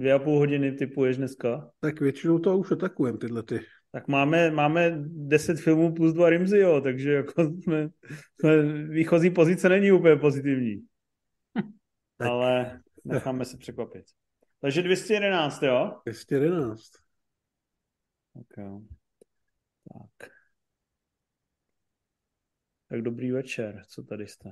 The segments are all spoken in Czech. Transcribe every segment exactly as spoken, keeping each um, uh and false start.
dvě a půl hodiny typuješ dneska? Tak většinou to už atakujem, tyhle ty. Tak máme, máme deset filmů plus dva Rimzy, jo, takže jako jsme, jsme, výchozí pozice není úplně pozitivní. Tak. Ale necháme se překvapit. Takže dvě stě jedenáct, jo? dvě stě jedenáct. Okay. Tak. Tak dobrý večer, co tady jste?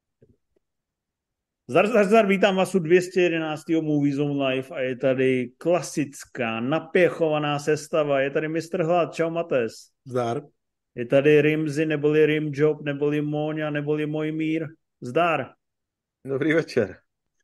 Zdar, zdar, zdar, vítám vás u dvě stě jedenáctého Movie Zone Live a je tady klasická, napěchovaná sestava. Je tady mistr Hlad, čau Mates. Zdar. Je tady Rimzy, neboli Rimjob, neboli Móňa, neboli Mojmír. Zdar. Dobrý večer.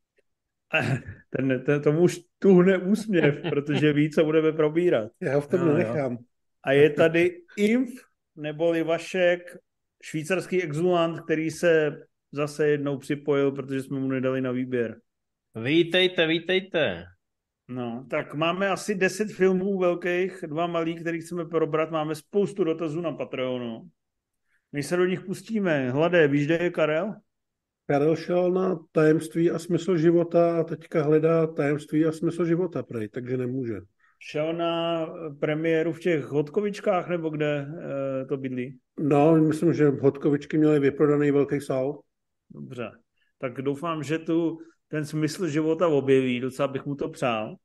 Ten, ten, tomu už tuhne úsměv, protože ví, co budeme probírat. Já ho v tom no, nenechám. Jo. A je tady Inf, neboli Vašek, švýcarský exulant, který se zase jednou připojil, protože jsme mu nedali na výběr. Vítejte, vítejte. No, tak máme asi deset filmů velkých, dva malý, který chceme probrat. Máme spoustu dotazů na Patreonu. My se do nich pustíme. Hladé, víš, kde je Karel? Karel šel na Tajemství a smysl života a teďka hledá Tajemství a smysl života, prej, takže nemůže. Šel na premiéru v těch Hodkovičkách, nebo kde e, to bydlí? No, myslím, že Hodkovičky měly vyprodaný velký sál. Dobře, tak doufám, že tu ten smysl života objeví, docela bych mu to přál. Uh,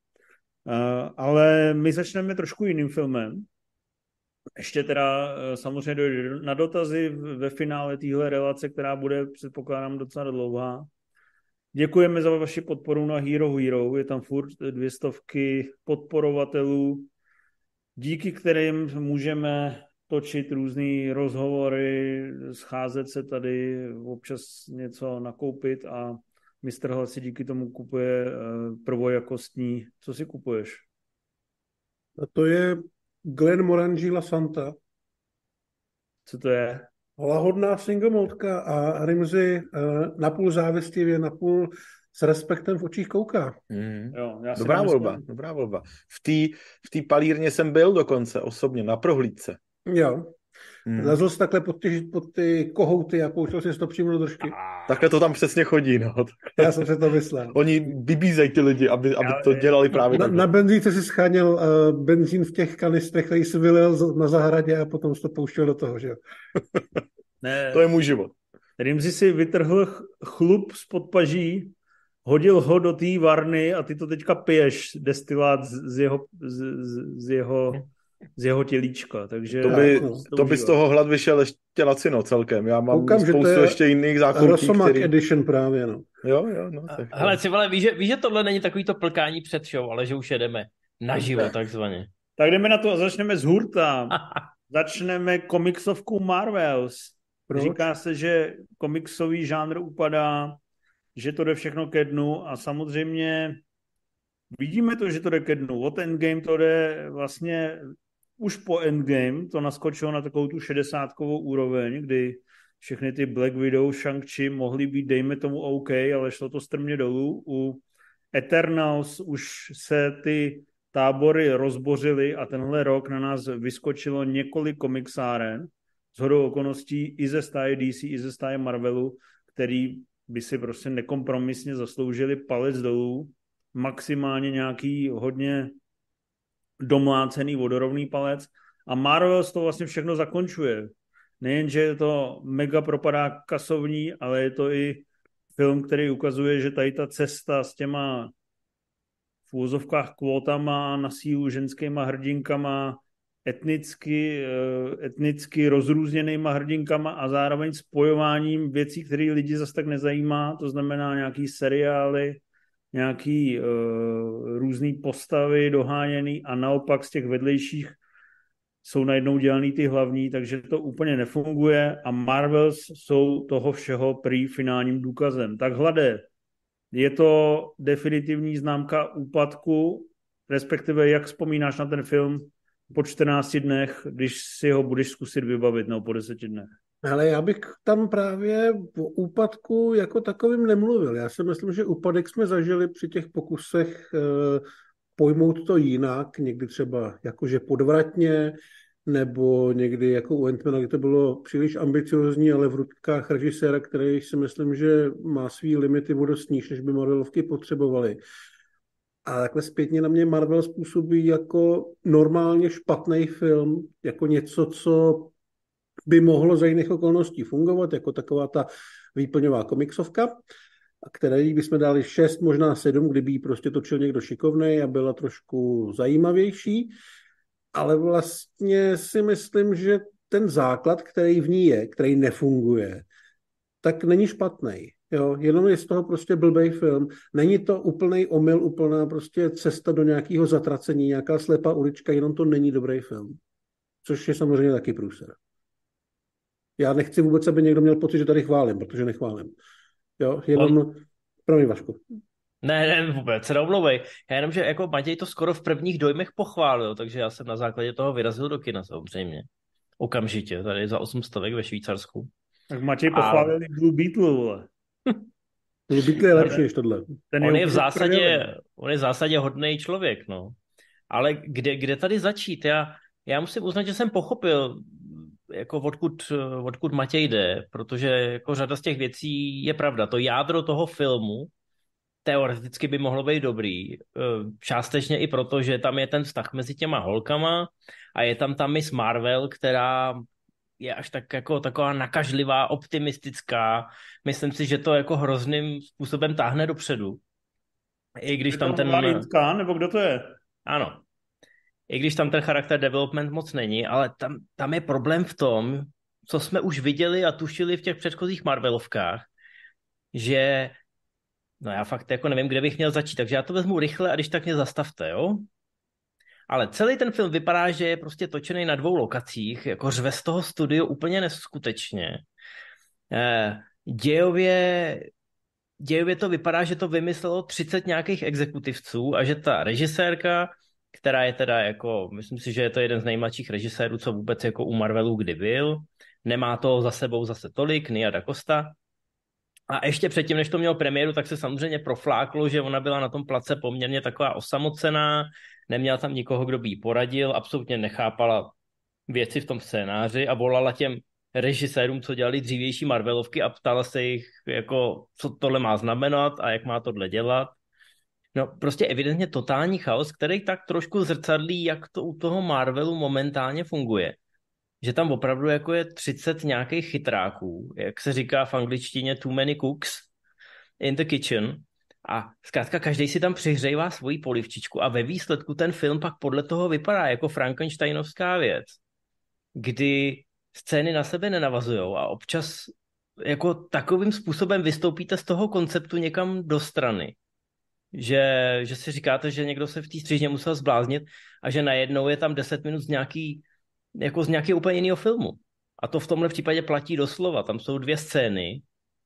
ale my začneme trošku jiným filmem. Ještě teda uh, samozřejmě dojde na dotazy ve finále téhle relace, která bude, předpokládám, docela dlouhá. Děkujeme za vaši podporu na Hero Hero. Je tam furt dvě stovky podporovatelů, díky kterým můžeme točit různý rozhovory, scházet se tady, občas něco nakoupit a mistr Hlad si díky tomu kupuje prvojakostní. Co si kupuješ? A to je Glenmorangie La Santa. Co to je? Lahodná single maltka a Rimzy napůl závistivě, napůl s respektem v očích kouká. Mm. Jo, já dobrá nemyslím... volba, dobrá volba. V té v té palírně jsem byl dokonce osobně na prohlídce. Jo. Mm. Lezl jsi takhle pod ty, pod ty kohouty a pouštěl jsi to přímo do držky. Takhle to tam přesně chodí, no. Já jsem se to myslel. Oni vybízejí ty lidi, aby, aby to dělali právě na, na benzínce si scháněl uh, benzín v těch kanistrech, který jsi vylil na zahradě a potom jsi to pouštěl do toho, že jo? Ne. To je můj život. Rimzy si vytrhl chlup spod paží, hodil ho do té varny a ty to teďka piješ, destilát z, z jeho... Z, z jeho z jeho tělíčka, takže... To by, to by z toho Hlad vyšel ještě lacino celkem. Já mám Koukám, spoustu ještě jiných zákoutí, Rosomach který... Edition právě, no. Jo, jo, no. Tak, hele, si vole, víš, že, víš, že tohle není takový to plkání před show, ale že už jedeme naživo, tak. takzvaně. Tak jdeme na to a začneme z hurta. Začneme komiksovkou Marvels. Proč? Říká se, že komiksový žánr upadá, že to jde všechno ke dnu a samozřejmě vidíme to, že to jde ke dnu. Od Endgame to jde vlastně už po Endgame, to naskočilo na takovou tu šedesátkovou úroveň, kdy všechny ty Black Widow, Shang-Chi mohly být, dejme tomu OK, ale šlo to strmě dolů. U Eternals už se ty tábory rozbořily a tenhle rok na nás vyskočilo několik komiksáren, shodou okolností i ze stáje D C, i ze stáje Marvelu, který by si prostě nekompromisně zasloužili palec dolů, maximálně nějaký hodně domlácený vodorovný palec a Marvels to vlastně všechno zakončuje. Nejenže je to mega propadák kasovní, ale je to i film, který ukazuje, že tady ta cesta s těma v úvozovkách kvótama na sílu ženskýma hrdinkama, etnicky, etnicky rozrůzněnýma hrdinkama a zároveň spojováním věcí, které lidi zase tak nezajímá, to znamená nějaký seriály, nějaký uh, různý postavy doháněný a naopak z těch vedlejších jsou najednou dělaný ty hlavní, takže to úplně nefunguje a Marvels jsou toho všeho prý finálním důkazem. Tak Hlade, je to definitivní známka úpadku, respektive jak vzpomínáš na ten film po čtrnácti dnech, když si ho budeš zkusit vybavit, nebo po deseti dnech? Ale já bych tam právě o úpadku jako takovým nemluvil. Já si myslím, že úpadek jsme zažili při těch pokusech e, pojmout to jinak, někdy třeba jakože podvratně, nebo někdy jako u Ant-Mana, kdy to bylo příliš ambiciozní, ale v rukách režiséra, který si myslím, že má svý limity o dost níž, než by Marvelovky potřebovali. A takhle zpětně na mě Marvel způsobí jako normálně špatný film, jako něco, co by mohlo za jiných okolností fungovat, jako taková ta výplňová komiksovka, které bychom dali šest, možná sedm, kdyby ji prostě točil někdo šikovnej a byla trošku zajímavější. Ale vlastně si myslím, že ten základ, který v ní je, který nefunguje, tak není špatný. Jo, jenom je z toho prostě blbej film. Není to úplnej omyl, úplná prostě cesta do nějakého zatracení, nějaká slepá ulička, jenom to není dobrý film. Což je samozřejmě taky průser. Já nechci vůbec, aby někdo měl pocit, že tady chválím, protože nechválím. Jo, jenom... On... Promiň, Vašku. Ne, ne, vůbec, se neomlouvej. Já jenom, že jako Matěj to skoro v prvních dojmech pochválil, takže já jsem na základě toho vyrazil do kina, samozřejmě. Okamžitě, tady za osm stovek ve Švýcarsku. Tak Matěj pochválil i Blue Beetle, vole. Blue Beetle je lepší než tohle. Ten on, je v zásadě, on je v zásadě hodnej člověk, no. Ale kde, kde tady začít? Já, já musím uznat, že jsem pochopil, jako odkud, odkud Matěj jde, protože jako řada z těch věcí je pravda. To jádro toho filmu teoreticky by mohlo být dobrý. Částečně i proto, že tam je ten vztah mezi těma holkama a je tam ta Miss Marvel, která je až tak jako taková nakažlivá, optimistická. Myslím si, že to jako hrozným způsobem táhne dopředu. I když je tam ten... Lidská, nebo kdo to je? Ano. I když tam ten charakter development moc není, ale tam, tam je problém v tom, co jsme už viděli a tušili v těch předchozích Marvelovkách, že no já fakt jako nevím, kde bych měl začít, takže já to vezmu rychle a když tak mě zastavte, jo? Ale celý ten film vypadá, že je prostě točený na dvou lokacích, jako řve z toho studio úplně neskutečně. Eh, dějově, dějově to vypadá, že to vymyslelo třicet nějakých exekutivců a že ta režisérka, která je teda jako, myslím si, že je to jeden z nejmladších režisérů, co vůbec jako u Marvelu kdy byl, nemá to za sebou zase tolik, Nia Da Costa. A ještě předtím, než to mělo premiéru, tak se samozřejmě profláklo, že ona byla na tom place poměrně taková osamocená, neměla tam nikoho, kdo by jí poradil, absolutně nechápala věci v tom scénáři a volala těm režisérům, co dělali dřívější Marvelovky a ptala se jich, jako, co tohle má znamenat a jak má tohle dělat. No prostě evidentně totální chaos, který tak trošku zrcadlí, jak to u toho Marvelu momentálně funguje. Že tam opravdu jako je třicet nějakých chytráků, jak se říká v angličtině too many cooks in the kitchen a zkrátka každý si tam přihřejvá svoji polivčičku a ve výsledku ten film pak podle toho vypadá jako Frankensteinovská věc, kdy scény na sebe nenavazujou a občas jako takovým způsobem vystoupíte z toho konceptu někam do strany. Že, že si říkáte, že někdo se v té střížně musel zbláznit a že najednou je tam deset minut z nějaký jako z nějakého úplně jiného filmu. A to v tomhle případě platí doslova. Tam jsou dvě scény,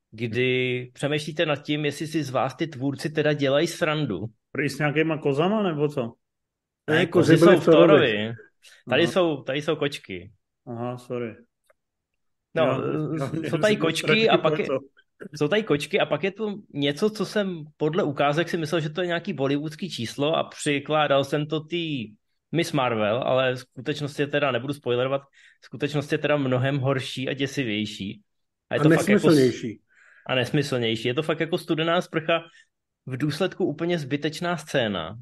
kdy přemýšlíte nad tím, jestli si z vás ty tvůrci teda dělají srandu. Prý s nějakýma kozama, nebo co? Ne, kozy jsou v Thorovi. Tady jsou, tady jsou kočky. Aha, sorry. No, já, já, jsou tady kočky a pak je, jsou tady kočky a pak je to něco, co jsem podle ukázek si myslel, že to je nějaký bollywoodský číslo a přikládal jsem to tý Miss Marvel, ale v skutečnosti je teda, nebudu spoilerovat, v skutečnosti je teda mnohem horší a děsivější. A, je to a nesmyslnější. Jako, a nesmyslnější. Je to fakt jako studená sprcha, v důsledku úplně zbytečná scéna.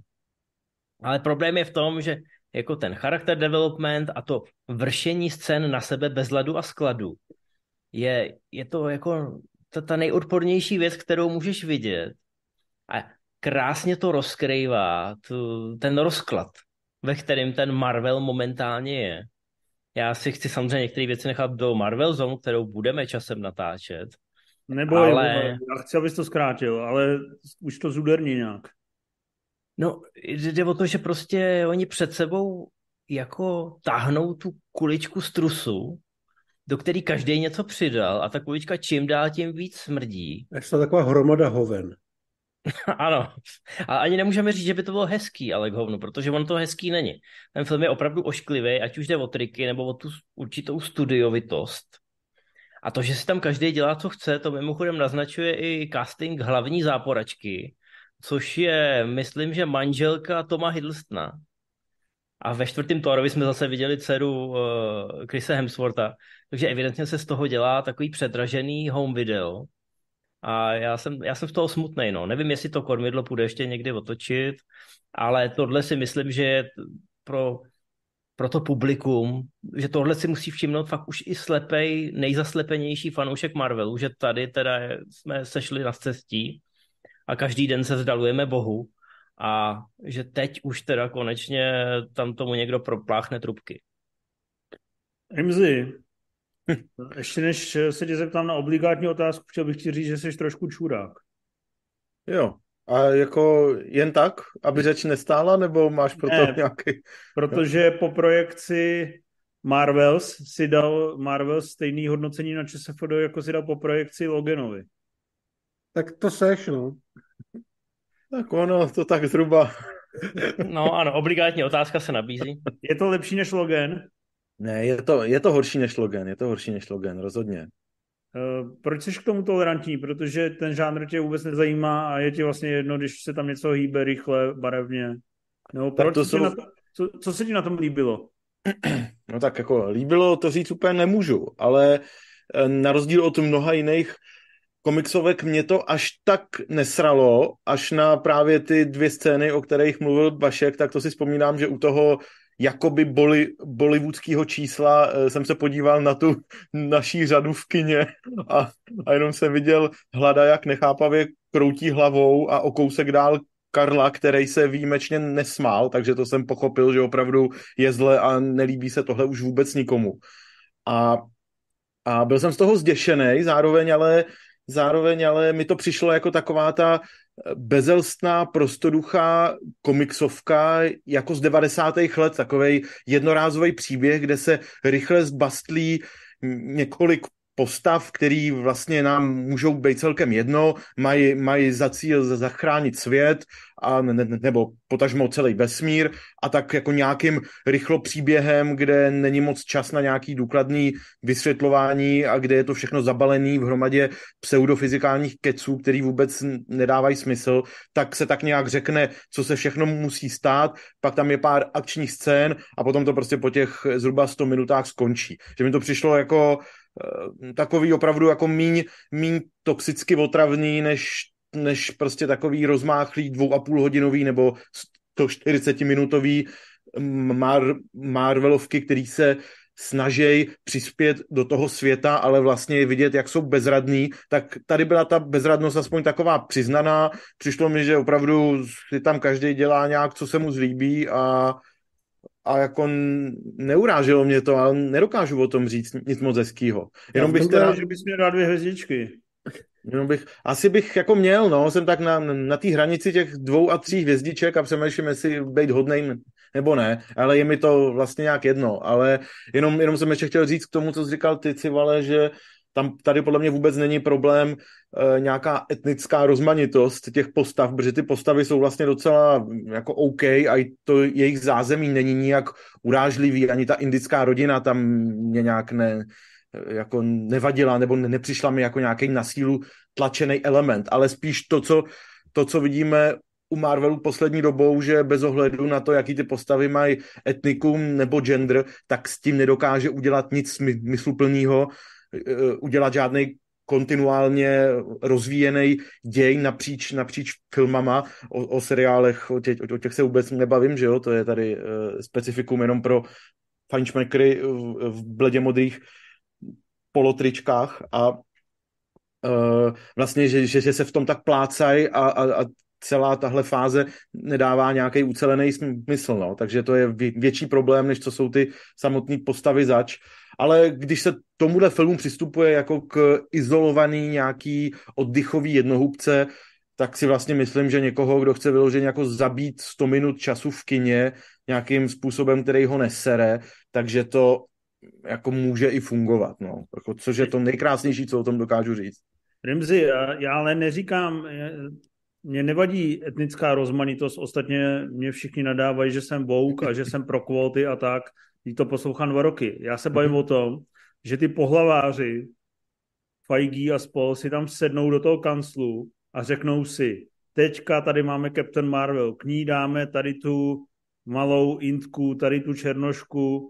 Ale problém je v tom, že jako ten charakter development a to vršení scén na sebe bez ladu a skladu je, je to jako ta, ta nejodpornější věc, kterou můžeš vidět. A krásně to rozkrývá tu, ten rozklad, ve kterém ten Marvel momentálně je. Já si chci samozřejmě některé věci nechat do Marvel Zone, kterou budeme časem natáčet. Nebo ale... já chci, abys to zkrátil, ale už to zuderní nějak. No, jde o to, že prostě oni před sebou jako táhnou tu kuličku z trusu, do který každý něco přidal a ta kulička čím dál tím víc smrdí. Je to taková hromada hoven. Ano, a ani nemůžeme říct, že by to bylo hezký, ale k hovnu, protože on to hezký není. Ten film je opravdu ošklivý, ať už jde o triky nebo o tu určitou studiovitost. A to, že si tam každý dělá, co chce, to mimochodem naznačuje i casting hlavní záporačky, což je, myslím, že manželka Toma Hiddlestona. A ve čtvrtém Thorovi jsme zase viděli dceru uh, Chrise Hemswortha, takže evidentně se z toho dělá takový předražený home video. A já jsem, já jsem z toho smutnej, no. Nevím, jestli to kormidlo půjde ještě někdy otočit, ale tohle si myslím, že je pro, pro to publikum, že tohle si musí všimnout fakt už i slepej, nejzaslepenější fanoušek Marvelu, že tady teda jsme sešli na cestí a každý den se vzdalujeme Bohu a že teď už teda konečně tam tomu někdo propláchne trubky. Rimzi, ještě než se tě zeptám na obligátní otázku, chtěl bych ti říct, že jsi trošku čurák. Jo. A jako jen tak, aby řeč nestála, nebo máš pro to Ne, nějaký... protože po projekci Marvels si dal Marvels stejný hodnocení na ČSFD, jako si dal po projekci Loganovi. Tak to seš, no. Tak ono, to tak zhruba... No ano, obligátní otázka se nabízí. Je to lepší než Logan? Ne, je to, je to horší než Logan, je to horší než Logan, rozhodně. Uh, proč jsi k tomu tolerantní? Protože ten žánr tě vůbec nezajímá a je ti vlastně jedno, když se tam něco hýbe rychle, barevně. No, proč to se jsou... na to, co, co se ti na tom líbilo? No tak jako líbilo to říct úplně nemůžu, ale na rozdíl od mnoha jiných komiksovek mě to až tak nesralo, až na právě ty dvě scény, o kterých mluvil Vašek, tak to si vzpomínám, že u toho jakoby boli, bollywoodského čísla jsem se podíval na tu naší řadu v kině a, a jenom jsem viděl Hlada, jak nechápavě kroutí hlavou a o kousek dál Karla, který se výjimečně nesmál, takže to jsem pochopil, že opravdu je zle a nelíbí se tohle už vůbec nikomu. A, a byl jsem z toho zděšený, zároveň ale Zároveň ale mi to přišlo jako taková ta bezelstná, prostoduchá komiksovka jako z devadesátých let, takovej jednorázový příběh, kde se rychle zbastlí několik postav, který vlastně nám můžou být celkem jedno, mají, mají za cíl zachránit svět a ne, nebo potažmo celý vesmír a tak jako nějakým rychlo příběhem, kde není moc čas na nějaký důkladný vysvětlování a kde je to všechno zabalený v hromadě pseudofyzikálních keců, který vůbec nedávají smysl, tak se tak nějak řekne, co se všechno musí stát, pak tam je pár akčních scén a potom to prostě po těch zhruba sto minutách skončí. Že mi to přišlo jako takový opravdu jako míň, míň toxicky otravný, než, než prostě takový rozmáchlý dvou a půl hodinový nebo sto čtyřicet minutový Mar, Marvelovky, který se snaží přispět do toho světa, ale vlastně vidět, jak jsou bezradný, tak tady byla ta bezradnost aspoň taková přiznaná. Přišlo mi, že opravdu si tam každý dělá nějak, co se mu zlíbí a a jako neuráželo mě to, ale nedokážu o tom říct nic moc hezkýho. Jenom bych teda... že bys měl dát dvě hvězdičky. Jenom bych, asi bych jako měl, no, jsem tak na, na té hranici těch dvou a tří hvězdiček a přemýšlím, jestli být hodnej nebo ne, ale je mi to vlastně nějak jedno, ale jenom, jenom jsem ještě chtěl říct k tomu, co jsi říkal ty, Civale, že tam tady podle mě vůbec není problém e, nějaká etnická rozmanitost těch postav, protože ty postavy jsou vlastně docela jako OK a to jejich zázemí není nijak urážlivý, ani ta indická rodina tam mě nějak ne, jako nevadila nebo nepřišla mi jako nějaký na sílu tlačený element, ale spíš to, co, to, co vidíme u Marvelu poslední dobou, že bez ohledu na to, jaký ty postavy mají etnikum nebo gender, tak s tím nedokáže udělat nic smysluplného, udělat žádný kontinuálně rozvíjený děj napříč, napříč filmama. O, o seriálech, o těch, o těch se vůbec nebavím, že jo, to je tady uh, specifikum jenom pro fajnšmekry v, v bledě modrých polotričkách a uh, vlastně, že, že, že se v tom tak plácají a, a, a celá tahle fáze nedává nějaký ucelený smysl, no. Takže to je větší problém, než co jsou ty samotné postavy zač. Ale když se tomuhle filmu přistupuje jako k izolovaný nějaký oddychový jednohubce, tak si vlastně myslím, že někoho, kdo chce vyloženě jako zabít sto minut času v kině nějakým způsobem, který ho nesere, takže to jako může i fungovat, no. Což je to nejkrásnější, co o tom dokážu říct. Rimzi, já, já ale neříkám, mě nevadí etnická rozmanitost, ostatně mě všichni nadávají, že jsem woke a že jsem pro kvóty a tak, když to poslouchám dva roky. Já se bavím mm-hmm. o tom, že ty pohlaváři, Feige a spol, si tam sednou do toho kanclu a řeknou si, teďka tady máme Captain Marvel, k ní dáme tady tu malou Indku, tady tu černošku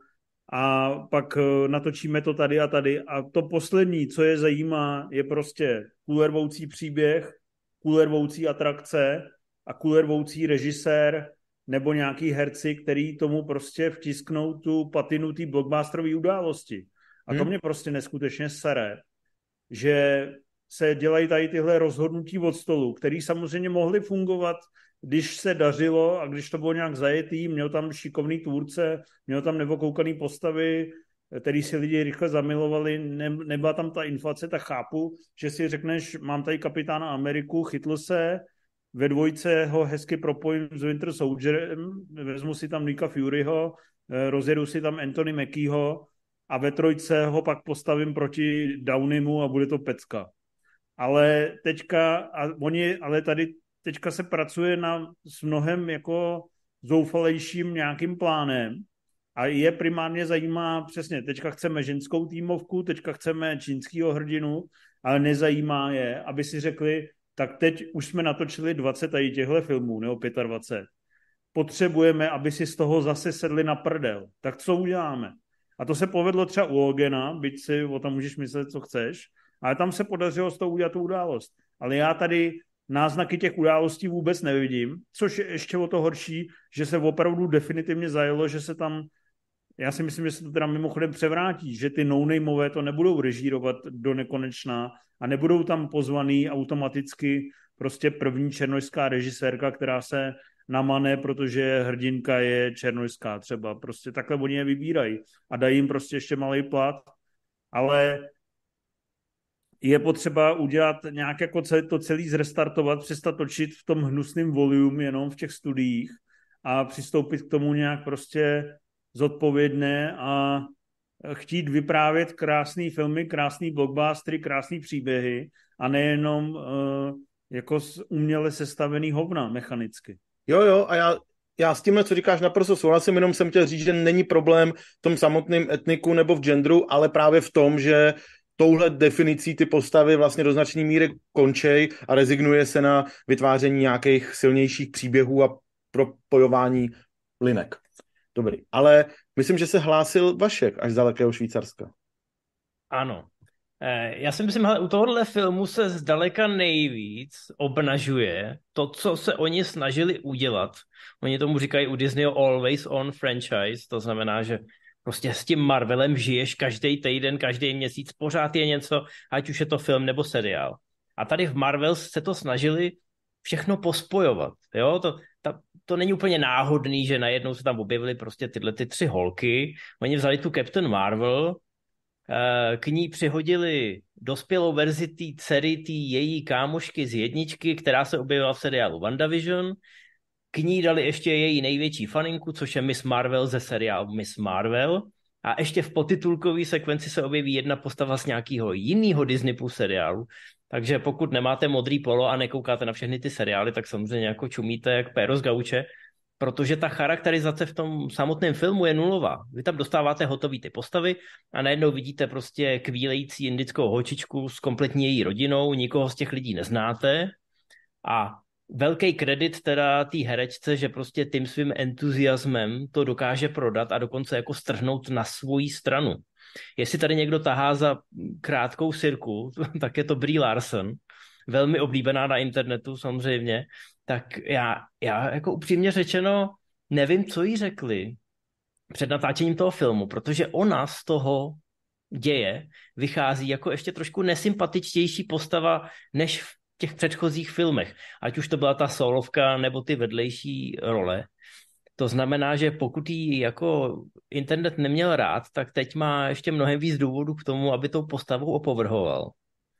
a pak natočíme to tady a tady. A to poslední, co je zajímá, je prostě kulervoucí příběh, kulervoucí atrakce a kulervoucí režisér nebo nějaký herci, který tomu prostě vtisknou tu patinu té blockbusterové události. A to hmm. mě prostě neskutečně sere, že se dělají tady tyhle rozhodnutí od stolu, které samozřejmě mohly fungovat, když se dařilo a když to bylo nějak zajetý, měl tam šikovný tvůrce, měl tam nevokoukaný postavy, který si lidi rychle zamilovali, ne, nebyla tam ta inflace, tak chápu, že si řekneš, mám tady kapitána Ameriku, chytl se, ve dvojce ho hezky propojím s Winter Soldierem, vezmu si tam Nicka Furyho, rozjedu si tam Anthony Mackieho a ve trojce ho pak postavím proti Downeymu a bude to pecka. Ale teďka, a oni, ale tady teďka se pracuje na s mnohem jako zoufalejším nějakým plánem a je primárně zajímá přesně, teďka chceme ženskou týmovku, teďka chceme čínskýho hrdinu, ale nezajímá je, aby si řekli, tak teď už jsme natočili dvacet tady těchto filmů, nebo dvacet pět. Potřebujeme, aby si z toho zase sedli na prdel. Tak co uděláme? A to se povedlo třeba u Logana, byť si o tom můžeš myslet, co chceš, ale tam se podařilo z toho udělat tu událost. Ale já tady náznaky těch událostí vůbec nevidím, což je ještě o to horší, že se opravdu definitivně zajelo, že se tam, já si myslím, že se to teda mimochodem převrátí, že ty no-nameové to nebudou režírovat do nekonečna a nebudou tam pozvaný automaticky prostě první černojská režisérka, která se namane, protože hrdinka je černojská třeba. Prostě takhle oni je vybírají a dají jim prostě ještě malý plat, ale je potřeba udělat nějak jako celé, to celý zrestartovat, přestat točit v tom hnusném volume jenom v těch studiích a přistoupit k tomu nějak prostě zodpovědné a chtít vyprávět krásný filmy, krásný blockbustery, krásný příběhy a nejenom uh, jako uměle sestavený hovna mechanicky. Jo, jo, a já, já s tímhle, co říkáš, naprosto souhlasím, jenom jsem chtěl říct, že není problém v tom samotném etniku nebo v genderu, ale právě v tom, že touhle definicí ty postavy vlastně do značné míry končej a rezignuje se na vytváření nějakých silnějších příběhů a propojování linek. Dobrý, ale myslím, že se hlásil Vašek až z dalekého Švýcarska. Ano. Já si myslím, že u tohohle filmu se zdaleka nejvíc obnažuje to, co se oni snažili udělat. Oni tomu říkají u Disneyho Always On franchise, to znamená, že prostě s tím Marvelem žiješ každý týden, každý měsíc, pořád je něco, ať už je to film nebo seriál. A tady v Marvel se to snažili všechno pospojovat. Jo? To, ta, to není úplně náhodný, že najednou se tam objevily prostě tyhle ty tři holky. Oni vzali tu Captain Marvel, k ní přihodili dospělou verzi té dcery, té její kámošky z jedničky, která se objevila v seriálu WandaVision. K ní dali ještě její největší faninku, což je Miss Marvel ze seriálu Miss Marvel. A ještě v podtitulkové sekvenci se objeví jedna postava z nějakého jiného Disney Plus seriálu. Takže pokud nemáte modrý polo a nekoukáte na všechny ty seriály, tak samozřejmě jako čumíte jak péro z gauče, protože ta charakterizace v tom samotném filmu je nulová. Vy tam dostáváte hotový ty postavy a najednou vidíte prostě kvílející indickou holčičku s kompletní její rodinou, nikoho z těch lidí neznáte a velký kredit teda té herečce, že prostě tím svým entuziasmem to dokáže prodat a dokonce jako strhnout na svoji stranu. Jestli tady někdo tahá za krátkou sirku, tak je to Brie Larson, velmi oblíbená na internetu samozřejmě, tak já, já jako upřímně řečeno nevím, co jí řekli před natáčením toho filmu, protože ona z toho děje vychází jako ještě trošku nesympatičtější postava než v těch předchozích filmech, ať už to byla ta solovka nebo ty vedlejší role. To znamená, že pokud jí jako internet neměl rád, tak teď má ještě mnohem víc důvodů k tomu, aby tou postavou opovrhoval.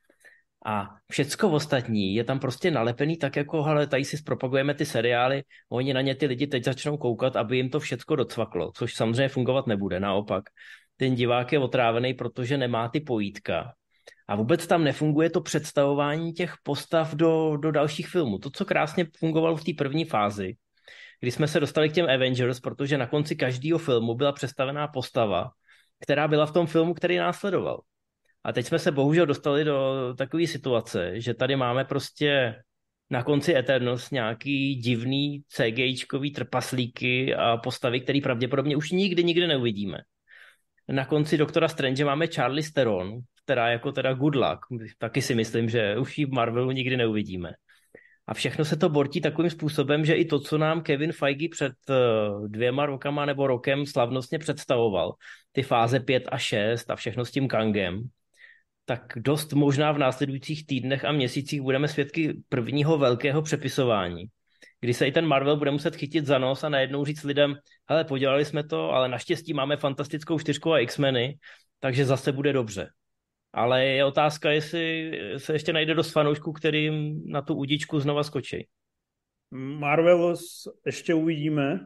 A všecko ostatní je tam prostě nalepený tak jako, hele, tady si zpropagujeme ty seriály, oni na ně ty lidi teď začnou koukat, aby jim to všecko docvaklo, což samozřejmě fungovat nebude, naopak. Ten divák je otrávený, protože nemá ty pojítka. A vůbec tam nefunguje to představování těch postav do, do dalších filmů. To, co krásně fungovalo v té první fázi, kdy jsme se dostali k těm Avengers, protože na konci každého filmu byla představená postava, která byla v tom filmu, který následoval. A teď jsme se bohužel dostali do takové situace, že tady máme prostě na konci Eternals nějaký divný CGIčkový trpaslíky a postavy, které pravděpodobně už nikdy, nikdy neuvidíme. na konci Doktora Strange máme Charlize Theron, která jako teda good luck. Taky si myslím, že už ji v Marvelu nikdy neuvidíme. A všechno se to bortí takovým způsobem, že i to, co nám Kevin Feige před dvěma rokama nebo rokem slavnostně představoval, ty fáze pět a šest a všechno s tím Kangem, tak dost možná v následujících týdnech a měsících budeme svědky prvního velkého přepisování, kdy se i ten Marvel bude muset chytit za nos a najednou říct lidem, hele, podělali jsme to, ale naštěstí máme fantastickou čtyřku a X-meny, takže zase bude dobře. Ale je otázka, jestli se ještě najde dost fanoušků, kterým na tu udičku znova skočí. Marvel ještě uvidíme.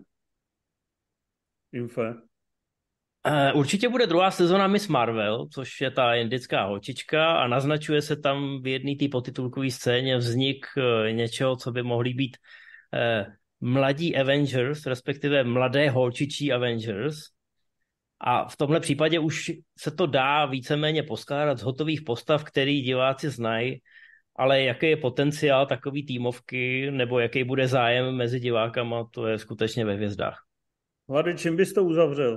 Infe. Uh, určitě bude druhá sezona Miss Marvel, což je ta indická holčička a naznačuje se tam v jedné té potitulkové scéně vznik uh, něčeho, co by mohly být uh, mladí Avengers, respektive mladé holčičí Avengers. A v tomhle případě už se to dá víceméně poskládat z hotových postav, který diváci znají, ale jaký je potenciál takový týmovky, nebo jaký bude zájem mezi divákama, to je skutečně ve hvězdách. Hlady, čím bys to uzavřel?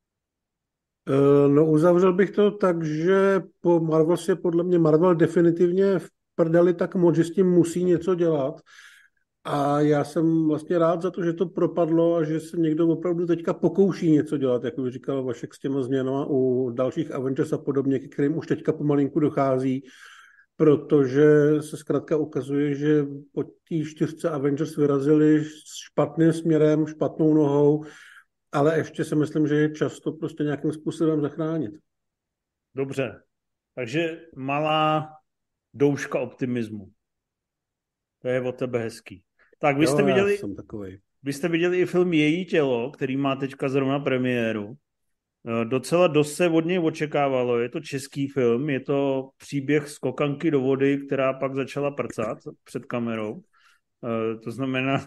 No uzavřel bych to tak, že po Marvel je podle mě Marvel definitivně v prdeli tak moc, že s tím musí něco dělat. A já jsem vlastně rád za to, že to propadlo a že se někdo opravdu teďka pokouší něco dělat, jak už říkal Vašek s těma změnama u dalších Avengers a podobně, k kterým už teďka pomalinku dochází, protože se zkrátka ukazuje, že po té čtyřce Avengers vyrazili špatným směrem, špatnou nohou, ale ještě si myslím, že je čas to prostě nějakým způsobem zachránit. Dobře, takže malá douška optimismu. To je od tebe hezký. Tak vy jste, jo, viděli, vy jste viděli i film Její tělo, který má teďka zrovna premiéru. Docela dost se od něj očekávalo. Je to český film, je to příběh skokanky do vody, která pak začala prcat před kamerou. To znamená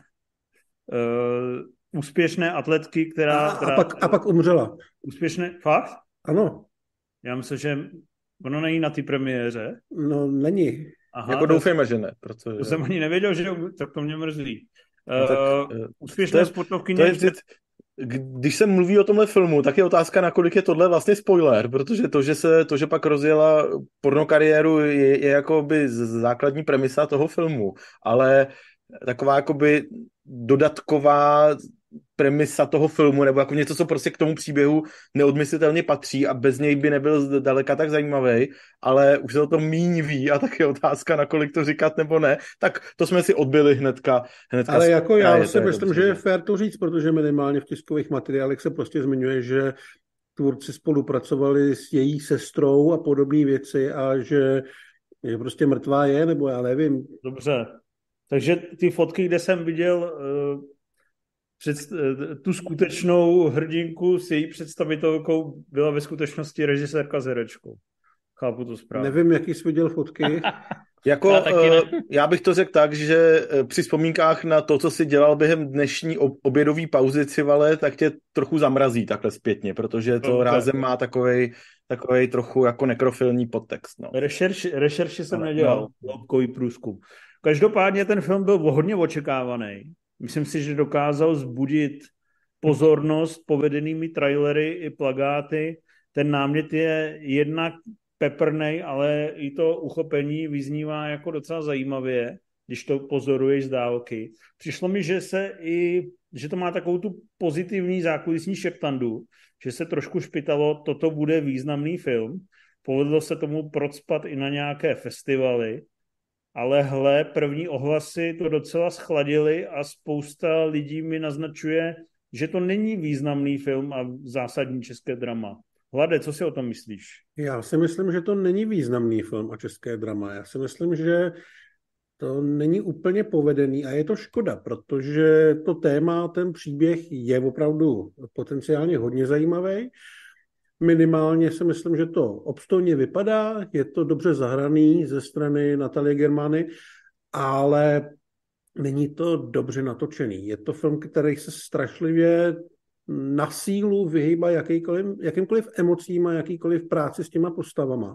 uh, úspěšné atletky, která... A, která a, pak, a pak umřela. Úspěšné... Fakt? Ano. Já myslím, že ono není na té premiéře. No, není. Aha, jako doufejme, že ne. Protože... To jsem ani nevěděl, že tak to mě mrzí. No, tak, uh, úspěšné sportovkyně... Když se mluví o tomhle filmu, tak je otázka, nakolik je tohle vlastně spoiler, protože to, že se to, že pak rozjela pornokariéru, je, je jakoby základní premisa toho filmu, ale taková jakoby dodatková premisa toho filmu, nebo jako něco, co prostě k tomu příběhu neodmyslitelně patří a bez něj by nebyl zdaleka tak zajímavý, ale už se o tom míň ví a tak je otázka, nakolik to říkat nebo ne, tak to jsme si odbyli hnedka. hnedka ale jako já je, si myslím, dobře. že je fér to říct, protože minimálně v tiskových materiálech se prostě zmiňuje, že tvůrci spolupracovali s její sestrou a podobné věci a že, že prostě mrtvá je, nebo já nevím. Dobře. Takže ty fotky, kde jsem viděl uh, před, uh, tu skutečnou hrdinku s její představitelkou, byla ve skutečnosti režisérka s herečkou. Chápu to správně. Nevím, jaký jsi viděl fotky. Jako, já, uh, já bych to řekl tak, že při vzpomínkách na to, co si dělal během dnešní obědové pauzy Civale, tak tě trochu zamrazí takhle zpětně, protože to okay. rázem má takovej, takovej trochu jako nekrofilní podtext. No. Rešerši, rešerši jsem nedělal, hloubkový no. průzkum. Každopádně ten film byl hodně očekávaný. Myslím si, že dokázal vzbudit pozornost povedenými trailery i plakáty. Ten námět je jednak peprnej, ale i to uchopení vyznívá jako docela zajímavě, když to pozoruješ z dálky. Přišlo mi, že se i, že to má takovou tu pozitivní zákulisní šeptandu, že se trošku špitalo, toto bude významný film. Povedlo se tomu procpat i na nějaké festivaly, ale hle, první ohlasy to docela schladily a spousta lidí mi naznačuje, že to není významný film a zásadní české drama. Hlade, co si o tom myslíš? Já si myslím, že to není významný film a české drama. Já si myslím, že to není úplně povedený a je to škoda, protože to téma, ten příběh je opravdu potenciálně hodně zajímavý. Minimálně si myslím, že to obstojně vypadá, je to dobře zahraný ze strany Natalie Germany, ale není to dobře natočený. Je to film, který se strašlivě na sílu vyhýbá jakýkoliv, jakýmkoliv emocím a jakýkoliv práci s těma postavama,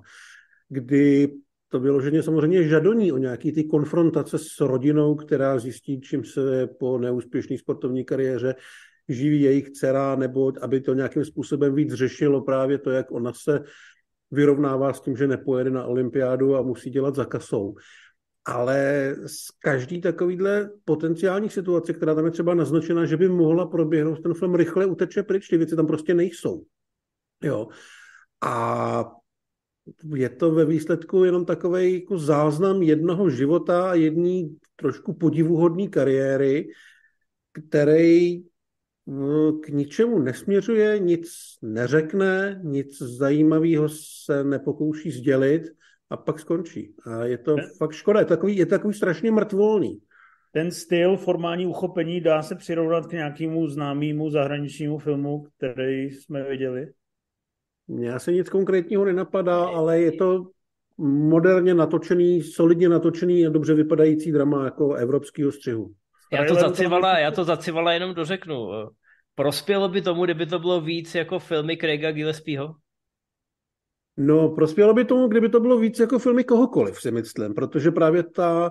kdy to vyloženě samozřejmě žadoní o nějaký ty konfrontace s rodinou, která zjistí, čím se po neúspěšné sportovní kariéře živí jejich dcera, nebo aby to nějakým způsobem víc řešilo právě to, jak ona se vyrovnává s tím, že nepojede na olympiádu a musí dělat za kasou. Ale z každý takovýhle potenciální situace, která tam je třeba naznačena, že by mohla proběhnout, ten film rychle uteče pryč, ty věci tam prostě nejsou. Jo. A je to ve výsledku jenom takovej jako záznam jednoho života a jedný trošku podivuhodný kariéry, který k ničemu nesměřuje, nic neřekne, nic zajímavého se nepokouší sdělit a pak skončí. A je to ten, fakt škoda, je takový, je takový strašně mrtvolný. Ten styl, formální uchopení dá se přirovnat k nějakému známému zahraničnímu filmu, který jsme viděli? Mně se nic konkrétního nenapadá, ale je to moderně natočený, solidně natočený a dobře vypadající drama jako evropského střihu. Já to zacivala, já to zacivala jenom dořeknu. Prospělo by tomu, kdyby to bylo víc jako filmy Craiga Gillespieho? No, prospělo by tomu, kdyby to bylo víc jako filmy kohokoliv, si myslím, protože právě ta,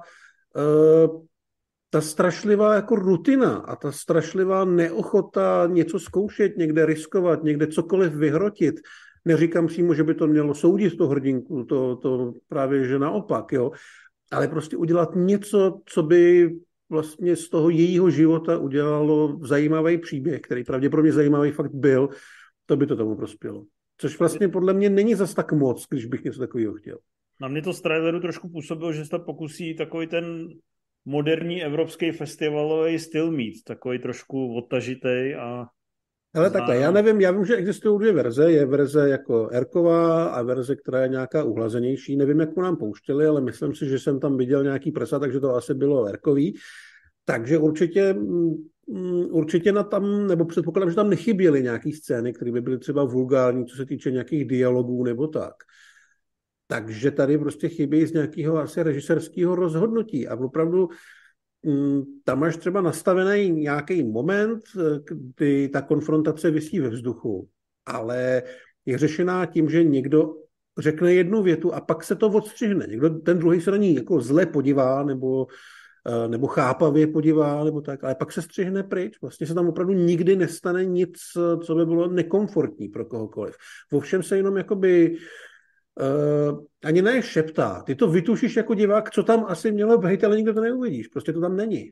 uh, ta strašlivá jako rutina a ta strašlivá neochota něco zkoušet, někde riskovat, někde cokoliv vyhrotit, neříkám přímo, že by to mělo soudit tu hrdinku, to, to právě, že naopak, jo, ale prostě udělat něco, co by vlastně z toho jejího života udělalo zajímavý příběh, který pravděpodobně zajímavý fakt byl, to by to tomu prospělo. Což vlastně podle mě není zas tak moc, když bych něco takového chtěl. Na mě to z traileru trošku působilo, že se to pokusí takový ten moderní evropský festivalový styl mít, takový trošku odtažitej a... Ale takhle, já nevím, já vím, že existují dvě verze, je verze jako erková a verze, která je nějaká uhlazenější, nevím, jak mu nám pouštěli, ale myslím si, že jsem tam viděl nějaký prsa, takže to asi bylo erkový, takže určitě, určitě na tam, nebo předpokládám, že tam nechyběly nějaký scény, které by byly třeba vulgární, co se týče nějakých dialogů nebo tak. Takže tady prostě chybí z nějakého asi režisérského rozhodnutí a opravdu tam máš třeba nastavený nějaký moment, kdy ta konfrontace visí ve vzduchu, ale je řešená tím, že někdo řekne jednu větu a pak se to odstřihne. Někdo, ten druhý se na ní jako zle podívá nebo, nebo chápavě podívá, nebo tak, ale pak se střihne pryč. Vlastně se tam opravdu nikdy nestane nic, co by bylo nekomfortní pro kohokoliv. Ovšem se jenom jakoby Uh, ani ne šeptá. Ty to vytušíš jako divák, co tam asi mělo být, ale nikdo to neuvidíš. Prostě to tam není.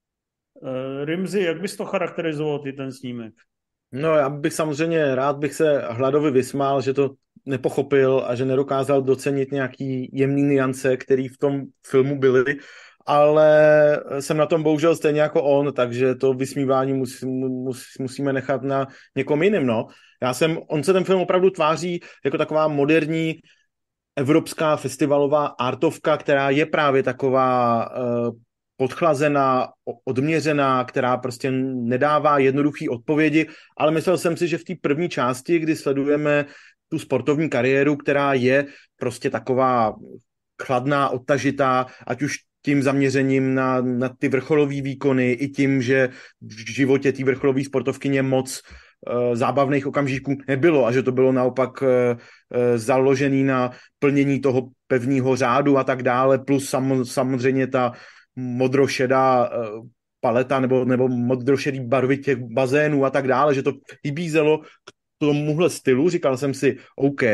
Uh, Rimzi, jak bys to charakterizoval, ty ten snímek? No, já bych samozřejmě rád bych se Hladovi vysmál, že to nepochopil a že nedokázal docenit nějaký jemný nuance, který v tom filmu byly, ale jsem na tom bohužel stejně jako on, takže to vysmívání musí, musí, musíme nechat na někom jiným, no. Já jsem, on se ten film opravdu tváří jako taková moderní evropská festivalová artovka, která je právě taková uh, podchlazená, odměřená, která prostě nedává jednoduché odpovědi, ale myslel jsem si, že v té první části, kdy sledujeme tu sportovní kariéru, která je prostě taková chladná, odtažitá, ať už tím zaměřením na, na ty vrcholové výkony i tím, že v životě té vrcholové sportovkyně moc uh, zábavných okamžiků nebylo a že to bylo naopak uh, uh, založený na plnění toho pevného řádu a tak dále, plus sam, samozřejmě ta modrošedá uh, paleta nebo, nebo modrošedý barvy těch bazénů a tak dále, že to vybízelo k tomuhle stylu, říkal jsem si OK,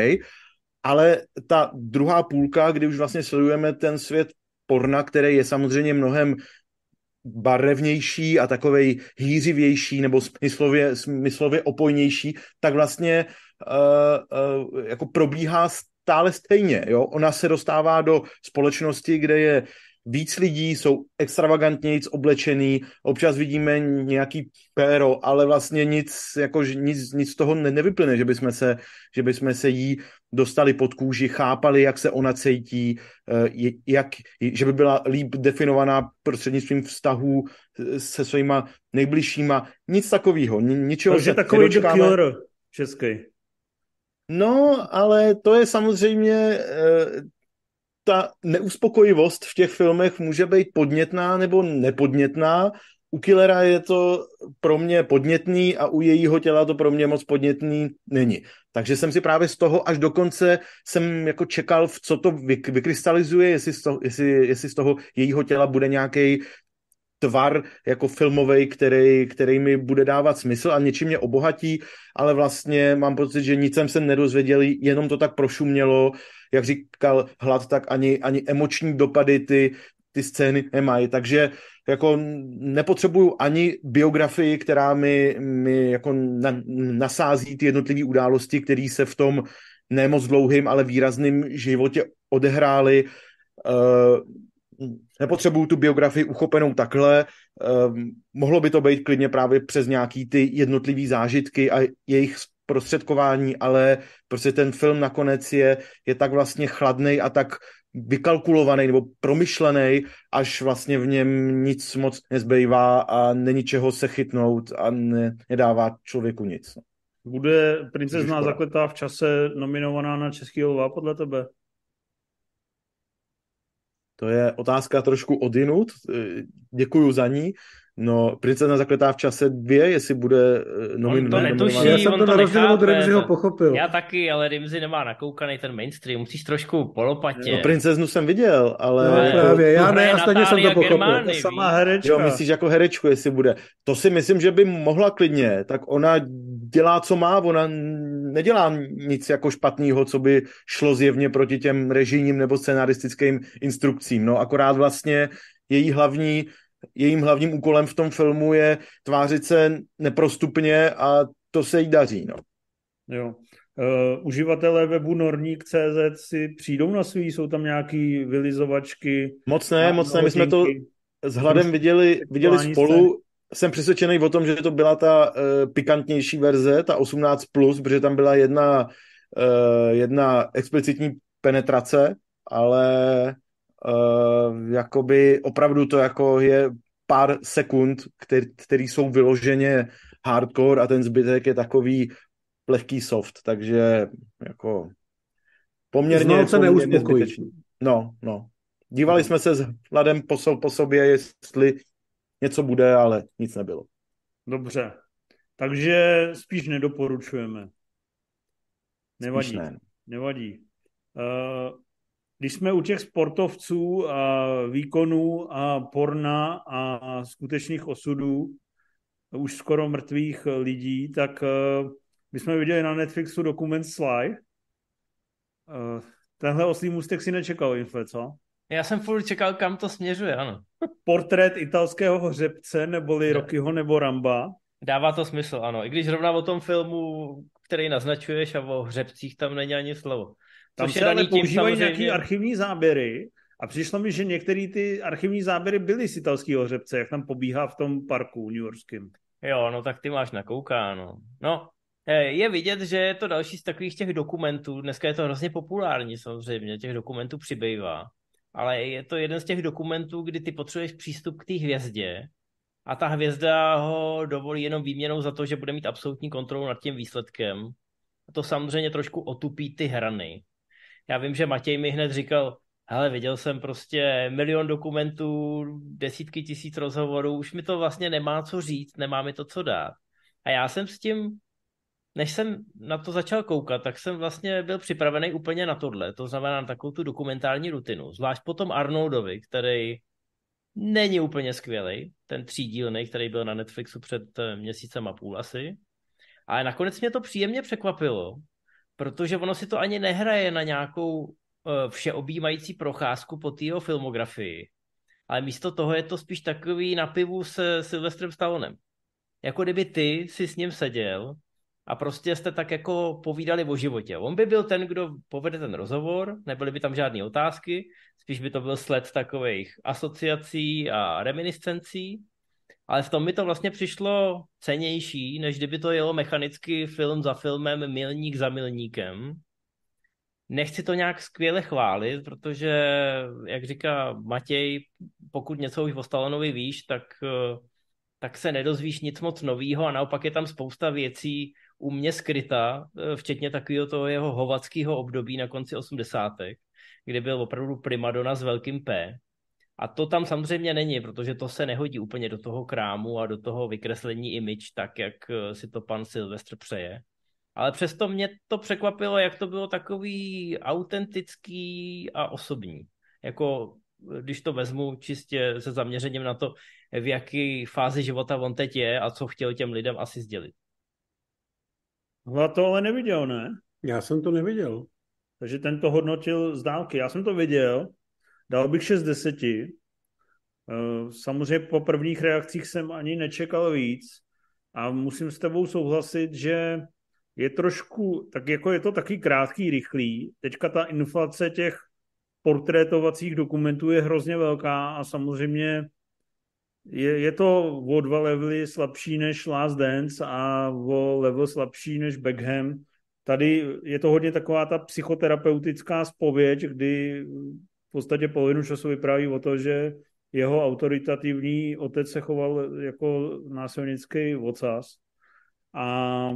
ale ta druhá půlka, kdy už vlastně sledujeme ten svět porna, který je samozřejmě mnohem barevnější a takovej hýřivější nebo smyslově, smyslově opojnější, tak vlastně uh, uh, jako probíhá stále stejně. Jo? Ona se dostává do společnosti, kde je víc lidí, jsou extravagantnějc oblečený, občas vidíme nějaký péro, ale vlastně nic, jako, nic, nic z toho nevyplyne, že bychom se, že bychom se jí dostali pod kůži, chápali, jak se ona cítí, jak, že by byla líp definovaná prostřednictvím vztahů se svýma nejbližšíma. Nic takového, ničeho Takže se takový nedočkáme. The Killer český. No, ale to je samozřejmě... ta neuspokojivost v těch filmech může být podnětná nebo nepodnětná. U Killera je to pro mě podnětný a u jejího těla to pro mě moc podnětný není. Takže jsem si právě z toho až do konce jsem jako čekal, co to vykrystalizuje, jestli z toho, jestli, jestli z toho jejího těla bude nějaký tvar jako filmovej, který, který mi bude dávat smysl a něčím mě obohatí, ale vlastně mám pocit, že nic jsem se nedozvěděl, jenom to tak prošumělo, jak říkal Hlad, tak ani, ani emoční dopady ty, ty scény nemají, takže jako nepotřebuju ani biografii, která mi, mi jako na, nasází ty jednotlivé události, které se v tom nemoc dlouhým, ale výrazným životě odehrály. Uh, nepotřebuju tu biografii uchopenou takhle. Uh, mohlo by to být klidně právě přes nějaký ty jednotlivý zážitky a jejich zprostředkování, ale prostě ten film nakonec je, je tak vlastně chladnej a tak vykalkulovaný nebo promyšlený, až vlastně v něm nic moc nezbývá a není čeho se chytnout a ne, nedává člověku nic. Bude Princezna zakletá v čase nominovaná na Českýho lva podle tebe? To je otázka trošku odinut. Děkuju za ní. No, Princezna zakletá v čase dvě, jestli bude nominovaná. On to netuší, Já jsem on to to na rozdíl od nechápe. Ramseyho pochopil. Já taky, ale Ramsey nemá nakoukaný ten mainstream. Musíš trošku polopatě. No, Princeznu jsem viděl, ale... No, jako, právě, já ne, a stejně jsem to pochopil. To sama herečka. Jo, myslíš jako herečku, jestli bude. To si myslím, že by mohla klidně. Tak ona dělá, co má, ona nedělá nic jako špatného, co by šlo zjevně proti těm režijním nebo scenaristickým instrukcím. No, akorát vlastně její hlavní Jejím hlavním úkolem v tom filmu je tvářit se neprostupně a to se jí daří. No. Jo. Uh, uživatelé webu norník tečka cé zet si přijdou na svý, jsou tam nějaký vylizovačky? Moc ne, moc ne, my jsme to s Hladem viděli, viděli spolu. Jsem přesvědčený o tom, že to byla ta uh, pikantnější verze, ta osmnáct plus, protože tam byla jedna, uh, jedna explicitní penetrace, ale Uh, jakoby opravdu to jako je pár sekund, který, který jsou vyloženě hardcore a ten zbytek je takový lehký soft, takže jako poměrně, poměrně zbytečný. No, no. Dívali no. jsme se s Hladem po, po sobě, jestli něco bude, ale nic nebylo. Dobře, takže spíš nedoporučujeme. Nevadí, spíš ne. nevadí. Uh, Když jsme u těch sportovců a výkonů a porna a skutečných osudů už skoro mrtvých lidí, tak my jsme viděli na Netflixu dokument Sly. Tenhle oslý můstek si nečekal, Infe, co? Já jsem furt čekal, kam to směřuje, ano. Portrét italského hřebce, neboli Rockyho nebo Ramba. Dává to smysl, ano. I když zrovna o tom filmu, který naznačuješ, a o hřebcích tam není ani slovo. Tam se ale používají samozřejmě... nějaké archivní záběry a přišlo mi, že některé ty archivní záběry byly z italského hřebce, jak tam pobíhá v tom parku newyorském. Jo, no tak ty máš nakoukáno. No, je vidět, že je to další z takových těch dokumentů, dneska je to hrozně populární samozřejmě, těch dokumentů přibývá, ale je to jeden z těch dokumentů, kdy ty potřebuješ přístup k té hvězdě a ta hvězda ho dovolí jenom výměnou za to, že bude mít absolutní kontrolu nad tím výsledkem. A to samozřejmě trošku otupí ty hrany. Já vím, že Matěj mi hned říkal, hele, viděl jsem prostě milion dokumentů, desítky tisíc rozhovorů, už mi to vlastně nemá co říct, nemá mi to co dát. A já jsem s tím, než jsem na to začal koukat, tak jsem vlastně byl připravený úplně na tohle, to znamená na takovou tu dokumentární rutinu, zvlášť potom Arnoldovi, který není úplně skvělej, ten třídílnej, který byl na Netflixu před měsícem a půl asi. Ale nakonec mě to příjemně překvapilo, protože ono si to ani nehraje na nějakou uh, všeobjímající procházku po té jeho filmografii. Ale místo toho je to spíš takový na pivu se Sylvestrem Stallonem. Jako kdyby ty si s ním seděl a prostě jste tak jako povídali o životě. On by byl ten, kdo povede ten rozhovor, nebyly by tam žádné otázky, spíš by to byl sled takových asociací a reminiscencí. Ale v tom mi to vlastně přišlo cennější, než kdyby to jelo mechanicky film za filmem, milník za milníkem. Nechci to nějak skvěle chválit, protože, jak říká Matěj, pokud něco už o Stallonovi víš, tak, tak se nedozvíš nic moc novýho a naopak je tam spousta věcí u mě skryta, včetně takového toho jeho hovackého období na konci osmdesátek, kdy byl opravdu primadona s velkým P. A to tam samozřejmě není, protože to se nehodí úplně do toho krámu a do toho vykreslení image, tak jak si to pan Sylvester přeje. Ale přesto mě to překvapilo, jak to bylo takový autentický a osobní. Jako když to vezmu čistě se zaměřením na to, v jaké fázi života on teď je a co chtěl těm lidem asi sdělit. Hla to ale neviděl, ne? Já jsem to neviděl. Takže ten to hodnotil z dálky. Já jsem to viděl, dal bych šest z deseti. Samozřejmě po prvních reakcích jsem ani nečekal víc a musím s tebou souhlasit, že je trošku, tak jako je to taky krátký, rychlý. Teďka ta inflace těch portrétovacích dokumentů je hrozně velká a samozřejmě je, je to o dva levely slabší než Last Dance a o level slabší než Beckham. Tady je to hodně taková ta psychoterapeutická zpověď, kdy v podstatě polovinu času vypráví o to, že jeho autoritativní otec se choval jako násilnický ocas a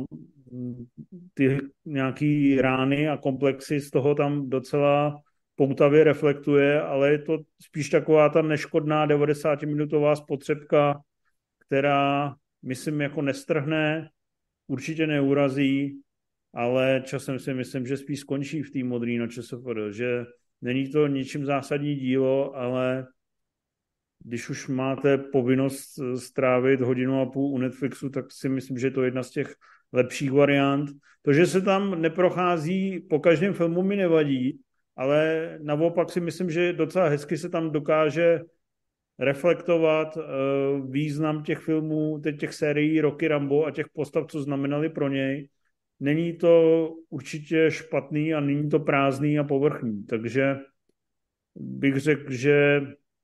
ty nějaký rány a komplexy z toho tam docela poutavě reflektuje, ale je to spíš taková ta neškodná devadesátiminutová spotřebka, která, myslím, jako nestrhne, určitě neurazí, ale časem si myslím, že spíš skončí v té modrý na ČSFD, že není to ničím zásadní dílo, ale když už máte povinnost strávit hodinu a půl u Netflixu, tak si myslím, že je to jedna z těch lepších variant. To, že se tam neprochází po každém filmu, mi nevadí, ale naopak si myslím, že docela hezky se tam dokáže reflektovat uh, význam těch filmů, teď těch sérií Rocky Rambo a těch postav, co znamenali pro něj. Není to určitě špatný a není to prázdný a povrchní, takže bych řekl, že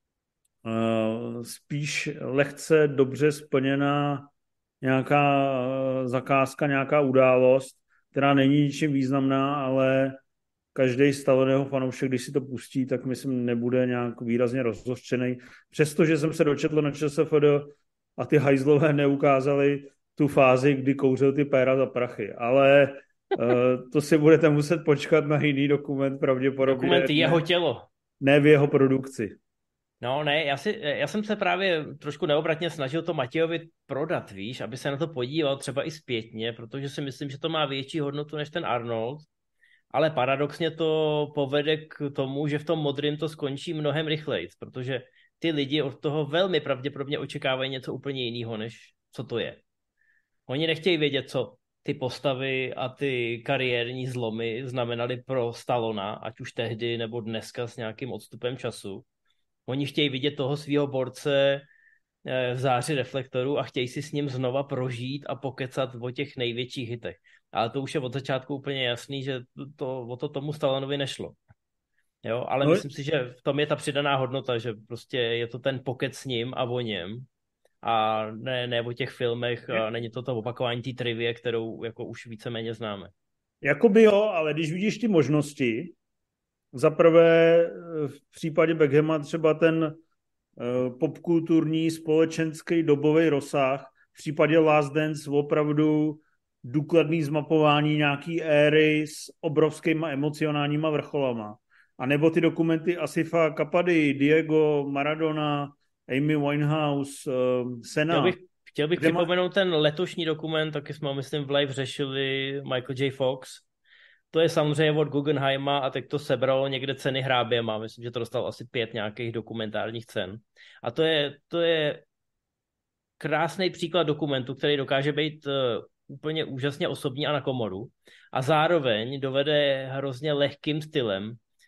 uh, spíš lehce dobře splněná nějaká uh, zakázka, nějaká událost, která není ničím významná, ale každý Stalloneho fanoušek, když si to pustí, tak myslím, nebude nějak výrazně rozhořčený. Přestože jsem se dočetl na ČSFD a ty hajzlové neukázali tu fázi, kdy kouřil ty péra za prachy. Ale uh, to si budete muset počkat na jiný dokument pravděpodobně. Dokument jeho tělo. Ne v jeho produkci. No ne, já, si, já jsem se právě trošku neobratně snažil to Matějovi prodat, víš, aby se na to podíval třeba i zpětně, protože si myslím, že to má větší hodnotu než ten Arnold. Ale paradoxně to povede k tomu, že v tom modrým to skončí mnohem rychleji, protože ty lidi od toho velmi pravděpodobně očekávají něco úplně jiného, než co to je. Oni nechtějí vědět, co ty postavy a ty kariérní zlomy znamenaly pro Stallona, ať už tehdy nebo dneska s nějakým odstupem času. Oni chtějí vidět toho svého borce v záři reflektorů a chtějí si s ním znova prožít a pokecat o těch největších hitech. Ale to už je od začátku úplně jasný, že to, o to tomu Stallonovi nešlo. Jo, ale no. Myslím si, že v tom je ta přidaná hodnota, že prostě je to ten pokec s ním a o něm a ne, ne o těch filmech a není to to opakování té trivie, kterou jako už víceméně známe. Jakoby jo, ale když vidíš ty možnosti, za prvé v případě Beckhama třeba ten uh, popkulturní, společenský, dobový rozsah, v případě Last Dance opravdu důkladný zmapování nějaký éry s obrovskýma emocionálníma vrcholama. A nebo ty dokumenty Asifa Kapady, Diego Maradona, Amy Winehouse, uh, Senna. Chtěl bych, chtěl bych připomenout má... ten letošní dokument, taky jsme ho, myslím, v live řešili, Michael J. Fox. To je samozřejmě od Guggenheima a teď to sebralo někde ceny Hráběma. Myslím, že to dostal asi pět nějakých dokumentárních cen. A to je, to je krásný příklad dokumentu, který dokáže být uh, úplně úžasně osobní a na komoru. A zároveň dovede hrozně lehkým stylem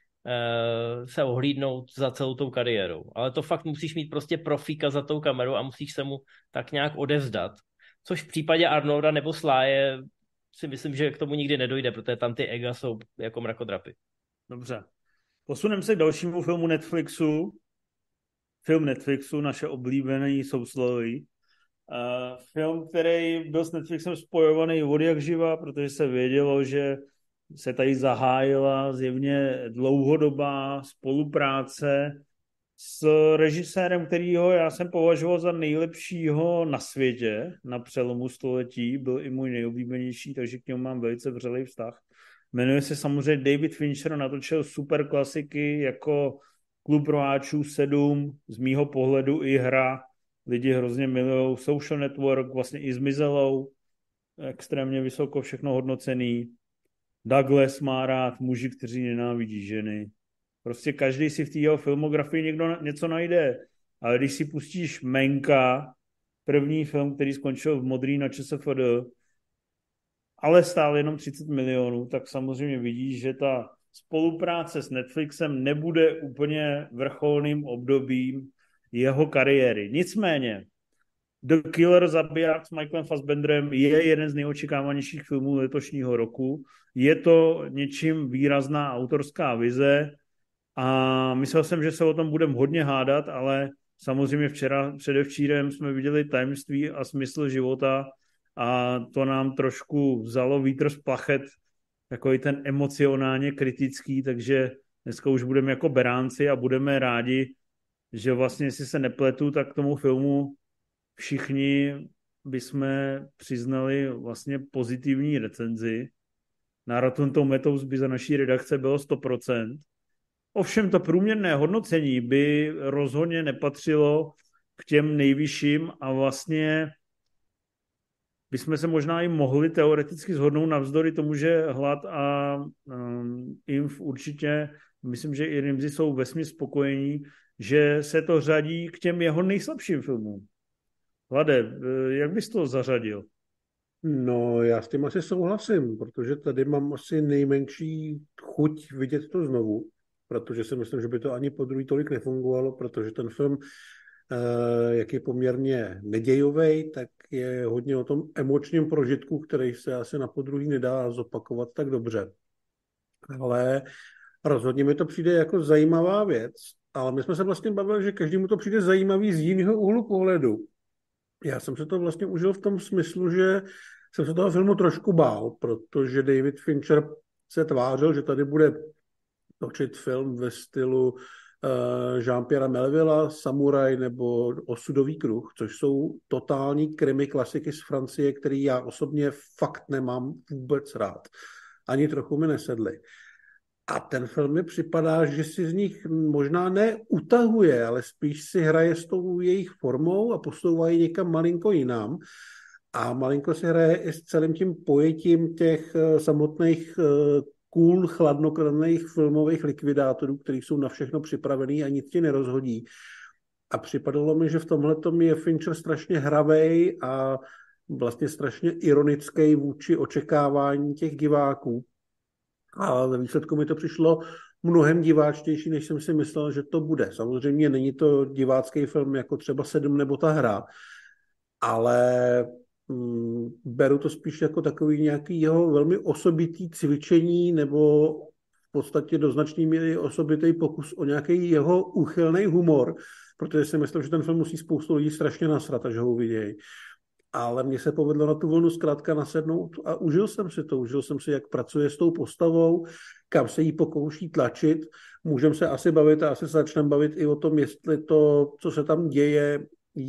uh, se ohlídnout za celou tou kariérou. Ale to fakt musíš mít prostě profíka za tou kamerou a musíš se mu tak nějak odevzdat. Což v případě Arnolda nebo Sláje si myslím, že k tomu nikdy nedojde, protože tam ty ega jsou jako mrakodrapy. Dobře. Posuneme se k dalšímu filmu Netflixu. Film Netflixu, naše oblíbené sousloví. Uh, film, který byl s Netflixem spojovaný od jak živa, protože se vědělo, že se tady zahájila zjevně dlouhodobá spolupráce s režisérem, kterýho já jsem považoval za nejlepšího na světě na přelomu století, byl i můj nejoblíbenější, takže k němu mám velice vřelý vztah. Jmenuje se samozřejmě David Fincher, natočil super klasiky jako Klub rváčů sedm, z mýho pohledu i Hra, lidi hrozně milujou, Social Network, vlastně i Zmizelou, extrémně vysoko všechno hodnocený. Douglas má rád muži, kteří nenávidí ženy. Prostě každý si v té jeho filmografii někdo něco najde. Ale když si pustíš Menka, první film, který skončil v modrý na ČSFD, ale stál jenom třicet milionů, tak samozřejmě vidíš, že ta spolupráce s Netflixem nebude úplně vrcholným obdobím jeho kariéry. Nicméně, The Killer, zabiják s Michaelem Fassbenderem je jeden z nejočekávanějších filmů letošního roku. Je to něčím výrazná autorská vize a myslel jsem, že se o tom budeme hodně hádat, ale samozřejmě včera, předevčírem jsme viděli Tajemství a smysl života a to nám trošku vzalo vítr z plachet, takový ten emocionálně kritický, takže dneska už budeme jako beránci a budeme rádi, že vlastně, jestli se nepletu, tak k tomu filmu všichni bychom přiznali vlastně pozitivní recenzi. Na Rotten Tomatoes by za naší redakce bylo sto procent. Ovšem to průměrné hodnocení by rozhodně nepatřilo k těm nejvyšším a vlastně bychom se možná i mohli teoreticky shodnout navzdory tomu, že Hlad a um, Inf určitě, myslím, že i Rimzi jsou vesměs spokojení, že se to řadí k těm jeho nejslabším filmům. Hlade, jak bys to zařadil? No, já s tím asi souhlasím, protože tady mám asi nejmenší chuť vidět to znovu, protože si myslím, že by to ani po druhý tolik nefungovalo, protože ten film, jak je poměrně nedějovej, tak je hodně o tom emočním prožitku, který se asi na podruhý nedá zopakovat tak dobře. Ale rozhodně mi to přijde jako zajímavá věc, ale my jsme se vlastně bavili, že každému to přijde zajímavý z jiného úhlu pohledu. Já jsem se to vlastně užil v tom smyslu, že jsem se toho filmu trošku bál, protože David Fincher se tvářil, že tady bude točit film ve stylu uh, Jean-Pierre Melvilla, Samuraj nebo Osudový kruh, což jsou totální krimi klasiky z Francie, který já osobně fakt nemám vůbec rád. Ani trochu mi nesedly. A ten film mi připadá, že si z nich možná neutahuje, ale spíš si hraje s tou jejich formou a posouvá ji někam malinko jinam. A malinko si hraje i s celým tím pojetím těch samotných cool, chladnokrevných filmových likvidátorů, kteří jsou na všechno připravený a nic ti nerozhodí. A připadalo mi, že v tomhletom je Fincher strašně hravej a vlastně strašně ironický vůči očekávání těch diváků. A ve výsledku mi to přišlo mnohem diváčtější, než jsem si myslel, že to bude. Samozřejmě není to divácký film jako třeba Sedm nebo Ta hra, ale mm, beru to spíš jako takový nějaký jeho velmi osobitý cvičení nebo v podstatě do značné míry osobitý pokus o nějaký jeho úchylný humor, protože si myslím, že ten film musí spoustu lidí strašně nasrat, až ho uvidějí. Ale mně se povedlo na tu vlnu zkrátka nasednout a užil jsem si to. Užil jsem si, jak pracuje s tou postavou, kam se jí pokouší tlačit. Můžeme se asi bavit a asi se začneme bavit i o tom, jestli to, co se tam děje,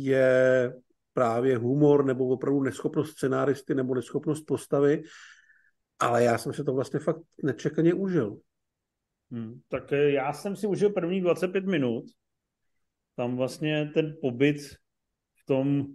je právě humor nebo opravdu neschopnost scenáristy nebo neschopnost postavy. Ale já jsem si to vlastně fakt nečekaně užil. Hmm, tak já jsem si užil první dvacet pět minut. Tam vlastně ten pobyt v tom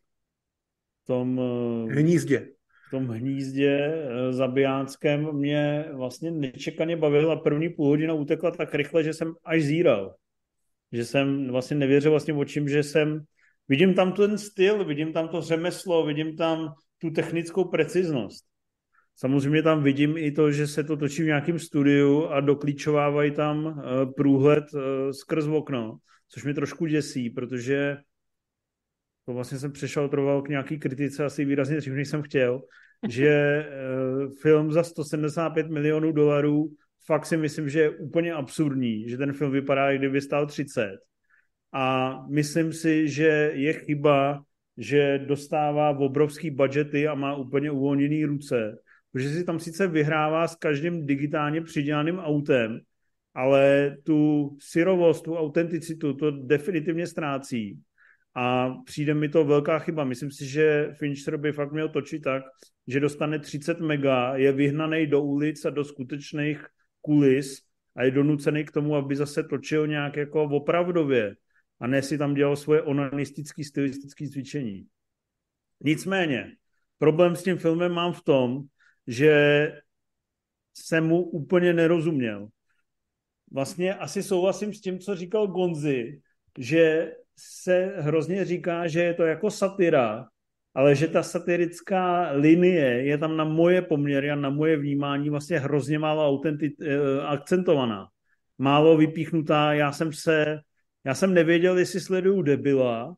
tom hnízdě. V tom hnízdě zabijáckém mě vlastně nečekaně bavil a první půl hodina utekla tak rychle, že jsem až zíral. Že jsem vlastně nevěřil vlastně očím, že jsem... Vidím tam ten styl, vidím tam to řemeslo, vidím tam tu technickou preciznost. Samozřejmě tam vidím i to, že se to točí v nějakém studiu a doklíčovávají tam průhled skrz okno, což mě trošku děsí, protože to vlastně jsem přešaltroval k nějaký kritice asi výrazně dřív, než jsem chtěl, že film za sto sedmdesát pět milionů dolarů fakt si myslím, že je úplně absurdní, že ten film vypadá, jak kdyby stál třicet. A myslím si, že je chyba, že dostává obrovský budžety a má úplně uvolněný ruce, protože si tam sice vyhrává s každým digitálně přidělaným autem, ale tu syrovost, tu autenticitu, to definitivně ztrácí. A přijde mi to velká chyba. Myslím si, že Fincher by fakt měl točit tak, že dostane třicet mega, je vyhnaný do ulic a do skutečných kulis a je donucený k tomu, aby zase točil nějak jako opravdově a ne si tam dělal svoje onanistické stylistické cvičení. Nicméně, problém s tím filmem mám v tom, že jsem mu úplně nerozuměl. vlastně asi souhlasím s tím, co říkal Gonzi, že se hrozně říká, že je to jako satira, ale že ta satirická linie je tam na moje poměry a na moje vnímání vlastně hrozně málo autentit, eh, akcentovaná. Málo vypíchnutá. Já jsem se, já jsem nevěděl, jestli sleduju debila,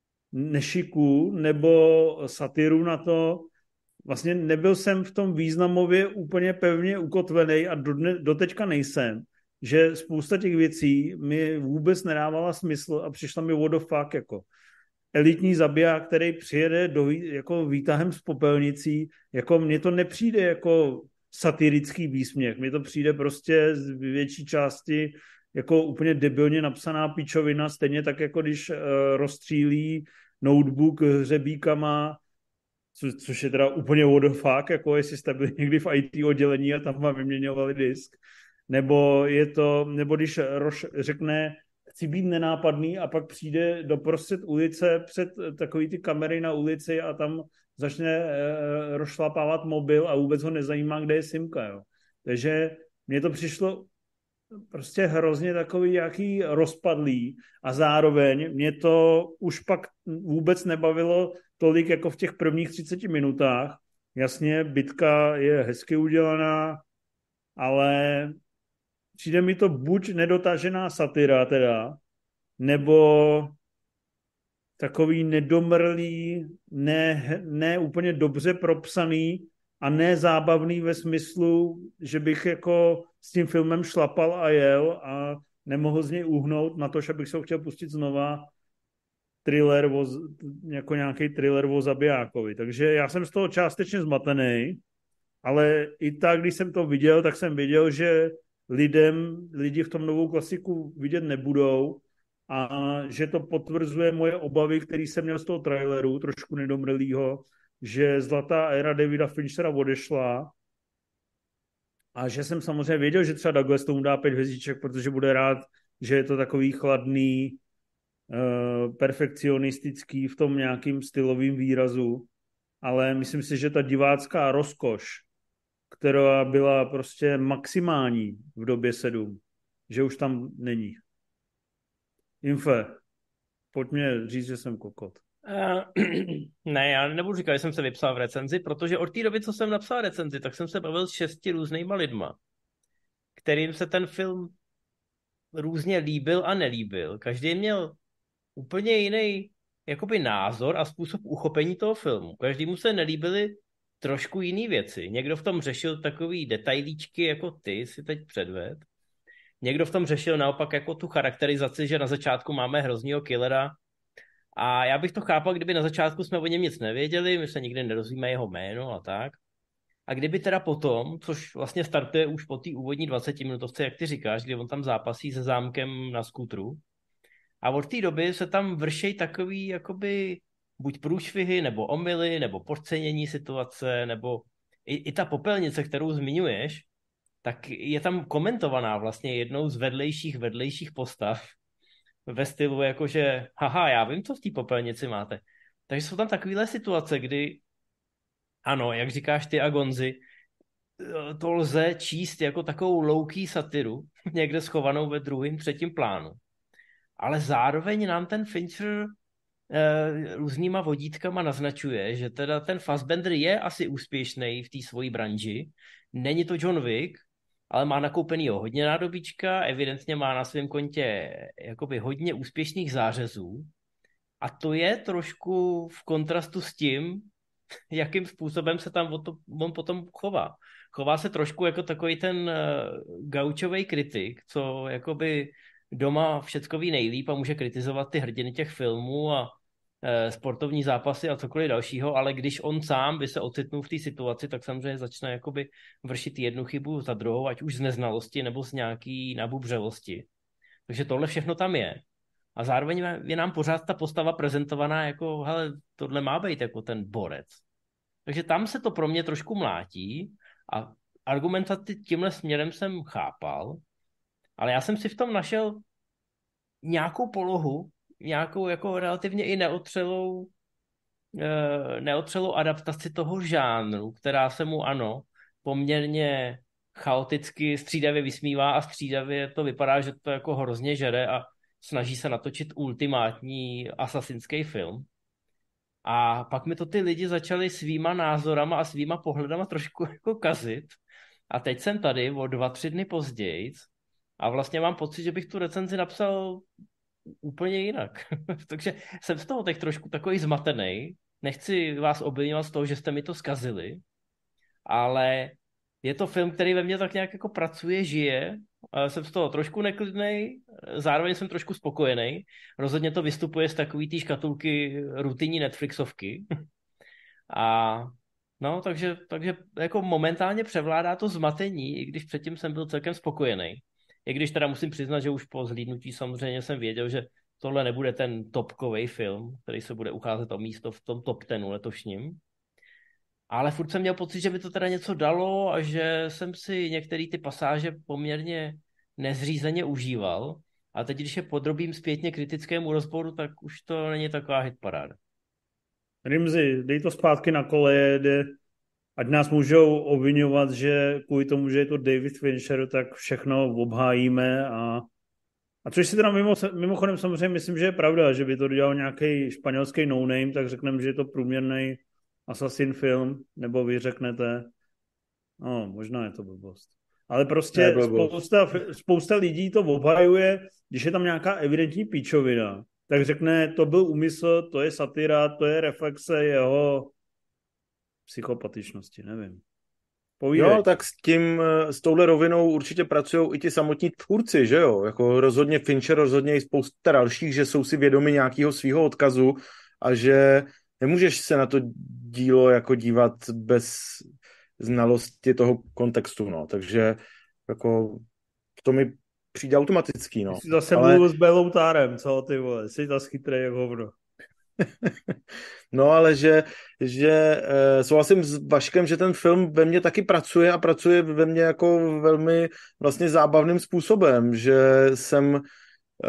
nešiku nebo satiru na to. Vlastně nebyl jsem v tom významově úplně pevně ukotvený a do, doteďka nejsem, že spousta těch věcí mi vůbec nedávala smysl a přišla mi what the fuck, jako elitní zabiják, který přijede do, jako výtahem z popelnicí, jako mně to nepřijde jako satirický výsměch, mně to přijde prostě z větší části jako úplně debilně napsaná píčovina, stejně tak jako když uh, rozstřílí notebook hřebíkama, co, což je teda úplně what the fuck, jako jestli jste byli někdy v í té oddělení a tam vám vyměňovali disk, nebo je to, nebo když Roš řekne, chci být nenápadný a pak přijde do prostřed ulice před takový ty kamery na ulici a tam začne e, rozšlapávat mobil a vůbec ho nezajímá, kde je simka, jo. Takže mně to přišlo prostě hrozně takový jaký rozpadlý a zároveň mě to už pak vůbec nebavilo tolik jako v těch prvních třiceti minutách. Jasně, bitka je hezky udělaná, ale přijde mi to buď nedotažená satira teda, nebo takový nedomrlý, ne, ne úplně dobře propsaný a ne zábavný ve smyslu, že bych jako s tím filmem šlapal a jel a nemohl z něj uhnout na to, že bych se ho chtěl pustit znova thriller o, jako nějaký thriller o zabijákovi. Takže já jsem z toho částečně zmatený, ale i tak, když jsem to viděl, tak jsem viděl, že lidem, lidi v tom novou klasiku vidět nebudou a že to potvrzuje moje obavy, které jsem měl z toho traileru, trošku nedomrlýho, že zlatá éra Davida Finchera odešla a že jsem samozřejmě věděl, že třeba Douglas tomu dá pět hvězdiček, protože bude rád, že je to takový chladný, uh, perfekcionistický v tom nějakým stylovým výrazu, ale myslím si, že ta divácká rozkoš, která byla prostě maximální v době sedm, že už tam není. Infe, pojď mě říct, že jsem kokot. Uh, ne, já nebudu říkat, že jsem se vypsal v recenzi, protože od té doby, co jsem napsal recenzi, tak jsem se bavil s šesti různýma lidma, kterým se ten film různě líbil a nelíbil. Každý měl úplně jiný jakoby názor a způsob uchopení toho filmu. Každému se nelíbily trošku jiný věci. Někdo v tom řešil takový detailíčky, jako ty si teď předved. Někdo v tom řešil naopak jako tu charakterizaci, že na začátku máme hroznýho killera. A já bych to chápal, kdyby na začátku jsme o něm nic nevěděli, my se nikdy nerozvíme jeho jméno a tak. A kdyby teda potom, což vlastně startuje už po té úvodní dvacetiminutovce, jak ty říkáš, kdy on tam zápasí se zámkem na skútru. A od té doby se tam vršejí takový jakoby buď průšvihy, nebo omyly, nebo podcenění situace, nebo i, i ta popelnice, kterou zmiňuješ, tak je tam komentovaná vlastně jednou z vedlejších vedlejších postav ve stylu jakože haha, já vím, co v té popelnici máte. Takže jsou tam takovéhle situace, kdy ano, jak říkáš ty a Gonzi, to lze číst jako takovou low-key satiru, někde schovanou ve druhém, třetím plánu. Ale zároveň nám ten Fincher eh, různýma vodítkama naznačuje, že teda ten Fassbender je asi úspěšný v té svojí branži. Není to John Wick, ale má nakoupenýho hodně nádobíčka, evidentně má na svém kontě jakoby hodně úspěšných zářezů. A to je trošku v kontrastu s tím, jakým způsobem se tam on potom chová. Chová se trošku jako takový ten uh, gaučovej kritik, co jakoby doma všecko ví nejlíp a může kritizovat ty hrdiny těch filmů a uh, sportovní zápasy a cokoliv dalšího, ale když on sám by se ocitnul v té situaci, tak samozřejmě začne jakoby vršit jednu chybu za druhou, ať už z neznalosti nebo z nějaký nabubřelosti. Takže tohle všechno tam je. A zároveň je nám pořád ta postava prezentovaná jako, hele, tohle má být jako ten borec. Takže tam se to pro mě trošku mlátí a argumentaci tímhle směrem jsem chápal, ale já jsem si v tom našel nějakou polohu, nějakou jako relativně i neotřelou, neotřelou adaptaci toho žánru, která se mu, ano, poměrně chaoticky střídavě vysmívá a střídavě to vypadá, že to jako hrozně žere a snaží se natočit ultimátní asasinský film. A pak mi to ty lidi začali svýma názorama a svýma pohledama trošku jako kazit. A teď jsem tady o dva, tři dny později a vlastně mám pocit, že bych tu recenzi napsal úplně jinak. Takže jsem z toho teď trošku takový zmatený. Nechci vás obviňovat z toho, že jste mi to zkazili, ale je to film, který ve mně tak nějak jako pracuje, žije. Jsem z toho trošku neklidnej, zároveň jsem trošku spokojený. Rozhodně to vystupuje z takový té škatulky rutinní Netflixovky. A no, takže, takže jako momentálně převládá to zmatení, i když předtím jsem byl celkem spokojený. I když teda musím přiznat, že už po zhlídnutí samozřejmě jsem věděl, že tohle nebude ten topkový film, který se bude ucházet o místo v tom top tenu letošním. Ale furt jsem měl pocit, že by to teda něco dalo a že jsem si některé ty pasáže poměrně nezřízeně užíval. A teď, když je podrobím zpětně kritickému rozboru, tak už to není taková hitparáda. Rimzi, dej to zpátky na koleje, kde ať nás můžou obvinovat, že kvůli tomu, že je to David Fincher, tak všechno obhájíme a, a což si teda mimo, mimochodem samozřejmě myslím, že je pravda, že by to dělal nějaký španělský no-name, tak řekneme, že je to průměrný Assassin film, nebo vy řeknete, no, možná je to blbost. Ale prostě blbost. Spousta, spousta lidí to obhajuje, když je tam nějaká evidentní píčovina, tak řekne, to byl úmysl, to je satira, to je reflexe jeho psychopatičnosti, nevím. Povídej. Jo, tak s tím, s touhle rovinou určitě pracují i ti samotní tvůrci, že jo? Jako rozhodně Fincher, rozhodně i spousta dalších, že jsou si vědomi nějakého svého odkazu a že nemůžeš se na to dílo jako dívat bez znalosti toho kontextu, no. Takže jako to mi přijde automatický, no. Ty jsi zase ale... mluvil s Beloutárem, co ty vole, jsi zase chytrý jak hovno. No, ale že, že e, souhlasím s Vaškem, že ten film ve mně taky pracuje a pracuje ve mně jako velmi vlastně zábavným způsobem, že jsem e,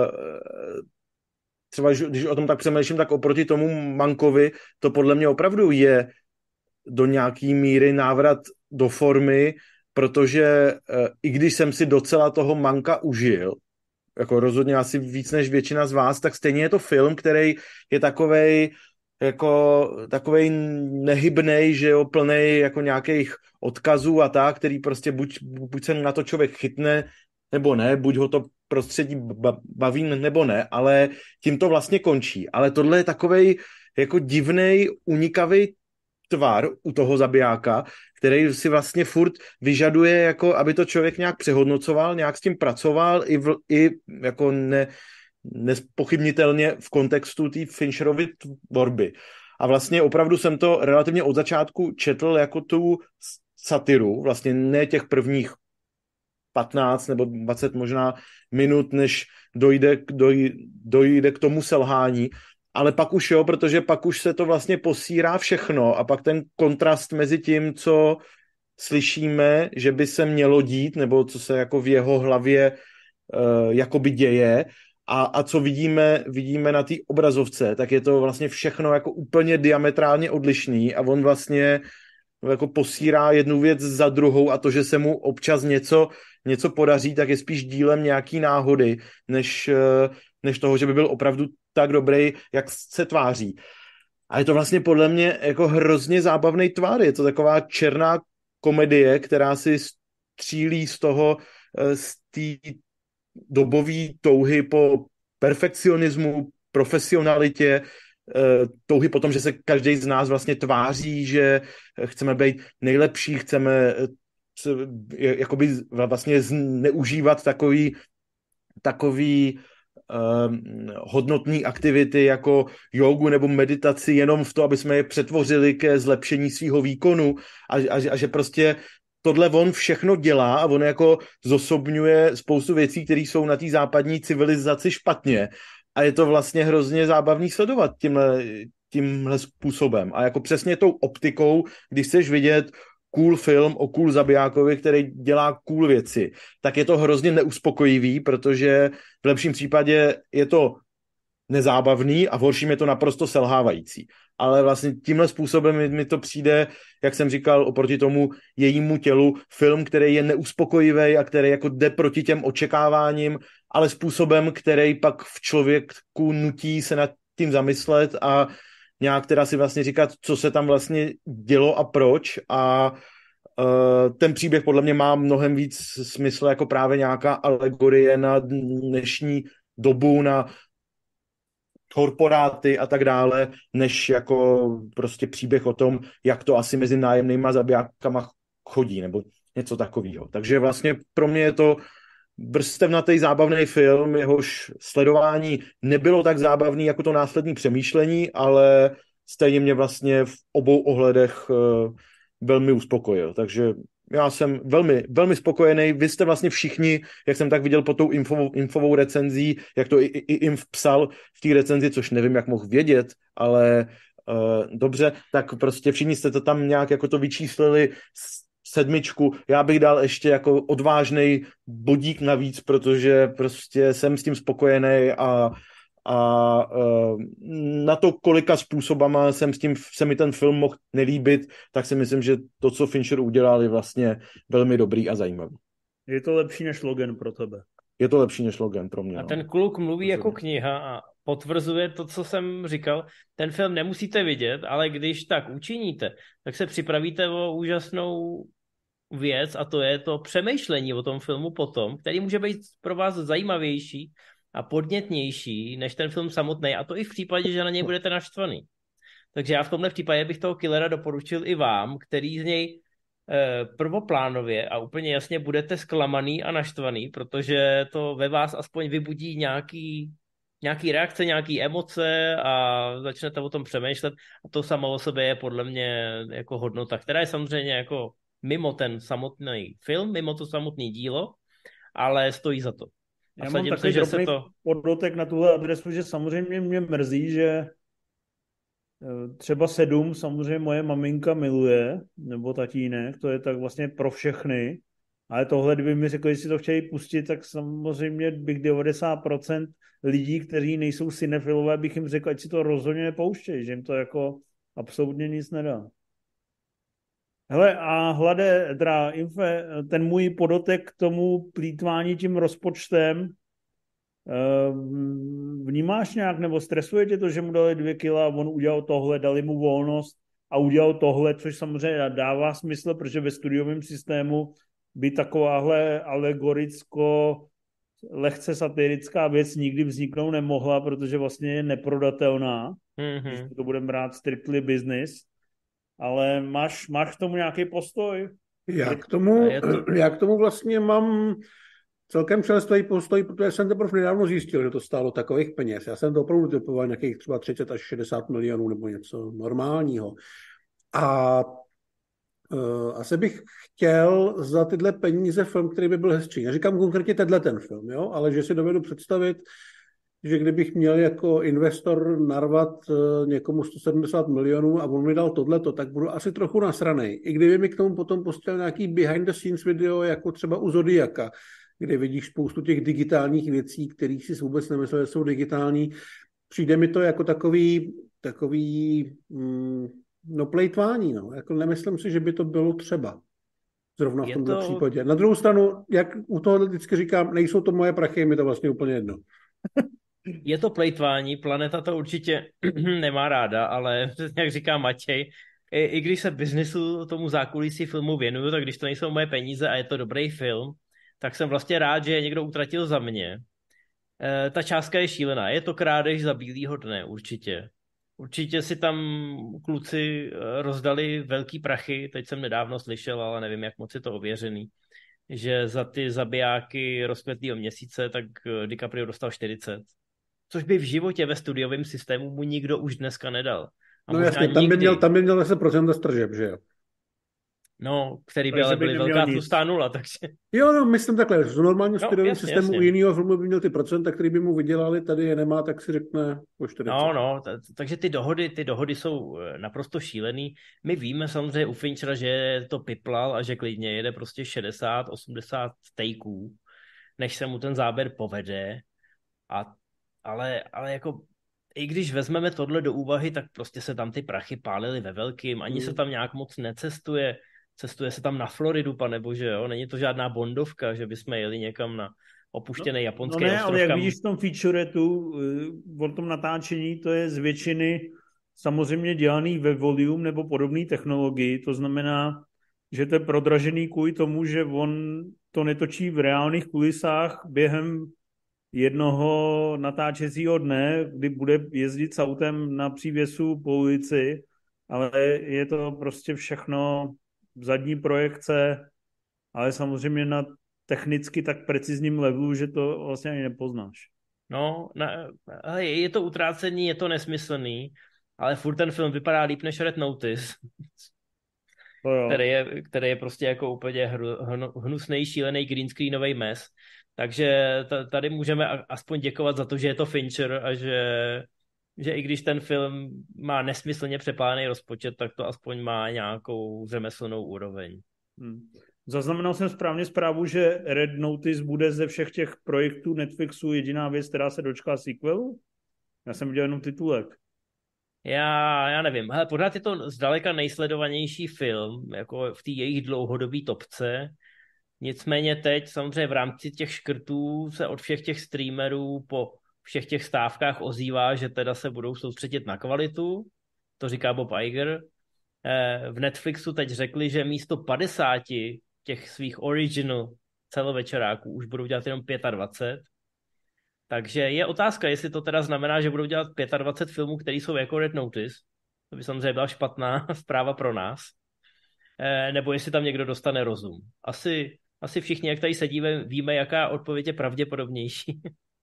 třeba, když o tom tak přemýšlím, tak oproti tomu Mankovi, to podle mě opravdu je do nějaký míry návrat do formy, protože e, i když jsem si docela toho Manka užil, jako rozhodně asi víc než většina z vás, tak stejně je to film, který je takovej jako takovej nehybnej, že jo, plnej jako nějakých odkazů a tak, který prostě buď, buď se na to člověk chytne, nebo ne, buď ho to prostředí baví, nebo ne, ale tím to vlastně končí. Ale tohle je takovej jako divnej, unikavý tvar u toho zabijáka, který si vlastně furt vyžaduje, jako aby to člověk nějak přehodnocoval, nějak s tím pracoval i, v, i jako ne, nespochybnitelně v kontextu té Fincherovy tvorby. A vlastně opravdu jsem to relativně od začátku četl jako tu satiru, vlastně ne těch prvních patnáct nebo dvacet možná minut, než dojde, doj, dojde k tomu selhání, ale pak už jo, protože pak už se to vlastně posírá všechno a pak ten kontrast mezi tím, co slyšíme, že by se mělo dít, nebo co se jako v jeho hlavě uh, jakoby děje a, a co vidíme, vidíme na té obrazovce, tak je to vlastně všechno jako úplně diametrálně odlišný a on vlastně jako posírá jednu věc za druhou a to, že se mu občas něco, něco podaří, tak je spíš dílem nějaký náhody, než, než toho, že by byl opravdu tak dobrý, jak se tváří. A je to vlastně podle mě jako hrozně zábavný tvar. Je to taková černá komedie, která si střílí z toho, z té dobové touhy po perfekcionismu, profesionalitě, touhy potom, že se každý z nás vlastně tváří, že chceme být nejlepší, chceme jakoby vlastně neužívat takový, takový uh, hodnotný aktivity jako jogu nebo meditaci jenom v to, aby jsme je přetvořili ke zlepšení svého výkonu a, a, a že prostě tohle on všechno dělá a on jako zosobňuje spoustu věcí, které jsou na té západní civilizaci špatně. A je to vlastně hrozně zábavný sledovat tímhle, tímhle způsobem. A jako přesně tou optikou, když chceš vidět cool film o cool zabijákovi, který dělá cool věci, tak je to hrozně neuspokojivý, protože v lepším případě je to nezábavný a v horším je to naprosto selhávající. Ale vlastně tímhle způsobem mi, mi to přijde, jak jsem říkal, oproti tomu jejímu tělu, film, který je neuspokojivý a který jako jde proti těm očekáváním, ale způsobem, který pak v člověku nutí se nad tím zamyslet a nějak teda si vlastně říkat, co se tam vlastně dělo a proč. A uh, ten příběh podle mě má mnohem víc smysl jako právě nějaká alegorie na dnešní dobu, na korporáty a tak dále, než jako prostě příběh o tom, jak to asi mezi nájemnýma zabijákama chodí, nebo něco takového. Takže vlastně pro mě je to vrstevnatý zábavný film, jehož sledování nebylo tak zábavný jako to následné přemýšlení, ale stejně mě vlastně v obou ohledech uh, velmi uspokojil. Takže já jsem velmi, velmi spokojený. Vy jste vlastně všichni, jak jsem tak viděl pod tou infovou, infovou recenzí, jak to i, i, i Inf psal v té recenzi, což nevím, jak mohl vědět, ale uh, dobře, tak prostě všichni jste to tam nějak jako to vyčíslili sedmičku. Já bych dal ještě jako odvážnej bodík navíc, protože prostě jsem s tím spokojený a a uh, na to, kolika způsobama jsem s tím, se mi ten film mohl nelíbit, tak si myslím, že to, co Fincher udělal, je vlastně velmi dobrý a zajímavý. Je to lepší než Logan pro tebe? Je to lepší než Logan pro mě. A no. ten kluk mluví jako kniha a potvrzuje to, co jsem říkal. Ten film nemusíte vidět, ale když tak učiníte, tak se připravíte o úžasnou věc a to je to přemýšlení o tom filmu potom, který může být pro vás zajímavější a podnětnější než ten film samotný, a to i v případě, že na něj budete naštvaný. Takže já v tomhle případě bych toho Killera doporučil i vám, který z něj eh, prvoplánově a úplně jasně budete zklamaný a naštvaný, protože to ve vás aspoň vybudí nějaký, nějaký reakce, nějaký emoce a začnete o tom přemýšlet a to samo o sobě je podle mě jako hodnota, která je samozřejmě jako mimo ten samotný film, mimo to samotné dílo, ale stojí za to. Já mám takový se, drobný to... podotek na tuhle adresu, že samozřejmě mě mrzí, že třeba sedm samozřejmě moje maminka miluje, nebo tatínek, to je tak vlastně pro všechny, ale tohle, kdyby mi řekli, že si to chtějí pustit, tak samozřejmě bych devadesát procent lidí, kteří nejsou cinefilové, bych jim řekl, ať si to rozhodně nepouštějí, že jim to jako absolutně nic nedá. Hele, a Hlade, teda, Infe, ten můj podotek k tomu plýtvání tím rozpočtem, vnímáš nějak, nebo stresuje tě to, že mu dali dvě kila a on udělal tohle, dali mu volnost a udělal tohle, což samozřejmě dává smysl, protože ve studiovém systému by takováhle alegoricko lehce satirická věc nikdy vzniknout nemohla, protože vlastně je neprodatelná, mm-hmm. když to budeme brát strictly business. Ale máš, máš k tomu nějaký postoj? Já k tomu, to... já k tomu vlastně mám celkem čerstvý postoj, protože jsem teprve nedávno zjistil, že to stálo takových peněz. Já jsem to opravdu typoval nějakých třeba třicet až šedesát milionů nebo něco normálního. A uh, asi bych chtěl za tyhle peníze film, který by byl hezčí. Neříkám konkrétně tenhle ten film, jo? Ale že si dovedu představit, že kdybych měl jako investor narvat uh, někomu sto sedmdesát milionů a on mi dal tohleto, tak budu asi trochu nasranej. I kdyby mi k tomu potom postěl nějaký behind the scenes video, jako třeba u Zodiaka, kde vidíš spoustu těch digitálních věcí, kterých si vůbec nemyslel, že jsou digitální. Přijde mi to jako takový, takový mm, no plejtvání. No. Jako nemyslím si, že by to bylo třeba. Zrovna v tomto to... případě. Na druhou stranu, jak u toho vždycky říkám, nejsou to moje prachy, mi to vlastně úplně jedno. Je to plejtvání, Planeta to určitě nemá ráda, ale jak říká Matěj, i, i když se biznisu, tomu zákulisí filmu věnuju, tak když to nejsou moje peníze a je to dobrý film, tak jsem vlastně rád, že je někdo utratil za mě. E, ta částka je šílená. Je to krádež za bílýho dne, určitě. Určitě si tam kluci rozdali velký prachy, teď jsem nedávno slyšel, ale nevím, jak moc je to ověřený, že za ty zabijáky rozkvetlýho měsíce, tak DiCaprio dostal čtyřicet. Což by v životě ve studiovém systému mu nikdo už dneska nedal. A no jasně, tam by, měl, tam by měl deset procent z tržeb, že jo? No, který by ale byly velká tlustá nula, takže... Jo, no, myslím takhle, v normálním no, studiovém systému jasně. U jiného filmu by měl ty procenta, který by mu vydělali, tady je nemá, tak si řekne po čtyřicet. No, no, t- takže ty dohody, ty dohody jsou naprosto šílený. My víme samozřejmě u Finchera, že to piplal a že klidně jede prostě šedesát osmdesát takeů, než se mu ten záběr povede. A, ale, ale jako i když vezmeme tohle do úvahy, tak prostě se tam ty prachy pálily ve velkým, ani Hmm. se tam nějak moc necestuje. Cestuje se tam na Floridu, panebože, jo? Není to žádná bondovka, že bychom jeli někam na opuštěný No japonský ne, ostrov. ale jak kam- vidíš v tom featuretu, eh, o tom natáčení, to je z většiny samozřejmě dělaný ve volume nebo podobné technologii, to znamená, že to je prodražený kvůli tomu, že on to netočí v reálných kulisách během jednoho natáčecího dne, kdy bude jezdit s autem na přívěsu po ulici, ale je to prostě všechno zadní projekce, ale samozřejmě na technicky tak precizním levelu, že to vlastně ani nepoznáš. No, na, hele, je to utrácení, je to nesmyslný, ale furt ten film vypadá líp než Red Notice, To jo. který je, který je prostě jako úplně hru, hnu, hnusnej, šílený green screenový mes. Takže t- tady můžeme a- aspoň děkovat za to, že je to Fincher a že, že i když ten film má nesmyslně přepálený rozpočet, tak to aspoň má nějakou řemeslnou úroveň. Hmm. Zaznamenal jsem správně zprávu, že Red Notice bude ze všech těch projektů Netflixu jediná věc, která se dočká sequelu? Já jsem viděl jenom titulek. Já, já nevím, hele, pořád je to zdaleka nejsledovanější film, jako v té jejich dlouhodobé topce. Nicméně teď samozřejmě v rámci těch škrtů se od všech těch streamerů po všech těch stávkách ozývá, že teda se budou soustředit na kvalitu, to říká Bob Iger. Eh, V Netflixu teď řekli, že místo padesáti těch svých original celovečeráků už budou dělat jenom dvacet pět. Takže je otázka, jestli to teda znamená, že budou dělat dvacet pět filmů, které jsou jako Red Notice. To by samozřejmě byla špatná zpráva pro nás. Eh, nebo jestli tam někdo dostane rozum. Asi, asi všichni, jak tady sedíme, víme, jaká odpověď je pravděpodobnější.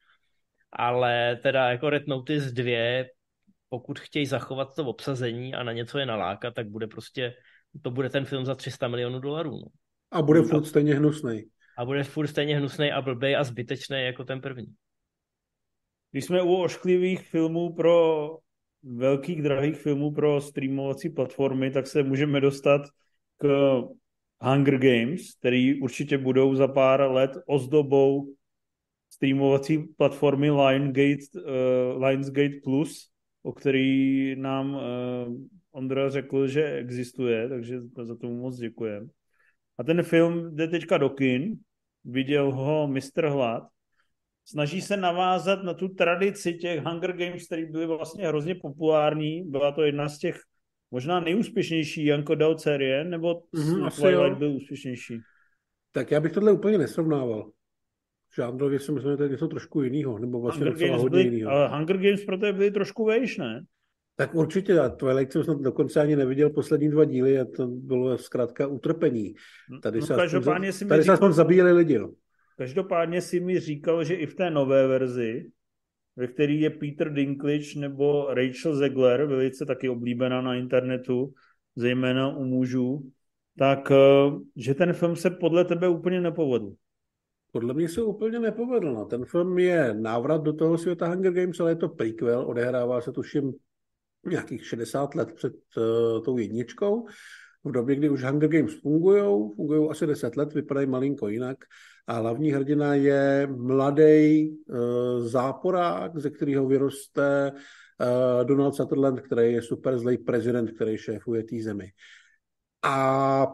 Ale teda jako Red Notice dva, pokud chtějí zachovat to obsazení a na něco je nalákat, tak bude prostě, to bude ten film za tři sta milionů dolarů. No. A bude furt stejně hnusnej. A bude furt stejně hnusnej a blbej a zbytečný jako ten první. Když jsme u ošklivých filmů pro velkých, drahých filmů pro streamovací platformy, tak se můžeme dostat k Hunger Games, který určitě budou za pár let ozdobou streamovací platformy Lionsgate, uh, Lionsgate Plus, o který nám uh, Ondra řekl, že existuje, takže za to moc děkujeme. A ten film jde teďka do kin, viděl ho mistr Hlad, snaží se navázat na tu tradici těch Hunger Games, které byly vlastně hrozně populární. Byla to jedna z těch možná nejúspěšnější Janko Dal série, nebo Mm-hmm, Twilight byl úspěšnější? Tak já bych tohle úplně nesrovnával. Žánrově si myslím, že to je něco trošku jiného, nebo vlastně Hunger docela Games, hodně byly, jiného. ale Hunger Games pro to byly trošku vejš, ne? Tak určitě, a Twilight jsem snad dokonce ani neviděl poslední dva díly a to bylo zkrátka utrpení. Tady No, se každopádně aspoň, si mi tady se říkal- aspoň zabíjeli lidi. No. Každopádně si mi říkal, že i v té nové verzi, ve který je Peter Dinklage nebo Rachel Zegler, velice taky oblíbená na internetu, zejména u mužů, tak eh, že ten film se podle tebe úplně nepovedl. Podle mě se úplně nepovedl. No. Ten film je návrat do toho světa Hunger Games, ale je to prequel, odehrává se tuším nějakých šedesát let před uh, tou jedničkou. V době, kdy už Hunger Games fungují, fungují asi deset let, vypadají malinko jinak. A hlavní hrdina je mladý uh, záporák, ze kterého vyroste uh, Donald Sutherland, který je super zlej prezident, který šéfuje té zemi. A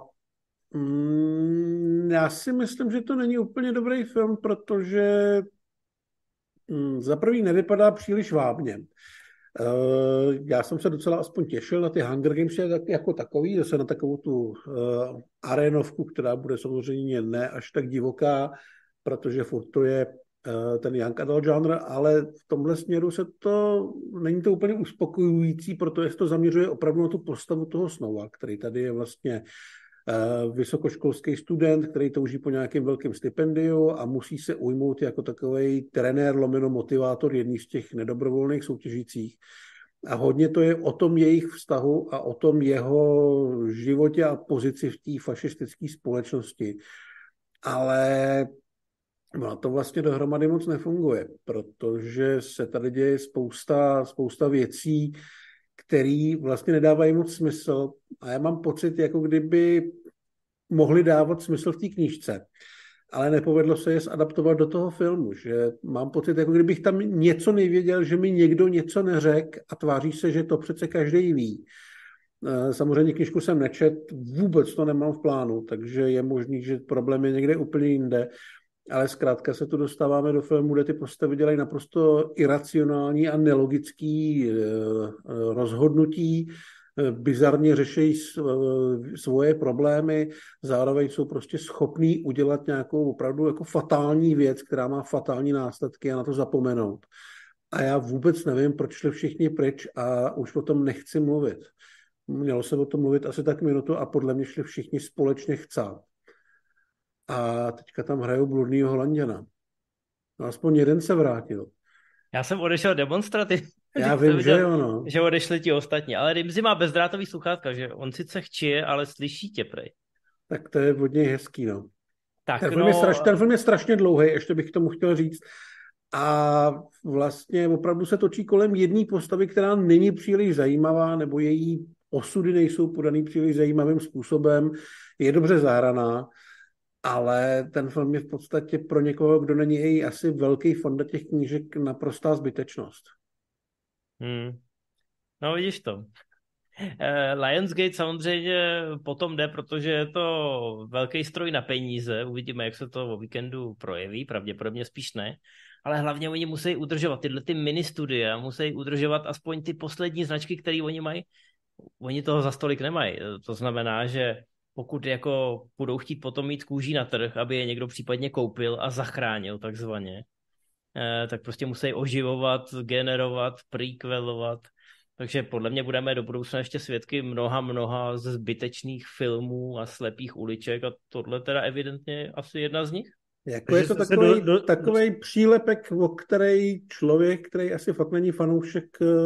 mm, já si myslím, že to není úplně dobrý film, protože mm, za prvý nevypadá příliš vábně. Uh, já jsem se docela aspoň těšil na ty Hunger Games jako takový, zase na takovou tu uh, arénovku, která bude samozřejmě ne až tak divoká, protože furt to je uh, ten young adult žánr, ale v tomhle směru se to, není to úplně uspokojující, protože se to zaměřuje opravdu na tu postavu toho Snowa, který tady je vlastně uh, vysokoškolský student, který touží po nějakém velkém stipendiu a musí se ujmout jako takovej trenér lomeno motivátor jedný z těch nedobrovolných soutěžících. A hodně to je o tom jejich vztahu a o tom jeho životě a pozici v té fašistické společnosti. Ale no, to vlastně dohromady moc nefunguje, protože se tady děje spousta, spousta věcí, které vlastně nedávají moc smysl. A já mám pocit, jako kdyby mohli dávat smysl v té knížce. ale nepovedlo se je zadaptovat do toho filmu, že mám pocit, jako kdybych tam něco nevěděl, že mi někdo něco neřekl a tváří se, že to přece každý ví. Samozřejmě knížku jsem nečet, vůbec to nemám v plánu, takže je možný, že problém je někde úplně jinde, ale zkrátka se tu dostáváme do filmu, kde ty postavy dělají naprosto iracionální a nelogický rozhodnutí, bizarně řeší svoje problémy, zároveň jsou prostě schopní udělat nějakou opravdu jako fatální věc, která má fatální následky a na to zapomenout. A já vůbec nevím, proč šli všichni pryč a už o tom nechci mluvit. Mělo se o tom mluvit asi tak minutu a podle mě šli všichni společně chcát. A teďka tam hrajou bludnýho Holanděna. No aspoň jeden se vrátil. Já jsem odešel demonstrativně. Já vím, viděl, že jo, no. Že odešli ti ostatní. Ale Rimzi má bezdrátový sluchátka, že on sice chčije, ale slyší tě prej. Tak to je od něj hezký, no. Tak, ten, film no... je straš, ten film je strašně dlouhý, ještě bych k tomu chtěl říct. A vlastně opravdu se točí kolem jedné postavy, která není příliš zajímavá, nebo její osudy nejsou podaný příliš zajímavým způsobem. Je dobře zahraná, ale ten film je v podstatě pro někoho, kdo není její asi velký fanda těch knížek, naprostá zbytečnost. Hmm. No vidíš to. Lionsgate samozřejmě potom jde, protože je to velký stroj na peníze. Uvidíme, jak se to o víkendu projeví, pravděpodobně spíš ne. Ale hlavně oni musí udržovat tyhle ty mini studia, musí udržovat aspoň ty poslední značky, které oni mají. Oni toho za stolik nemají. To znamená, že pokud jako budou chtít potom mít kůží na trh, aby je někdo případně koupil a zachránil takzvaně, tak prostě musí oživovat, generovat, prequelovat. Takže podle mě budeme do budoucna ještě svědky mnoha, mnoha zbytečných filmů a slepých uliček a tohle teda evidentně asi jedna z nich. Jako je to takový, do, do, takový do... přílepek, o který člověk, který asi fakt není fanoušek,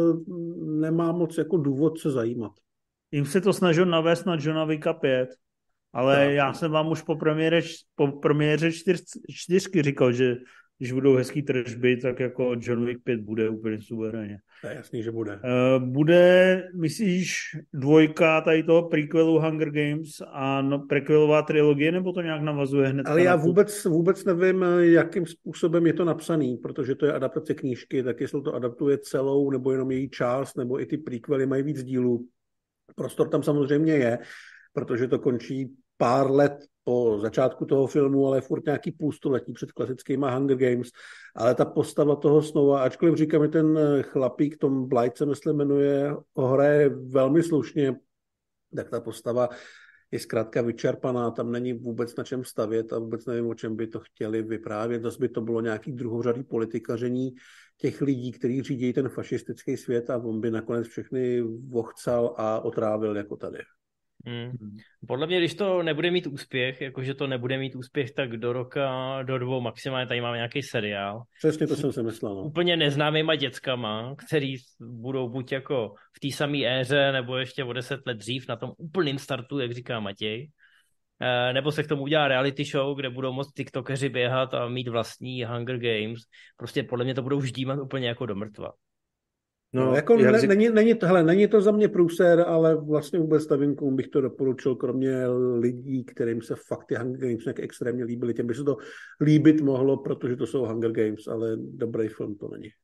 nemá moc jako důvod se zajímat. Jim se to snažil navést na Johna Wicka pět, ale tak. Já jsem vám už po premiéře, po premiéře čtyř, čtyřky říkal, že když budou hezký tržby, tak jako John Wick pět bude úplně suverénně. To je jasný, že bude. Uh, bude, myslíš, dvojka tady toho prequelu Hunger Games a no, prequelová trilogie, nebo to nějak navazuje hned? Ale já vůbec, vůbec nevím, jakým způsobem je to napsaný, protože to je adaptace knížky, tak jestli to adaptuje celou, nebo jenom její část, nebo i ty prequely mají víc dílů. Prostor tam samozřejmě je, protože to končí pár let po začátku toho filmu, ale furt nějaký půlstoletí před klasickýma Hunger Games. Ale ta postava toho Snowa, ačkoliv říkám, že ten chlapík, Tom Blight se myslím jmenuje, ho hraje velmi slušně, tak ta postava je zkrátka vyčerpaná, tam není vůbec na čem stavět a vůbec nevím, o čem by to chtěli vyprávět. Zase by to bylo nějaký druhořadý politikaření těch lidí, kteří řídí ten fašistický svět a on by nakonec všechny vochcal a otrávil jako tady. Hmm. Podle mě, když to nebude mít úspěch, jakože to nebude mít úspěch, tak do roka, do dvou maximálně tady máme nějaký seriál. Přesně to jsem si myslel. No. Úplně neznámýma dětskama, který budou buď jako v té samé éře, nebo ještě o deset let dřív na tom úplným startu, jak říká Matěj. E, nebo se k tomu udělá reality show, kde budou moct tiktokeři běhat a mít vlastní Hunger Games. Prostě podle mě to budou vždímat úplně jako do mrtva. No, no jako ne, řík... není, není, to, hele, není to za mě průser, ale vlastně vůbec nevím, komu bych to doporučil, kromě lidí, kterým se fakt ty Hunger Games nějak extrémně líbily. Těm by se to líbit mohlo, protože to jsou Hunger Games, ale dobrý film to není.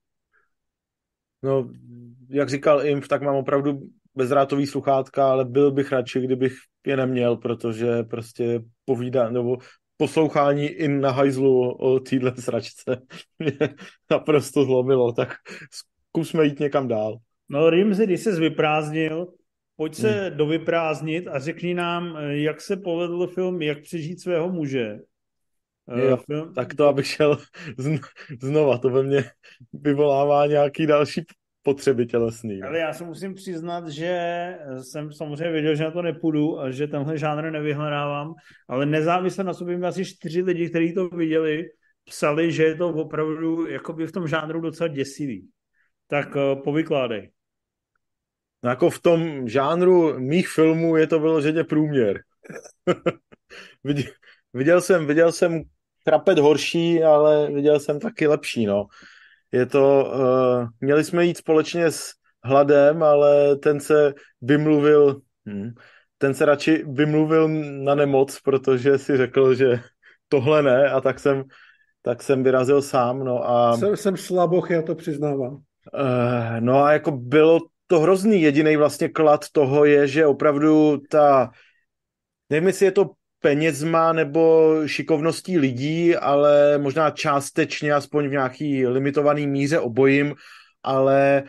No, jak říkal Imf, tak mám opravdu bezdrátový sluchátka, ale byl bych radši, kdybych je neměl, protože prostě povídá, nebo poslouchání i na hajzlu o téhle sračce mě naprosto zlomilo, tak zkusme jít někam dál. No Rimzi, když ses vyprázdnil, pojď se hmm. dovyprázdnit a řekni nám, jak se povedl film Jak přežít svého muže. Jo, film... Tak to, abych šel znova, to ve mně vyvolává nějaký další potřeby tělesný. Ale já se musím přiznat, že jsem samozřejmě věděl, že na to nepůjdu a že tenhle žánr nevyhledávám, ale nezávisle na sobě asi čtyři lidi, kteří to viděli, psali, že je to opravdu jakoby v tom žánru docela děsivý. Tak uh, povykládej. No jako v tom žánru mých filmů je to vyloženě průměr. viděl jsem, viděl jsem Trapet horší, ale viděl jsem taky lepší, no. Je to, uh, měli jsme jít společně s Hladem, ale ten se vymluvil, hm, ten se radši vymluvil na nemoc, protože si řekl, že tohle ne, a tak jsem, tak jsem vyrazil sám, no a... Jsem, jsem slaboch, já to přiznávám. Uh, no a jako bylo to hrozný. Jediný vlastně klad toho je, že opravdu ta, nevím, jestli je to penězma nebo šikovností lidí, ale možná částečně, aspoň v nějaký limitovaný míře obojím, ale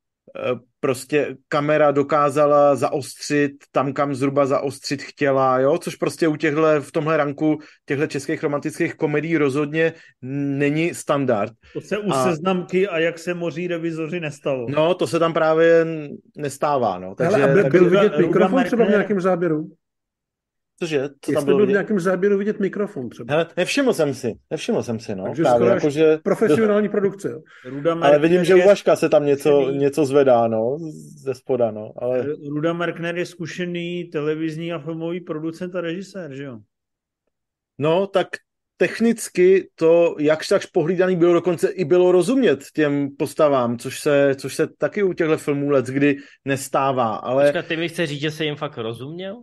prostě kamera dokázala zaostřit tam, kam zhruba zaostřit chtěla, jo, což prostě u těchhle, v tomhle ranku těchto českých romantických komedií rozhodně není standard. To se u a... seznamky a jak se moří revizoři nestalo. No, to se tam právě nestává, no. Takže, ale aby byl vidět Ruda, mikrofon Ruda třeba v nějakém záběru? Cože? Co tam Jestli bylo byl v vidět? nějakém záběru vidět mikrofon třeba. Hele, nevšiml jsem si, nevšiml jsem si, no. Takže právě, skoro jako, že... profesionální produkce, jo. Ruda Ale vidím, že u Vaška se tam něco, zkušený... něco zvedá, no, ze spoda, no. Ale... Ruda Merkner je zkušený televizní a filmový producent a režisér, že jo? No, tak technicky to jakž takž pohlídaný bylo, dokonce i bylo rozumět těm postavám, což se, což se taky u těchto filmů leckdy nestává, ale... Počka, ty mi chceš říct, že se jim fakt rozuměl?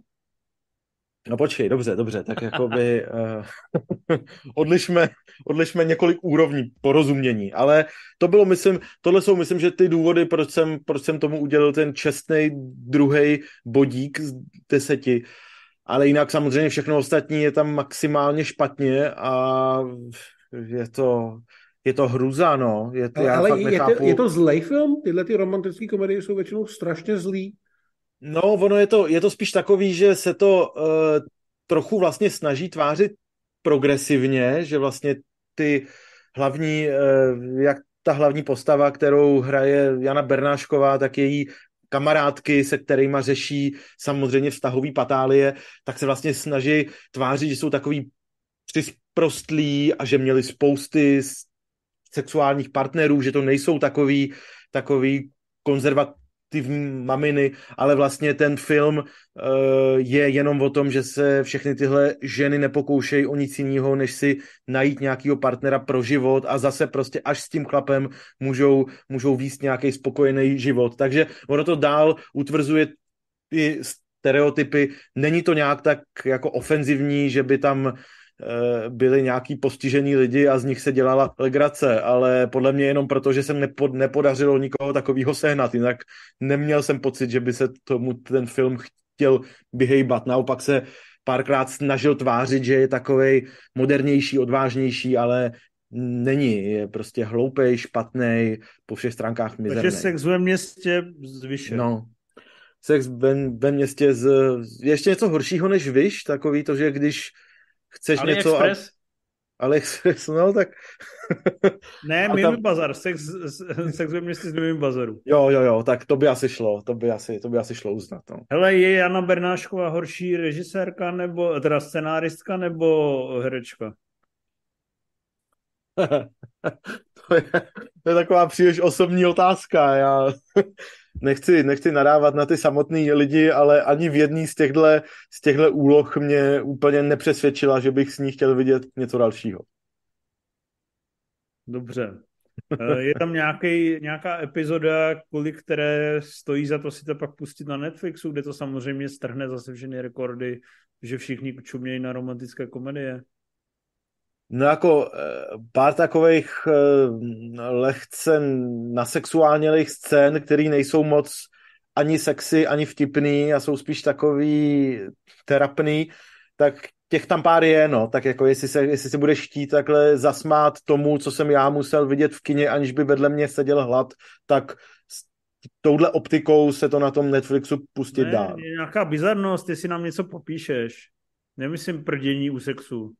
No počkej, dobře, dobře, tak jakoby uh, odlišme, odlišme několik úrovní porozumění, ale to bylo, myslím, tohle jsou, myslím, že ty důvody, proč jsem, proč jsem tomu udělal ten čestný druhý bodík z deseti, ale jinak samozřejmě všechno ostatní je tam maximálně špatně a je to, je to hruza, no. Je to, ale já ale fakt je, nechápu. to, je to zlej film? Tyhle ty romantické komedie jsou většinou strašně zlý. No, ono je to, je to spíš takový, že se to uh, trochu vlastně snaží tvářit progresivně, že vlastně ty hlavní, uh, jak ta hlavní postava, kterou hraje Jana Bernášková, tak její kamarádky, se kterýma řeší samozřejmě vztahový patálie, tak se vlastně snaží tvářit, že jsou takový přisprostlí a že měli spousty sexuálních partnerů, že to nejsou takový, takový konzervativní maminy, ale vlastně ten film uh, je jenom o tom, že se všechny tyhle ženy nepokoušejí o nic jiného, než si najít nějakého partnera pro život a zase prostě až s tím chlapem můžou, můžou vést nějaký spokojený život. Takže ono to dál utvrzuje ty stereotypy. Není to nějak tak jako ofenzivní, že by tam byli nějaký postižení lidi a z nich se dělala legrace, ale podle mě jenom proto, že jsem nepod, nepodařilo nikoho takového sehnat, jinak neměl jsem pocit, že by se tomu ten film chtěl vyhejbat. Naopak se párkrát snažil tvářit, že je takovej modernější, odvážnější, ale není. Je prostě hloupej, špatnej, po všech stránkách mizernej. Takže Sex ve městě z Vyše. No. Sex ve, ve městě z... ještě něco horšího než Vyš, takový to, že když chceš Ali něco... Express? A... AliExpress, no tak... Ne, Mimi tam... Bazar, sex, sex ve městě z Mimi Bazaru. Jo, jo, jo, tak to by asi šlo, to by asi, to by asi šlo uznat. No. Hele, je Jana Bernášková horší režisérka, nebo teda scenáristka, nebo herečka? to, je, to je taková příliš osobní otázka, já... Nechci, nechci nadávat na ty samotný lidi, ale ani v jedný z těchto, z těchto úloh mě úplně nepřesvědčila, že bych s ní chtěl vidět něco dalšího. Dobře. Je tam nějaký, nějaká epizoda, kvůli které stojí za to si to pak pustit na Netflixu, kde to samozřejmě strhne zase všechny rekordy, že všichni čumějí na romantické komedie? No jako pár takových lehce nasexuálnělých scén, které nejsou moc ani sexy, ani vtipný a jsou spíš takový terapný, tak těch tam pár je, no. Tak jako jestli se, jestli se budeš chtít takhle zasmát tomu, co jsem já musel vidět v kině, aniž by vedle mě seděl hlad, tak s touhle optikou se to na tom Netflixu pustit ne, dá. Je nějaká bizarnost, jestli nám něco popíšeš. Nemyslím prdění u sexu.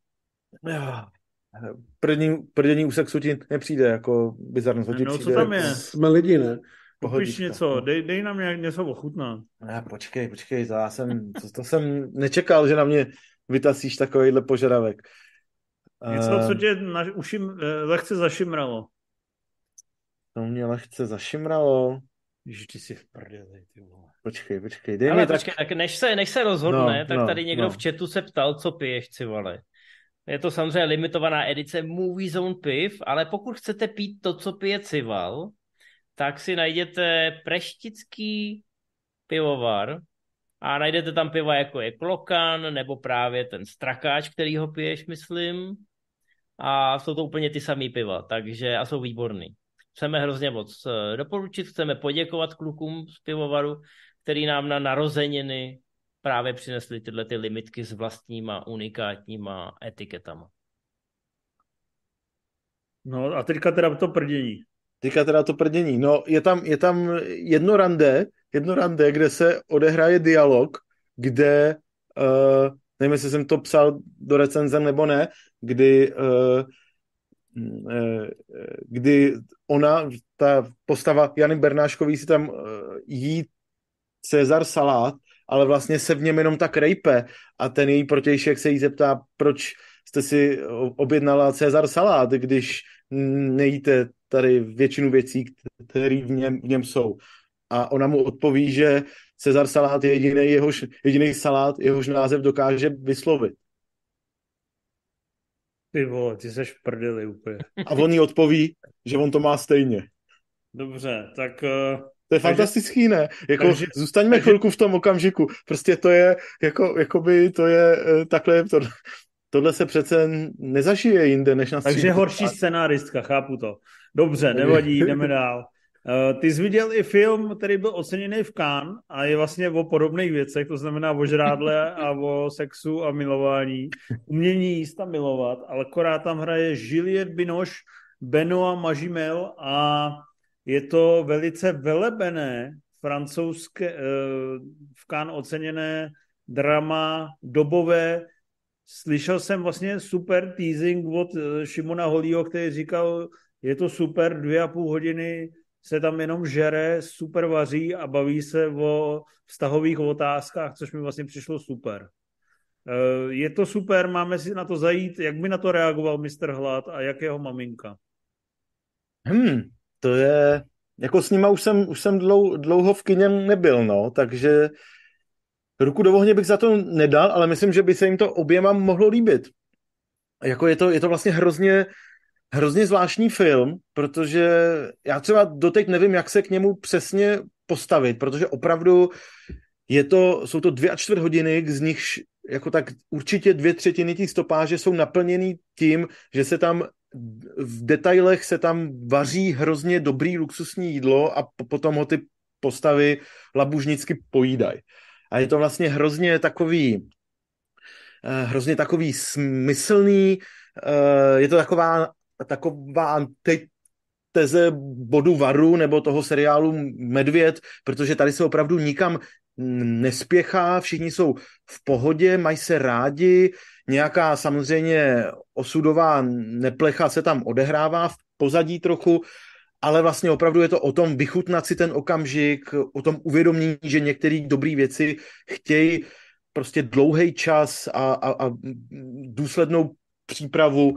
Prdění, prdění u sexu ti nepřijde jako bizarnost. No, přijde... co tam je? Jsme lidi, ne? Popiš něco, dej, dej nám nějak něco ochutnat. Ne, počkej, počkej, to já jsem, to, to jsem nečekal, že na mě vytasíš takovýhle požadavek. Něco, co tě na ušim, lehce zašimralo. To mě lehce zašimralo. Ježiš, ty jsi v prdeli, ty vole. Počkej, počkej, dej Ale mi počkej, tak... tak než se, než se rozhodne, no, tak no, tady někdo no. v chatu se ptal, co piješ, civale. Je to samozřejmě limitovaná edice Movie Zone piv, ale pokud chcete pít to, co pije Cival, tak si najděte Preštický pivovar A najdete tam piva, jako je Klokan, nebo právě ten Strakáč, který ho piješ, myslím. A jsou to úplně ty samý piva, takže a jsou výborný. Chceme hrozně moc doporučit, chceme poděkovat klukům z pivovaru, který nám na narozeniny právě přinesli tyhle ty limitky s vlastníma unikátníma etiketama. No a teďka teda to prdění. Teďka teda to prdění. No, je tam, je tam jedno rande, jedno rande, kde se odehraje dialog, kde, uh, nevím, jestli jsem to psal do recenze nebo ne, kdy, uh, uh, kdy ona, ta postava Jany Bernáškový si tam uh, jí Cezar salát, ale vlastně se v něm jenom tak rejpe a ten její protějšek se jí zeptá, proč jste si objednala Cezar salát, když nejíte tady většinu věcí, které v něm, v něm jsou. A ona mu odpoví, že Cezar salát je jediný, jehož, jediný salát, jehož název dokáže vyslovit. Ty vole, ty seš v prdeli úplně. A on jí odpoví, že on to má stejně. Dobře, tak... Uh... To je takže, fantastický, ne? Jako, takže, zůstaňme takže, chvilku v tom okamžiku. Prostě to je, jako, jakoby, to je takhle, to, tohle se přece nezažije jinde, než na Takže střídku. horší scenáristka, chápu to. Dobře, nevadí, jdeme dál. Uh, ty jsi viděl i film, který byl oceněný v Cannes a je vlastně o podobných věcech, to znamená o žrádle a o sexu a milování. Umění jíst a milovat, ale akorát tam hraje Juliette Binoche, Benoît Magimel a je to velice velebené francouzské, uh, v Cannes oceněné drama dobové. Slyšel jsem vlastně super teasing od Šimona Holího, který říkal, je to super, dvě a půl hodiny se tam jenom žere, super vaří a baví se o vztahových otázkách, což mi vlastně přišlo super. Je to super, máme si na to zajít. Jak by na to reagoval mister Hlad a jak jeho maminka? Hmm, to je... Jako s nima už jsem, už jsem dlou, dlouho v kině nebyl, no, takže ruku do ohně bych za to nedal, ale myslím, že by se jim to oběma mohlo líbit. Jako je to, je to vlastně hrozně, hrozně zvláštní film, protože já třeba doteď nevím, jak se k němu přesně postavit, protože opravdu je to, jsou to dvě a čtvrt hodiny, z nichž jako tak určitě dvě třetiny těch stopáže jsou naplněný tím, že se tam v detailech se tam vaří hrozně dobrý luxusní jídlo a potom ho ty postavy labužnicky pojídají. A je to vlastně hrozně takový hrozně takový smyslný, je to taková taková antiteze Bodu varu nebo toho seriálu Medvěd, protože tady se opravdu nikam nespěchá, všichni jsou v pohodě, mají se rádi, nějaká samozřejmě osudová neplecha se tam odehrává v pozadí trochu, ale vlastně opravdu je to o tom vychutnat si ten okamžik, o tom uvědomění, že některé dobré věci chtějí prostě dlouhý čas a, a, a důslednou přípravu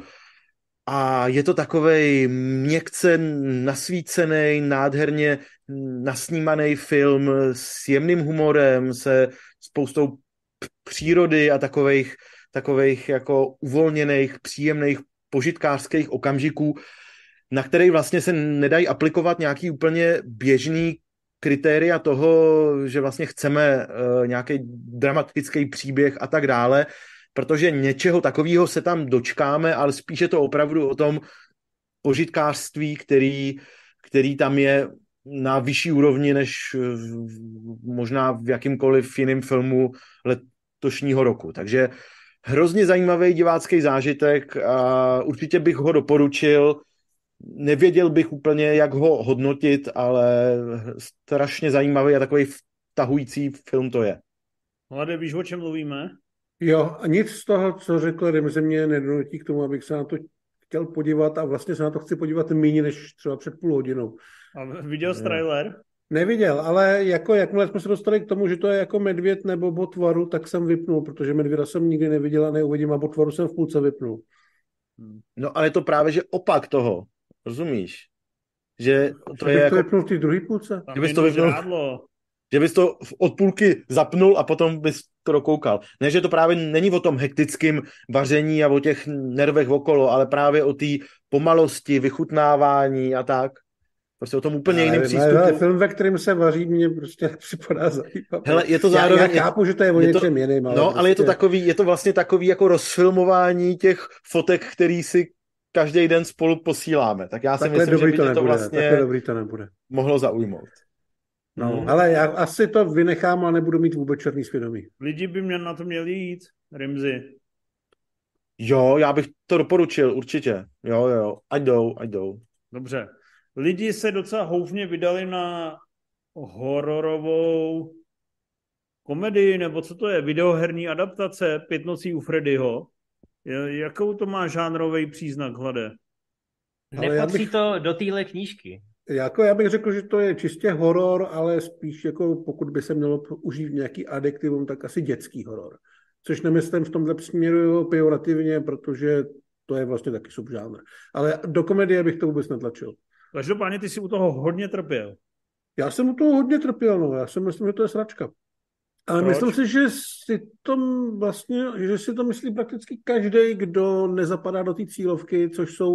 a je to takovej měkce nasvícený, nádherně nasnímaný film s jemným humorem, se spoustou přírody a takovejch, takovejch jako uvolněných, příjemných požitkářských okamžiků, na který vlastně se nedají aplikovat nějaký úplně běžný kritéria toho, že vlastně chceme uh, nějaký dramatický příběh a tak dále, protože něčeho takového se tam dočkáme, ale spíš je to opravdu o tom požitkářství, který, který tam je na vyšší úrovni než v, možná v jakýmkoliv jiném filmu letošního roku. Takže hrozně zajímavý divácký zážitek a určitě bych ho doporučil. Nevěděl bych úplně, jak ho hodnotit, ale strašně zajímavý a takový vtahující film to je. Hlade, víš, o čem mluvíme? Jo, a nic z toho, co řekl Rimze, mě nedonutí k tomu, abych se na to chtěl podívat a vlastně se na to chci podívat méně než třeba před půl hodinou. A viděl jsi trailer? Neviděl, ale jako jakmile jsme se dostali k tomu, že to je jako Medvěd nebo Bod varu, tak jsem vypnul, protože Medvěda jsem nikdy neviděl a neuvidím a Bod varu jsem v půlce vypnul. No ale je to právě, že opak toho. Rozumíš? Že to že je bych jako... to vypnul v té druhé půlce? Že bys to vypnul... Že bys to od půlky zapnul a potom bys to dokoukal. Ne, že to právě není o tom hektickém vaření a o těch nervech okolo, ale právě o té pomalosti, vychutnávání a tak. Prostě o tom úplně ale, jiném ale, přístupu. ale film, ve kterém se vaří, mě prostě nepřipadá zajímavý. Hele, je to já, zároveň... já chápu, že to je o je to, něčem jiným, ale No, prostě... ale je to takový, je to vlastně takový jako rozfilmování těch fotek, který si každý den spolu posíláme. Tak já si Takhle myslím, dobrý že by to tě to nebude, vlastně takhle dobrý to nebude. mohlo zaujmout. No, Hmm. ale já asi to vynechám a nebudu mít vůbec černý svědomí. Lidi by mě na to měli jít, Rimzi. Jo, já bych to doporučil, určitě. Jo, jo, ať jdou, ať jdou. Dobře. Lidi se docela houfně vydali na hororovou komedii, nebo co to je, videoherní adaptace Pět nocí u Freddyho. Jakou to má žánrový příznak, Hlade? Nepatří bych... to do téhle knížky. Jako já bych řekl, že to je čistě horor, ale spíš jako pokud by se mělo užít nějaký adjektivum, tak asi dětský horor. Což nemyslím v tomhle směru pejorativně, protože to je vlastně taky subžánr. Ale do komedie bych to vůbec netlačil. Každopádně ty si u toho hodně trpěl. Já jsem u toho hodně trpěl, no. Já si myslím, že to je sračka. Ale Proč? myslím si, že si to vlastně, že si to myslí prakticky každý, kdo nezapadá do té cílovky, což jsou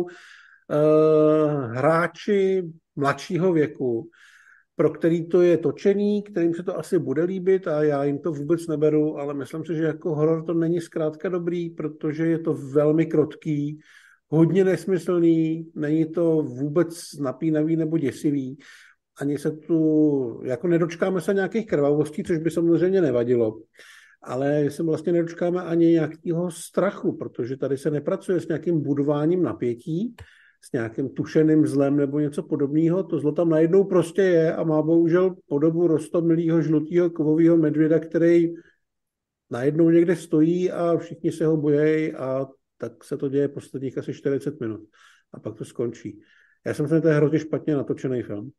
uh, hráči mladšího věku, pro který to je točený, kterým se to asi bude líbit a já jim to vůbec neberu, ale myslím si, že jako horor to není zkrátka dobrý, protože je to velmi krotký, hodně nesmyslný, není to vůbec napínavý nebo děsivý. Ani se tu, jako nedočkáme se nějakých krvavostí, což by samozřejmě nevadilo, ale se vlastně nedočkáme ani nějakého strachu, protože tady se nepracuje s nějakým budováním napětí, s nějakým tušeným zlem nebo něco podobného. To zlo tam najednou prostě je a má bohužel podobu roztomilého žlutého kovového medvěda, který najednou někde stojí a všichni se ho bojejí a tak se to děje posledních asi čtyřicet minut. A pak to skončí. Já jsem se to je hrozně špatně natočený film.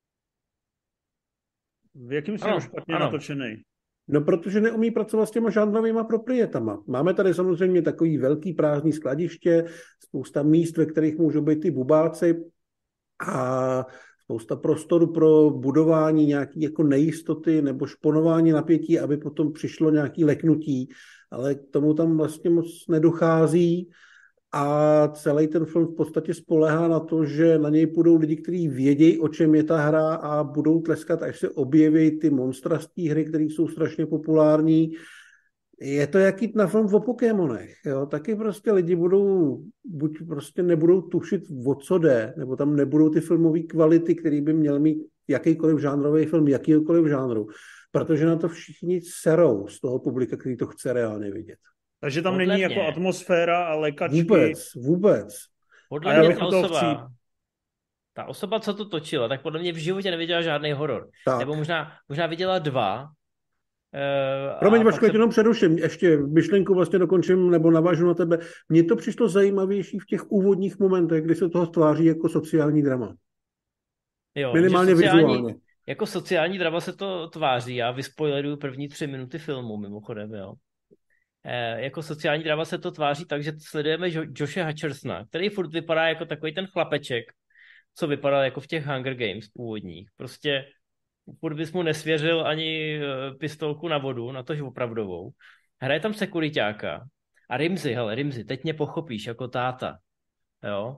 V jakým směru špatně ano. natočený? No, protože neumí pracovat s těma žánrovýma proprietama. Máme tady samozřejmě takový velký prázdný skladiště, spousta míst, ve kterých můžou být ty bubáci a spousta prostoru pro budování nějaký jako nejistoty nebo šponování napětí, aby potom přišlo nějaký leknutí, ale k tomu tam vlastně moc nedochází a celý ten film v podstatě spolehá na to, že na něj půjdou lidi, kteří vědějí, o čem je ta hra a budou tleskat, až se objeví ty monstra z té hry, které jsou strašně populární. Je to jak jít na film o Pokémonech. Jo? Taky prostě lidi budou, buď prostě nebudou tušit, o co jde, nebo tam nebudou ty filmové kvality, které by měl mít jakýkoliv žánrový film, jakýkoliv žánru. Protože na to všichni serou z toho publika, který to chce reálně vidět. Takže tam Podle není mě. jako atmosféra a lékačky. Vůbec, vůbec. Podle A já mě bych ta u toho osoba, chci- ta osoba, co to točila, tak podle mě v životě neviděla žádný horor. Tak. Nebo možná, možná viděla dva. Uh, Promiň, počkej, se... jenom přeruším. Ještě myšlenku vlastně dokončím, nebo navážu na tebe. Mně to přišlo zajímavější v těch úvodních momentech, kdy se toho tváří jako sociální drama. Jo, Minimálně že sociální, vizuálně. Jako sociální drama se to tváří. Já vyspoileruju první tři minuty filmu, mimochodem, jo. Eh, jako sociální drama se to tváří tak, že sledujeme jo- Joshe Hutchersona, který furt vypadá jako takový ten chlapeček, co vypadal jako v těch Hunger Games původních. Prostě furt bys mu nesvěřil ani uh, pistolku na vodu, na tož opravdovou. Hraje tam sekuriťáka. A Rimzi, hele, Rimzi, teď mě pochopíš jako táta. Jo?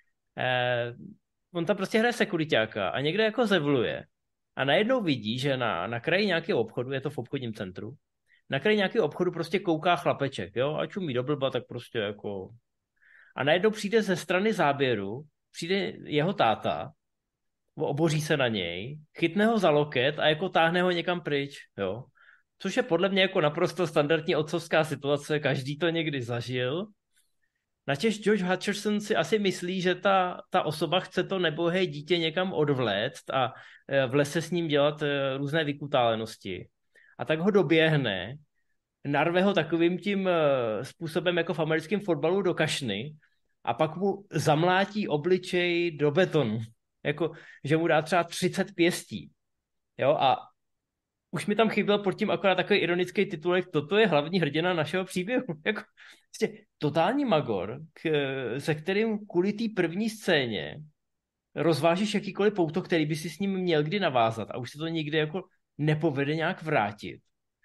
Eh, on tam prostě hraje sekuriťáka a někde jako zevluje. A najednou vidí, že na, na kraji nějakého obchodu, je to v obchodním centru, na kraji nějakého obchodu prostě kouká chlapeček, jo, a čumí do blba, tak prostě jako... A najednou přijde ze strany záběru, přijde jeho táta, oboří se na něj, chytne ho za loket a jako táhne ho někam pryč, jo. Což je podle mě jako naprosto standardní otcovská situace, každý to někdy zažil. Načež Josh Hutcherson si asi myslí, že ta, ta osoba chce to nebohé dítě někam odvléct a v lese s ním dělat různé vykutálenosti. A tak ho doběhne, narve ho takovým tím způsobem jako v americkém fotbalu do kašny a pak mu zamlátí obličej do betonu. Jako, že mu dá třeba třicet pěstí. Jo, a už mi tam chyběl pod tím akorát takový ironický titulek, toto je hlavní hrdina našeho příběhu. Jako, vlastně, totální magor, k, se kterým kvůli té první scéně rozvážíš jakýkoliv pouto, který by si s ním měl kdy navázat a už se to nikdy jako nepovede nějak vrátit.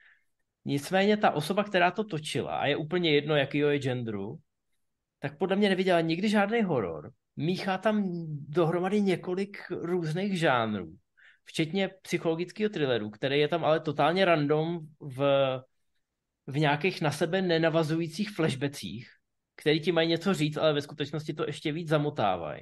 Nicméně ta osoba, která to točila, a je úplně jedno, jakýho je genderu, tak podle mě neviděla nikdy žádný horor, míchá tam dohromady několik různých žánrů, včetně psychologického thrilleru, který je tam ale totálně random v, v nějakých na sebe nenavazujících flashbackích, který ti mají něco říct, ale ve skutečnosti to ještě víc zamotávají.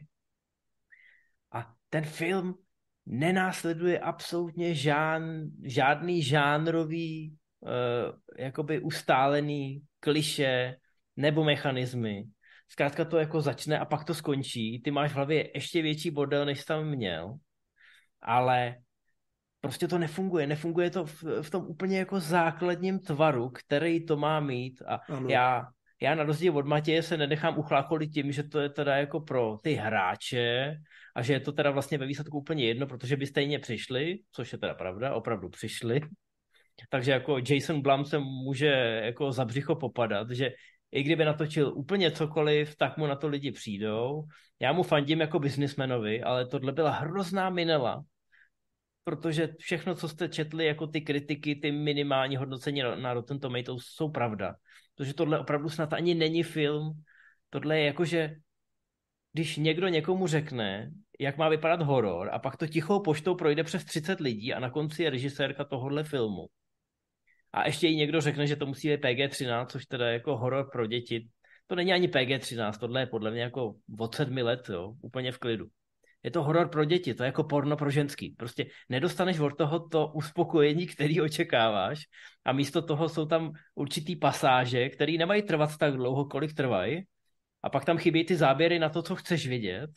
A ten film nenásleduje absolutně žán, žádný žánrový, uh, jakoby ustálený kliše nebo mechanismy. Zkrátka to jako začne a pak to skončí. Ty máš v hlavě ještě větší bordel, než jsi tam měl, ale prostě to nefunguje. Nefunguje to v, v tom úplně jako základním tvaru, který to má mít. A já, já na rozdíl od Matěje se nenechám uchlácholit tím, že to je teda jako pro ty hráče a že je to teda vlastně ve výsledku úplně jedno, protože by stejně přišli, což je teda pravda, opravdu přišli. Takže jako Jason Blum se může jako za břicho popadat, že i kdyby natočil úplně cokoliv, tak mu na to lidi přijdou. Já mu fandím jako biznismenovi, ale tohle byla hrozná minela, protože všechno, co jste četli, jako ty kritiky, ty minimální hodnocení na Rotten Tomatoes jsou pravda. Protože tohle opravdu snad ani není film. Tohle je jako, že když někdo někomu řekne, jak má vypadat horor, a pak to tichou poštou projde přes třicet lidí a na konci je režisérka tohohle filmu. A ještě jí někdo řekne, že to musí být P G třináct, což teda je jako horor pro děti. To není ani P G třináct, tohle je podle mě jako od sedmi let, jo, úplně v klidu. Je to horor pro děti, to je jako porno pro ženský. Prostě nedostaneš od toho to uspokojení, který očekáváš, a místo toho jsou tam určitý pasáže, které nemají trvat tak dlouho, kolik trvají, a pak tam chybí ty záběry na to, co chceš vidět,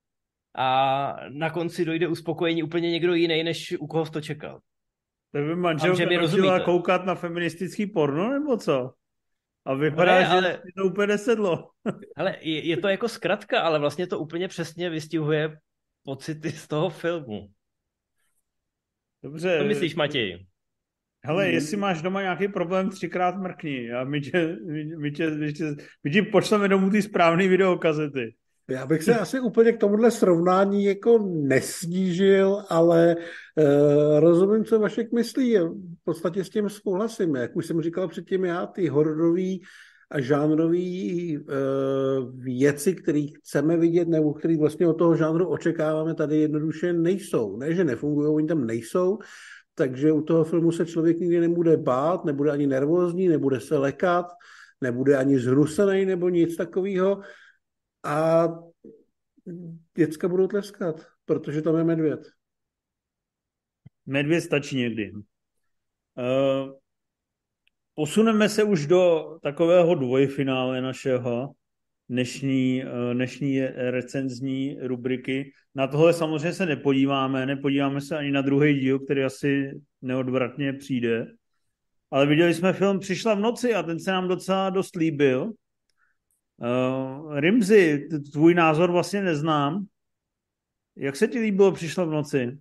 a na konci dojde uspokojení úplně někdo jiný, než u koho jsi to čekal. To by manželka začala koukat na feministický porno, nebo co? A vypadá, ne, ale... že to úplně nesedlo. Ale je, je to jako zkratka, ale vlastně to úplně přesně vystihuje pocity z toho filmu. Dobře. Co myslíš, Matěj? Hele, hmm. jestli máš doma nějaký problém, třikrát mrkni a my, tě, my, my, tě, my, tě, my ti pošleme domů ty správné videokazety. Já bych se asi úplně k tomuhle srovnání jako nesnížil, ale uh, rozumím, co Vašek myslí. V podstatě s tím souhlasím. Jak už jsem říkal předtím já, ty hororový a žánrový uh, věci, které chceme vidět nebo které vlastně od toho žánru očekáváme, tady jednoduše nejsou. Ne, že nefungují, oni tam nejsou, takže u toho filmu se člověk nikdy nebude bát, nebude ani nervózní, nebude se lekat, nebude ani zhrusený nebo nic takového. A děcka budou tleskat, protože tam je medvěd. Medvěd stačí někdy. Uh, posuneme se už do takového dvojfinále našeho dnešní, uh, dnešní recenzní rubriky. Na tohle samozřejmě se nepodíváme, nepodíváme se ani na druhý díl, který asi neodvratně přijde. Ale viděli jsme film Přišla v noci a ten se nám docela dost líbil. Uh, Rimzi, tvůj názor vlastně neznám. Jak se ti líbilo Přišla v noci?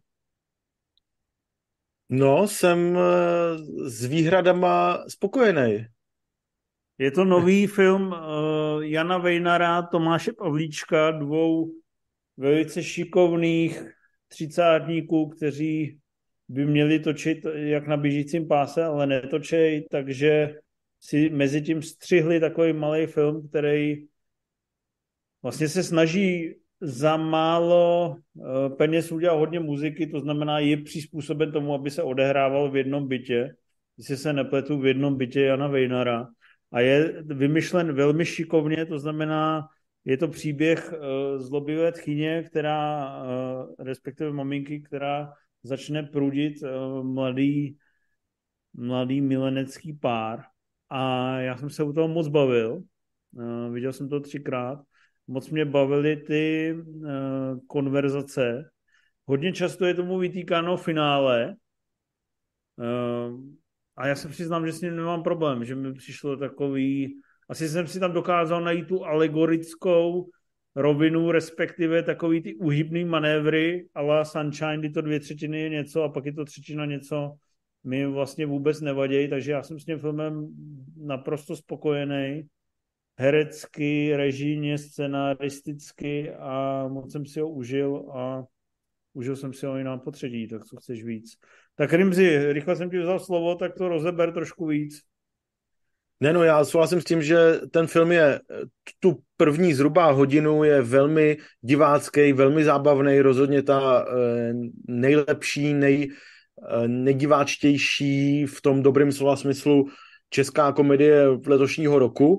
No, jsem s výhradama spokojený. Je to nový film uh, Jana Vejnara, Tomáše Pavlíčka, dvou velice šikovných třicátníků, kteří by měli točit jak na běžícím páse, ale netočej, takže si mezi tím střihli takový malý film, který vlastně se snaží za málo peněz udělat hodně muziky, to znamená je přizpůsoben tomu, aby se odehrával v jednom bytě, jestli se nepletu, v jednom bytě Jana Vejnara, a je vymyšlen velmi šikovně, to znamená, je to příběh zlobivé tchyně, která, respektive maminky, která začne prudit mladý, mladý milenecký pár. A já jsem se u toho moc bavil. Uh, viděl jsem to třikrát. Moc mě bavily ty uh, konverzace. Hodně často je tomu vytýkáno finále. Uh, a já se přiznám, že s ním nemám problém, že mi přišlo takový... Asi jsem si tam dokázal najít tu alegorickou rovinu, respektive takový ty uhybný manévry a la Sunshine, kdy to dvě třetiny je něco a pak je to třetina něco, mi vlastně vůbec nevadí, takže já jsem s tím filmem naprosto spokojený. Herecky, režijně, scenaristicky a moc jsem si ho užil a užil jsem si ho i na potředí, tak co chceš víc. Tak Rimzi, rychle jsem ti vzal slovo, tak to rozeber trošku víc. Ne, no, já souhlasím s tím, že ten film je, tu první zhruba hodinu je velmi divácký, velmi zábavný, rozhodně ta eh, nejlepší, nej, eh, nejdiváčtější v tom dobrém slova smyslu česká komedie letošního roku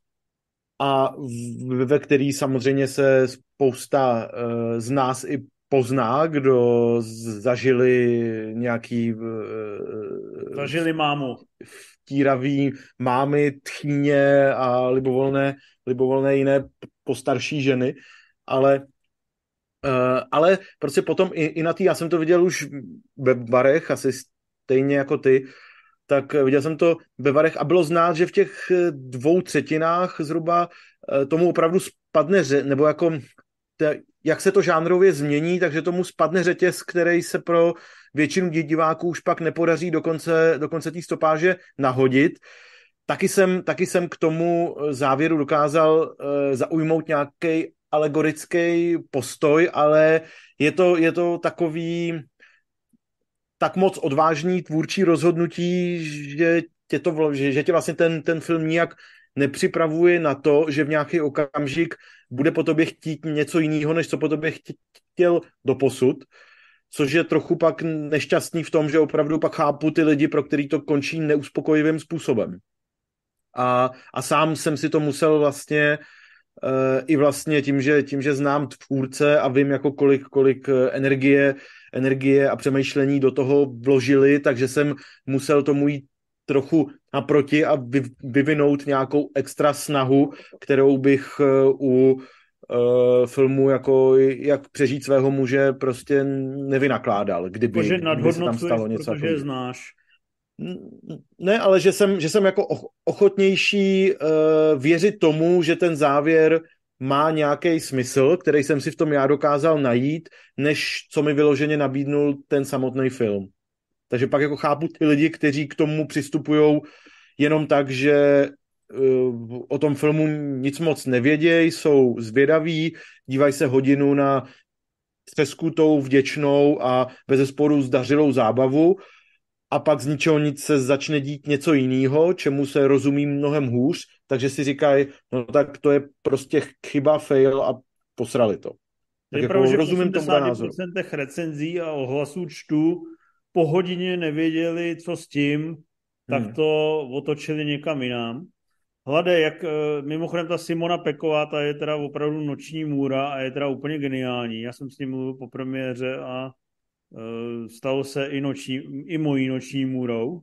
a v, ve který samozřejmě se spousta eh, z nás i pozná, kdo zažili nějaký eh, Zažili mámu. vtíravý mámy, tchýně a libovolné, libovolné jiné postarší ženy, ale uh, ale prostě potom i, i na tý, já jsem to viděl už ve barech, asi stejně jako ty, tak viděl jsem to ve barech a bylo znát, že v těch dvou třetinách zhruba tomu opravdu spadne, nebo jako jak se to žánrově změní, takže tomu spadne řetěz, který se pro většinu diváků už pak nepodaří do konce, do konce té stopáže nahodit. Taky jsem, taky jsem k tomu závěru dokázal uh, zaujmout nějaký alegorický postoj, ale je to, je to takový tak moc odvážný tvůrčí rozhodnutí, že tě, to, že, že tě vlastně ten, ten film nijak nepřipravuje na to, že v nějaký okamžik bude po tobě chtít něco jiného, než co po tobě chtěl doposud, což je trochu pak nešťastný v tom, že opravdu pak chápu ty lidi, pro který to končí neuspokojivým způsobem. A, a sám jsem si to musel vlastně uh, i vlastně tím, že, tím, že znám tvůrce a vím, jako kolik, kolik energie, energie a přemýšlení do toho vložili, takže jsem musel tomu jít trochu naproti a vyvinout nějakou extra snahu, kterou bych u uh, filmu jako Jak přežít svého muže prostě nevynakládal, kdyby, Protože kdyby se tam stalo něco. Protože je znáš. Ne, ale že jsem, že jsem jako ochotnější uh, věřit tomu, že ten závěr má nějaký smysl, který jsem si v tom já dokázal najít, než co mi vyloženě nabídnul ten samotný film. Takže pak jako chápu ty lidi, kteří k tomu přistupujou jenom tak, že uh, o tom filmu nic moc nevědějí, jsou zvědaví, dívají se hodinu na třeskutou, vděčnou a bezesporu zdařilou zábavu a pak z ničeho nic se začne dít něco jiného, čemu se rozumí mnohem hůř, takže si říkají, no tak to je prostě chyba, fail a posrali to. Tak je pravda, že rozumím tomu názoru. V osmdesáti procentech recenzí a ohlasů čtu po hodině nevěděli, co s tím, tak hmm. to otočili někam jinam. Hlade, jak mimochodem ta Simona Peková, ta je teda opravdu noční můra a je teda úplně geniální. Já jsem s ním mluvil po premiéře a uh, stalo se i, noční, i mojí noční můrou,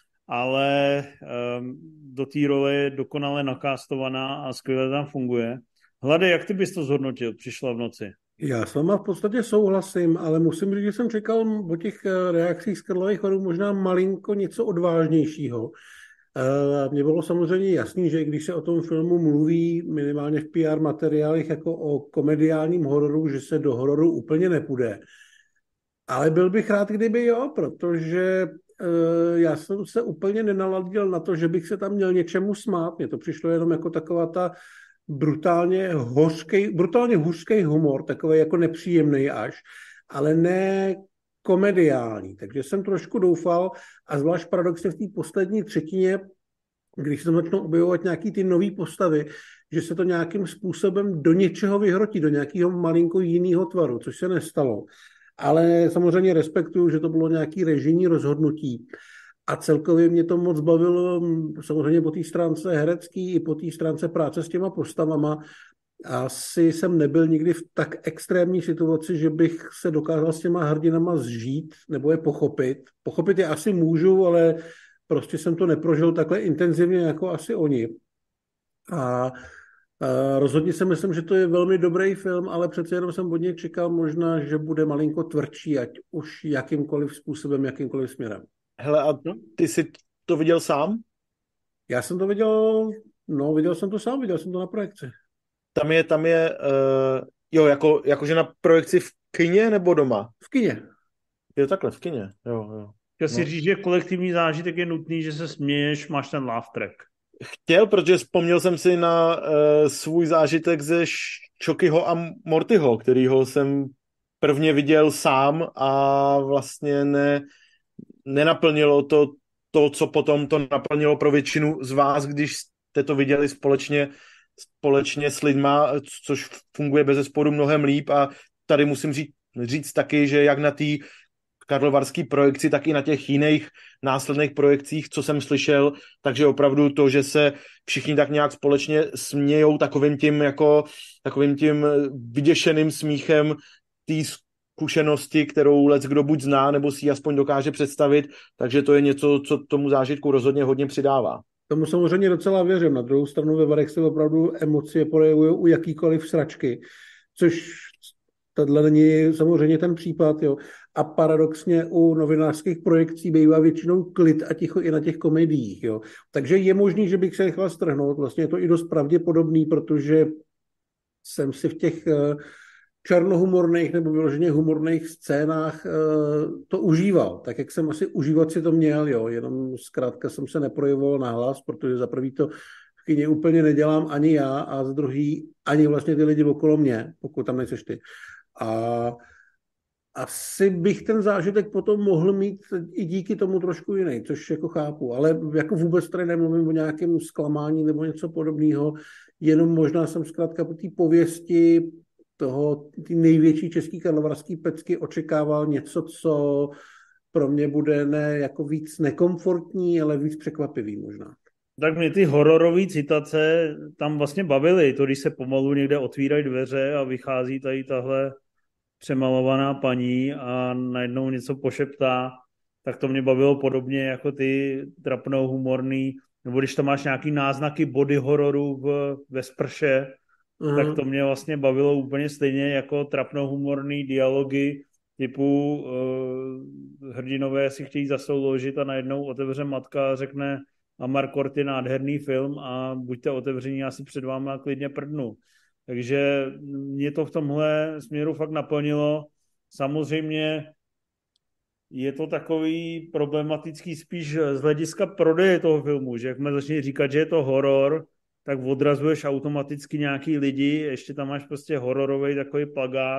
ale um, do té role je dokonale nakástovaná a skvěle tam funguje. Hlade, jak ty bys to zhodnotil? Přišla v noci. Já s váma v podstatě souhlasím, ale musím říct, že jsem čekal o těch reakcích z Karlových Varů možná malinko něco odvážnějšího. Mně bylo samozřejmě jasný, že když se o tom filmu mluví minimálně v P R materiálech jako o komediálním hororu, že se do hororu úplně nepůjde. Ale byl bych rád, kdyby jo, protože já jsem se úplně nenaladil na to, že bych se tam měl něčemu smát. Mně to přišlo jenom jako taková ta brutálně hořký, brutálně hořký humor, takový jako nepříjemný až, ale ne komediální. Takže jsem trošku doufal a zvlášť paradoxně v té poslední třetině, když se tam začnou objevovat nějaký ty nový postavy, že se to nějakým způsobem do něčeho vyhrotí, do nějakého malinko jiného tvaru, což se nestalo. Ale samozřejmě respektuju, že to bylo nějaký režijní rozhodnutí. A celkově mě to moc bavilo samozřejmě po té stránce herecký i po té stránce práce s těma postavama. Asi jsem nebyl nikdy v tak extrémní situaci, že bych se dokázal s těma hrdinama zžít nebo je pochopit. Pochopit je asi můžu, ale prostě jsem to neprožil takhle intenzivně jako asi oni. A a rozhodně si myslím, že to je velmi dobrý film, ale přece jenom jsem od něj čekal možná, že bude malinko tvrdší, ať už jakýmkoliv způsobem, jakýmkoliv směrem. Hele, a ty jsi to viděl sám? Já jsem to viděl, no viděl jsem to sám, viděl jsem to na projekci. Tam je, tam je, uh, jo, jako, jakože na projekci v kině nebo doma? V kině. Jo, takhle, v kině, jo, jo. Chtěl si no. říct, že kolektivní zážitek je nutný, že se směješ, máš ten laugh track. Chtěl, protože vzpomněl jsem si na uh, svůj zážitek ze Chuckyho a Mortyho, kterýho jsem prvně viděl sám a vlastně ne, nenaplnilo to to, co potom to naplnilo pro většinu z vás, když jste to viděli společně, společně s lidma, což funguje bezesporu mnohem líp a tady musím říct, říct taky, že jak na té karlovarské projekci, tak i na těch jiných následných projekcích, co jsem slyšel, takže opravdu to, že se všichni tak nějak společně smějou takovým tím jako takovým tím vyděšeným smíchem té zkušenosti, kterou lec kdo buď zná, nebo si ji aspoň dokáže představit, takže to je něco, co tomu zážitku rozhodně hodně přidává. Tomu samozřejmě docela věřím. Na druhou stranu ve Varech se opravdu emoce projevují u jakýkoliv sračky, což tohle není samozřejmě ten případ. Jo. A paradoxně u novinářských projekcí bývá většinou klid a ticho i na těch komediích. Jo. Takže je možný, že bych se nechal strhnout. Vlastně je to i dost pravděpodobný, protože jsem si v těch černohumorných nebo vyloženě humorných scénách to užíval. Tak, jak jsem asi užívat si to měl, jo. Jenom zkrátka jsem se neprojevoval nahlas, protože za prvý to v kyně úplně nedělám ani já a za druhý ani vlastně ty lidi okolo mě, pokud tam nejseš ty. A asi bych ten zážitek potom mohl mít i díky tomu trošku jiný, což jako chápu, ale jako vůbec tady nemluvím o nějakém zklamání nebo něco podobného, jenom možná jsem zkrátka po té pověsti toho, ty největší český karlovarský pecky očekával něco, co pro mě bude ne jako víc nekomfortní, ale víc překvapivý možná. Tak mě ty hororové citace tam vlastně bavily, to když se pomalu někde otvírají dveře a vychází tady tahle přemalovaná paní a najednou něco pošeptá, tak to mě bavilo podobně jako ty trapnou humorný, nebo když tam máš nějaký náznaky body hororu v, ve sprše, uh-huh. tak to mě vlastně bavilo úplně stejně jako trapnou humorný dialogy typu uh, hrdinové si chtějí zasouložit a najednou otevře matka a řekne Amarcord je nádherný film a buďte otevření, já si před váma klidně prdnu. Takže mě to v tomhle směru fakt naplnilo. Samozřejmě je to takový problematický spíš z hlediska prodeje toho filmu, že jak jsme začali říkat, že je to horor, tak odrazuješ automaticky nějaký lidi, ještě tam máš prostě hororový takový plakát.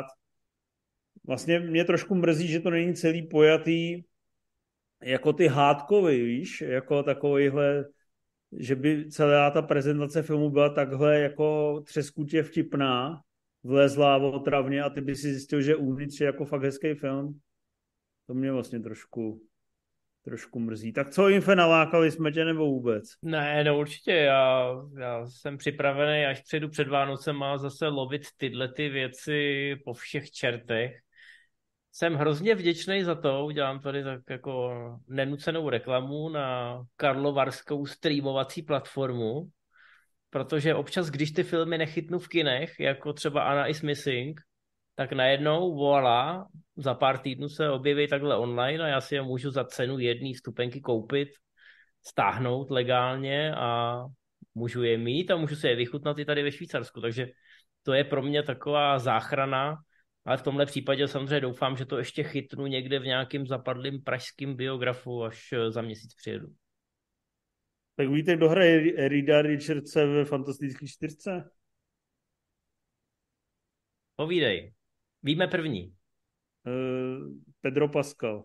Vlastně mě trošku mrzí, že to není celý pojatý jako ty hádkový, víš, jako takovýhle, že by celá ta prezentace filmu byla takhle jako třeskutě vtipná, vlezlá otravně a ty by si zjistil, že uvnitř je jako fakt hezký film. To mě vlastně trošku, trošku mrzí. Tak co, Infe, nalákali jsme tě nebo vůbec? Ne, no určitě, já, já jsem připravený, až přijdu před Vánocem a zase lovit tyhle ty věci po všech čertech. Jsem hrozně vděčný za to, udělám tady tak jako nenucenou reklamu na karlovarskou streamovací platformu, protože občas, když ty filmy nechytnu v kinech, jako třeba Anna is Missing, tak najednou, voilà, za pár týdnů se objeví takhle online a já si je můžu za cenu jedné vstupenky koupit, stáhnout legálně a můžu je mít a můžu si je vychutnat i tady ve Švýcarsku, takže to je pro mě taková záchrana. Ale v tomhle případě samozřejmě doufám, že to ještě chytnu někde v nějakým zapadlým pražským biografu, až za měsíc přijedu. Tak víte, kdo hraje Reeda Richardse ve Fantastické čtyřce? Povídej. Víme první. Uh, Pedro Pascal.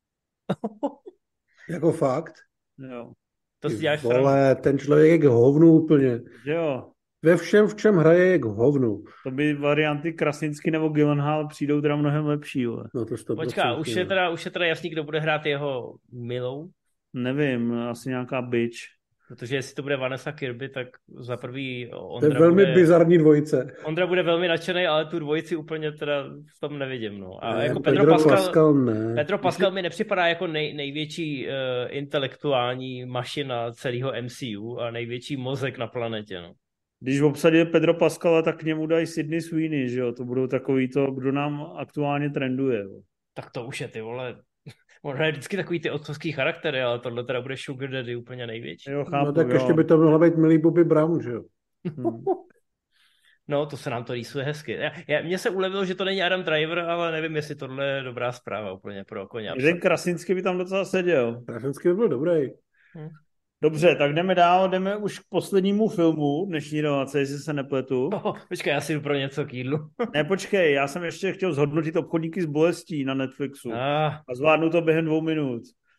Jako fakt? Jo. To si děláš vole, ten člověk je k hovnu úplně. Jo. Ve všem, v čem hraje, je k hovnu. To by varianty Krasinsky nebo Gyllenhaal přijdou teda mnohem lepší. No to sto procent. Počká, už je, teda, už je teda jasný, kdo bude hrát jeho milou? Nevím, asi nějaká bitch. Protože jestli to bude Vanessa Kirby, tak za prvý Ondra To je velmi bude, bizarní dvojice. Ondra bude velmi nadšený, ale tu dvojici úplně teda v tom nevidím. No. A ne, jako Pedro, Pedro Pascal, Pascal ne. Pedro Pascal mi nepřipadá jako nej, největší uh, intelektuální mašina celého M C U a největší mozek na planetě. No. Když obsadí Pedro Pascala, tak k němu dají Sydney Sweeney, že jo? To budou takový to, kdo nám aktuálně trenduje. Jo? Tak to už je, ty vole. On je vždycky takový ty otcovský charaktery, ale tohle teda bude Sugar Daddy úplně největší. Jo, chápu, no tak jo. ještě by to mohla být milý Bobby Brown, že jo? Hmm. No, to se nám to rýsuje hezky. Já, já, mně se ulevilo, že to není Adam Driver, ale nevím, jestli tohle je dobrá zpráva úplně pro koně. Jeden Krasinský by tam docela seděl. Krasinský by byl dobrý. Hmm. Dobře, tak jdeme dál, jdeme už k poslednímu filmu dnešní relace, jestli se nepletu. Oh, počkej, já si jdu pro něco k jídlu. Ne, počkej, já jsem ještě chtěl zhodnotit Obchodníky s bolestí na Netflixu. Ah. A zvládnu to během dvou minut.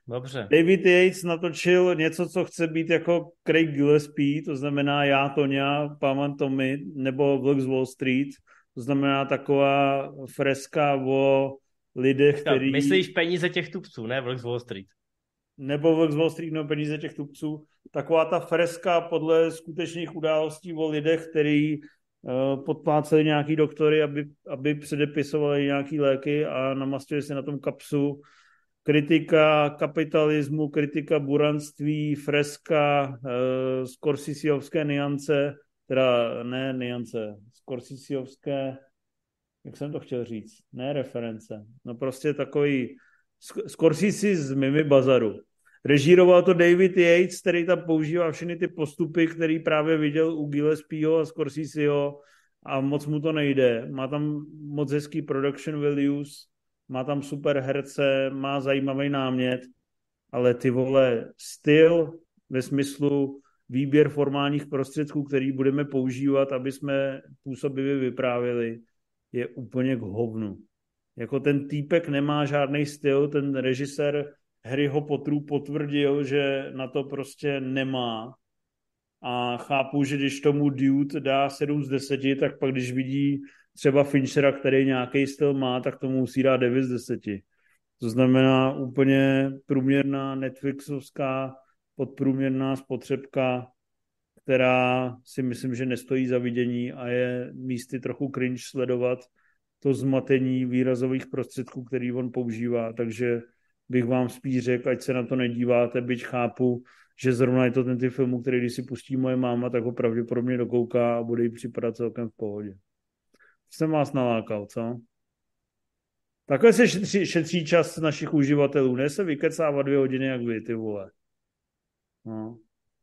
Dobře. David Yates natočil něco, co chce být jako Craig Gillespie, to znamená Já, Toňa, Paman Tommy, nebo Vlk z Wall Street, to znamená taková freska o lidech, který... Myslíš peníze těch tupců, ne Vlk z Wall Street? Nebo Vlk z Wall Street, no peníze těch tupců. Taková ta freska podle skutečných událostí o lidech, který uh, podpláceli nějaký doktory, aby, aby předepisovali nějaký léky a namastili si na tom kapsu. Kritika kapitalismu, kritika buranství, freska, uh, scorseseovské niance, teda ne niance, scorseseovské, jak jsem to chtěl říct, ne reference, no prostě takový Scorsese z Mimi Bazaru. Režíroval to David Yates, který tam používá všechny ty postupy, který právě viděl u Gillespieho a Scorseseho a moc mu to nejde. Má tam moc hezký production values, má tam super herce, má zajímavý námět, ale ty vole, styl ve smyslu výběr formálních prostředků, který budeme používat, aby jsme působivě vyprávěli, je úplně k hovnu. Jako ten týpek nemá žádný styl, ten režisér Harryho Potteru potvrdil, že na to prostě nemá. A chápu, že když tomu Dude dá sedm z deseti, tak pak když vidí třeba Finchera, který nějaký styl má, tak tomu musí dát devět z deseti. To znamená úplně průměrná Netflixovská podprůměrná spotřebka, která si myslím, že nestojí za vidění a je místy trochu cringe sledovat to zmatení výrazových prostředků, který on používá, takže bych vám spíš řekl, ať se na to nedíváte, byť chápu, že zrovna je to ten typ filmu, který když si pustí moje máma, tak ho pravděpodobně dokouká a bude jí připadat celkem v pohodě. Jsem vás nalákal, co? Takhle se šetří, šetří čas našich uživatelů, ne se vykecávat dvě hodiny jak vy, ty vole. No.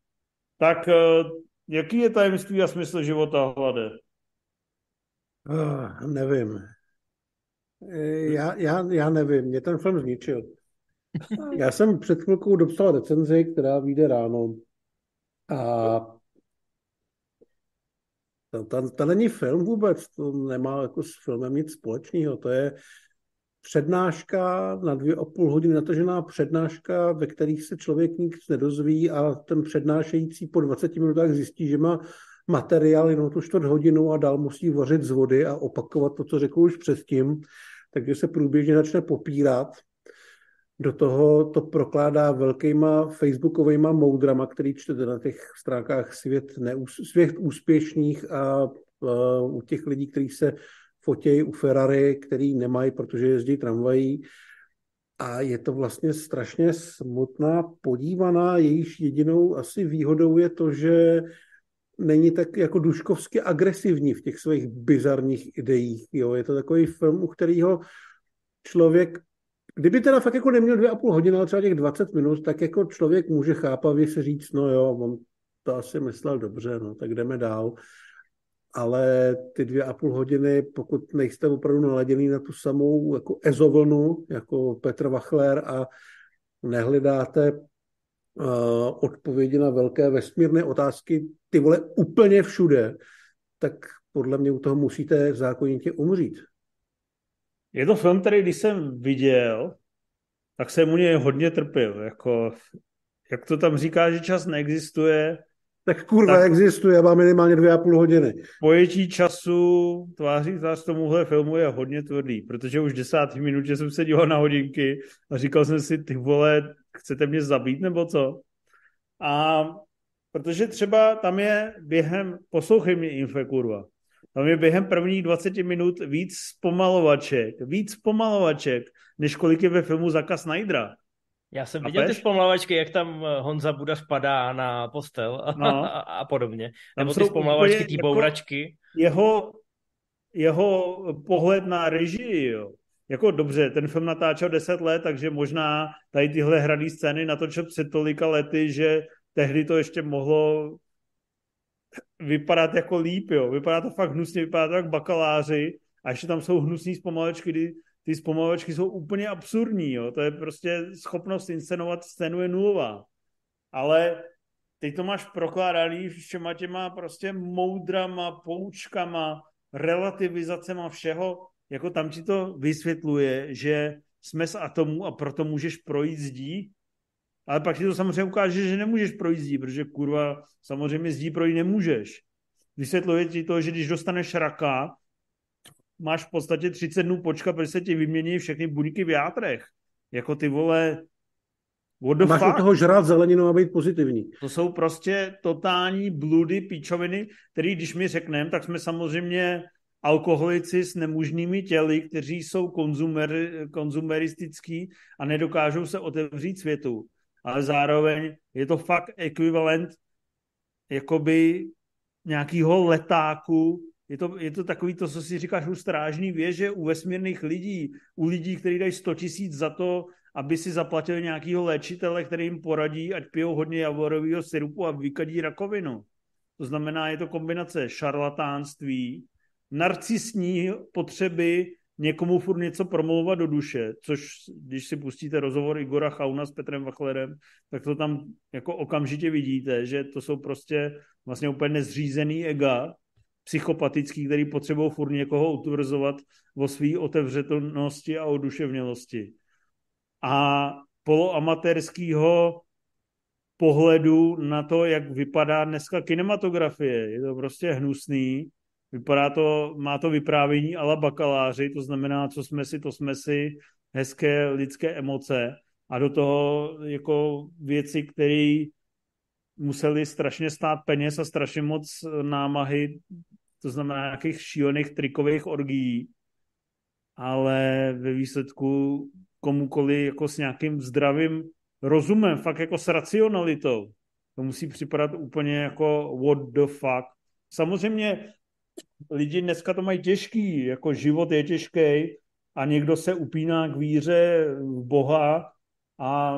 Tak jaký je tajemství a smysl života, Hlade? Oh, nevím. Já, já, já nevím, mě ten film zničil. Já jsem před chvilkou dopsal recenzi, která vyjde ráno. A to, to, to není film vůbec, to nemá jako s filmem nic společného. To je přednáška na dvě a půl hodiny natažená přednáška, ve kterých se člověk nic nedozví a ten přednášející po dvaceti minutách zjistí, že má materiál jenom tu čtvrt hodinu a dál musí vařit z vody a opakovat to, co řekl už předtím, takže se průběžně začne popírat. Do toho to prokládá velkýma facebookovejma moudrama, který čtete na těch stránkách svět, neús, svět úspěšných a uh, u těch lidí, kteří se fotějí u Ferrari, který nemají, protože jezdí tramvají. A je to vlastně strašně smutná podívaná, jejíž jedinou asi výhodou je to, že není tak jako duškovsky agresivní v těch svých bizarních ideích. Jo? Je to takový film, u kterého člověk, kdyby teda fakt jako neměl dvě a půl hodiny, ale třeba těch dvacet minut, tak jako člověk může chápavě se říct, no jo, on to asi myslel dobře, no, tak jdeme dál. Ale ty dvě a půl hodiny, pokud nejste opravdu naladěný na tu samou jako ezovlnu, jako Petr Wachler a nehledáte uh, odpovědi na velké vesmírné otázky, ty vole úplně všude, tak podle mě u toho musíte zákonitě umřít. Je to film, který když jsem viděl, tak jsem u něj hodně trpěl. Jako, jak to tam říká, že čas neexistuje. Tak kurva tak existuje, má minimálně dvě a půl hodiny. Pojetí času tváří tvář tomuhle filmu je hodně tvrdý, protože už v desáté minutě jsem se díval na hodinky a říkal jsem si, ty vole, chcete mě zabít nebo co? A protože třeba tam je během, poslouchej mě Infe, kurva, tam je během prvních dvaceti minut víc zpomalovaček, víc zpomalovaček, než kolik je ve filmu Zacka Snydera. Já jsem viděl ty zpomalovačky, jak tam Honza Buda spadá na postel a, no. a, a podobně. Tam Nebo ty zpomalovačky, ty bouračky. Jako jeho, jeho pohled na režii, jo. Jako dobře, ten film natáčel deset let, takže možná tady tyhle hraný scény natočil před tolika lety, že tehdy to ještě mohlo vypadat jako líp, jo. Vypadá to fakt hnusně, vypadá to jak bakaláři a ještě tam jsou hnusný zpomalovačky, kdy ty zpomalovačky jsou úplně absurdní, jo. To je prostě schopnost inscenovat scénu je nulová. Ale teď to máš prokládaný všema těma prostě moudrama, poučkama, relativizacema všeho, jako tam ti to vysvětluje, že jsme z atomů a proto můžeš projít zdí Ale pak ti to samozřejmě ukáže, že nemůžeš projít zdí, protože kurva samozřejmě zdí projít nemůžeš. Vysvětluje ti to, že když dostaneš raka, máš v podstatě třicet dnů počkat, protože se ti vymění všechny buňky v játrech. Jako ty vole, what the Máš fuck? od toho žrát zeleninu a být pozitivní. To jsou prostě totální bludy, píčoviny, který když mi řekneme, tak jsme samozřejmě alkoholici s nemužnými těly, kteří jsou konzumer, konzumeristický a nedokážou se otevřít světu. Ale zároveň je to fakt ekvivalent jakoby nějakýho letáku. Je to, je to takový to, co si říkáš u strážní věže, u vesmírných lidí, u lidí, kteří dají sto tisíc za to, aby si zaplatili nějakého léčitele, který jim poradí, ať pijou hodně javorového syrupu a vykadí rakovinu. To znamená, je to kombinace šarlatánství, narcisní potřeby někomu furt něco promlouvat do duše, což když si pustíte rozhovor Igora Chauna s Petrem Wachlerem, tak to tam jako okamžitě vidíte, že to jsou prostě vlastně úplně nezřízený ega, psychopatický, který potřebují furt někoho utvrzovat o své otevřenosti a oduševnělosti. A poloamatérského pohledu na to, jak vypadá dneska kinematografie. Je to prostě hnusný. Vypadá to, má to vyprávění a la bakaláři, to znamená, co jsme si, to jsme si, hezké lidské emoce a do toho jako věci, které museli strašně stát peněz a strašně moc námahy, to znamená nějakých šílených trikových orgií, ale ve výsledku komukoli jako s nějakým zdravým rozumem, fakt jako s racionalitou. To musí připadat úplně jako what the fuck. Samozřejmě lidi dneska to mají těžký, jako život je těžký a někdo se upíná k víře v Boha a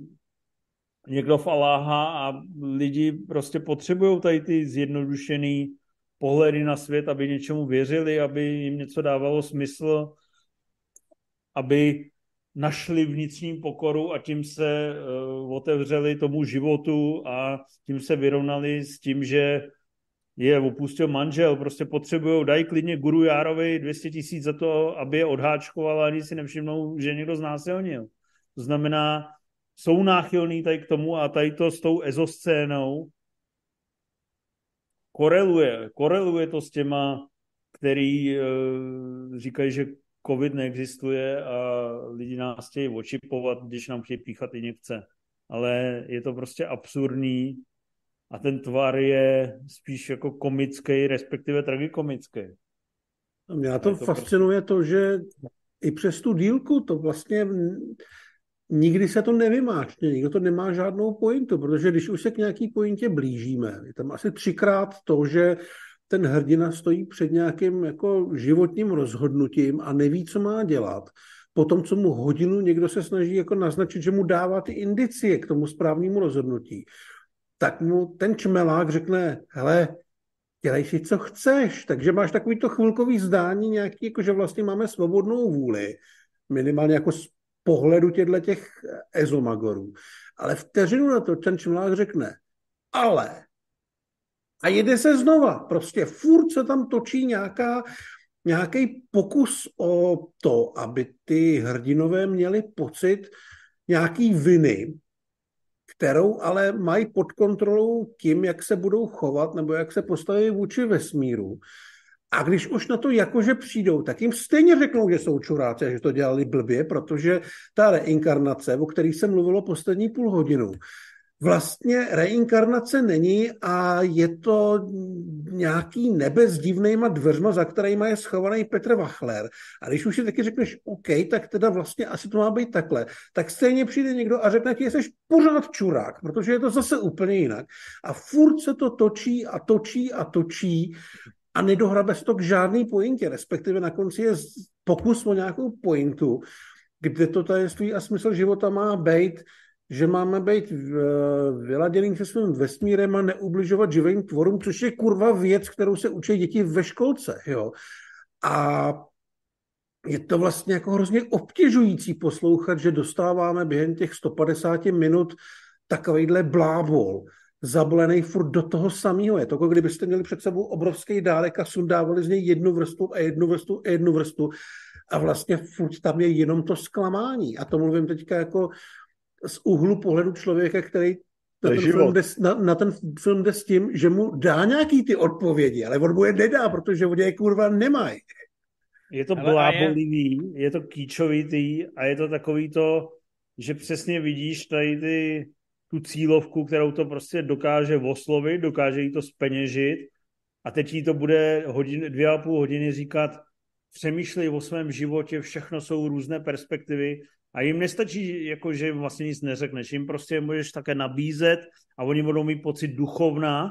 někdo v Aláha a lidi prostě potřebují tady ty zjednodušený pohledy na svět, aby něčemu věřili, aby jim něco dávalo smysl, aby našli vnitřní pokoru a tím se uh, otevřeli tomu životu a tím se vyrovnali s tím, že je opustil manžel, prostě potřebujou, dají klidně Guru Járovi dvě stě tisíc za to, aby je odháčkoval a ani si nevšimnou, že někdo znásilnil. To znamená, jsou náchylní tady k tomu a tady to s tou ezoscénou koreluje. Koreluje to s těma, který uh, říkají, že covid neexistuje a lidi nás chtějí očipovat, když nám chtějí píchat injekce. Ale je to prostě absurdní a ten tvar je spíš jako komický, respektive tragikomický. Mě to, to fascinuje prostě... to, že i přes tu dílku to vlastně nikdy se to nevymáčne, nikdo to nemá žádnou pointu, protože když už se k nějaký pointě blížíme, je tam asi třikrát to, že ten hrdina stojí před nějakým jako životním rozhodnutím a neví, co má dělat. Potom, co mu hodinu někdo se snaží jako naznačit, že mu dává ty indicie k tomu správnému rozhodnutí, tak mu ten čmelák řekne, hele, dělej si, co chceš. Takže máš takovýto chvilkový zdání nějaký, jako že vlastně máme svobodnou vůli, minimálně jako z pohledu těchto těch ezomagorů. Ale vteřinu na to ten čmelák řekne, ale a jede se znova. Prostě furt se tam točí nějaká, nějaký pokus o to, aby ty hrdinové měli pocit nějaký viny, kterou ale mají pod kontrolou tím, jak se budou chovat nebo jak se postaví vůči vesmíru. A když už na to jakože přijdou, tak jim stejně řeknou, že jsou čuráci a že to dělali blbě, protože ta reinkarnace, o které se mluvilo poslední půl hodinu, vlastně reinkarnace není a je to nějaký nebe s divnýma dveřma, za kterýma je schovaný Petr Wachler. A když už si taky řekneš OK, tak teda vlastně asi to má být takhle, tak stejně přijde někdo a řekne ti, že jsi pořád čurák, protože je to zase úplně jinak. A furt se to točí a točí a točí a nedohrabe se to k žádný pointě, respektive na konci je pokus o nějakou pointu, kde to tajemství a smysl života má být, že máme být vyladěným se svým vesmírem a neubližovat živým tvorům, což je kurva věc, kterou se učí děti ve školce. Jo. A je to vlastně jako hrozně obtěžující poslouchat, že dostáváme během těch sto padesát minut takovejhle blábol, zablenej furt do toho samého. Je to, jako kdybyste měli před sebou obrovský dárek a sundávali z něj jednu vrstvu a jednu vrstvu a jednu vrstvu a vlastně furt tam je jenom to zklamání. A to mluvím teďka jako z úhlu pohledu člověka, který na ten, život. film jde, na, na ten film jde s tím, že mu dá nějaký ty odpovědi, ale on mu je nedá, protože oni je kurva nemají. Je to Ale blábolivý, je... je to kýčovitý a je to takový to, že přesně vidíš tady ty, tu cílovku, kterou to prostě dokáže oslovit, dokáže jí to zpeněžit a teď jí to bude hodin, dvě a půl hodiny říkat, přemýšlej o svém životě, všechno jsou různé perspektivy a jim nestačí, jako, že jim vlastně nic neřekneš, jim prostě můžeš také nabízet a oni budou mít pocit duchovna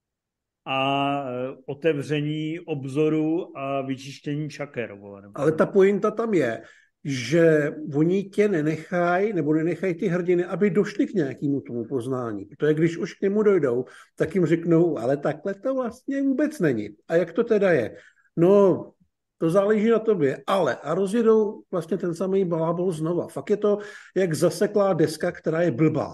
a otevření obzoru a vyčištění čaker. Ale ta pointa tam je, že oni tě nenechají, nebo nenechají ty hrdiny, aby došli k nějakému tomu poznání. Protože když už k němu dojdou, tak jim řeknou, ale takhle to vlastně vůbec není. A jak to teda je? No, to záleží na tobě, ale a rozjedou vlastně ten samý blábol znova. Fakt je to jak zaseklá deska, která je blbá.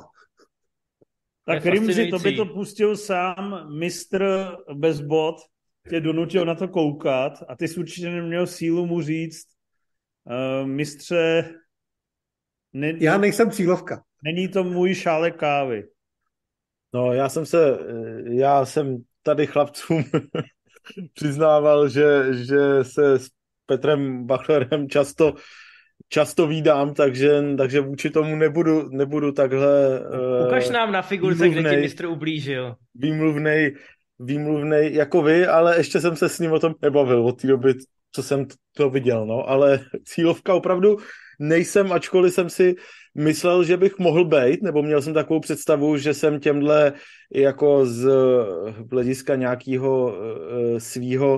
Tak Rimzi, to by to pustil sám mistr bez bod, tě donutil na to koukat a ty jsi určitě neměl sílu mu říct, uh, mistře, ne, já nejsem cílovka. Není to můj šálek kávy. No, já jsem se, já jsem tady chlapcům přiznával, že, že se s Petrem Bachlerem často často vídám, takže, takže vůči tomu nebudu, nebudu takhle ukaž nám na figurce, výmluvnej, kde ti mistr ublížil. Výmluvnej, výmluvnej jako vy, ale ještě jsem se s ním o tom nebavil od té doby, co jsem to viděl, no, ale cílovka opravdu nejsem, ačkoliv jsem si myslel, že bych mohl být, nebo měl jsem takovou představu, že jsem těmhle jako z hlediska nějakého svýho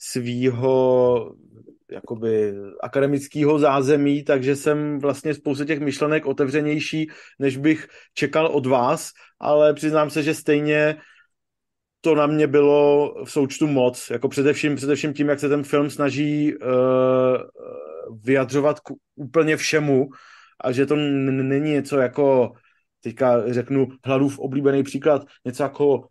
svýho jakoby akademického zázemí, takže jsem vlastně spoustu těch myšlenek otevřenější, než bych čekal od vás, ale přiznám se, že stejně to na mě bylo v součtu moc, jako především, především tím, jak se ten film snaží uh, vyjadřovat k úplně všemu a že to n- není něco jako, teďka řeknu Hladův oblíbený příklad, něco jako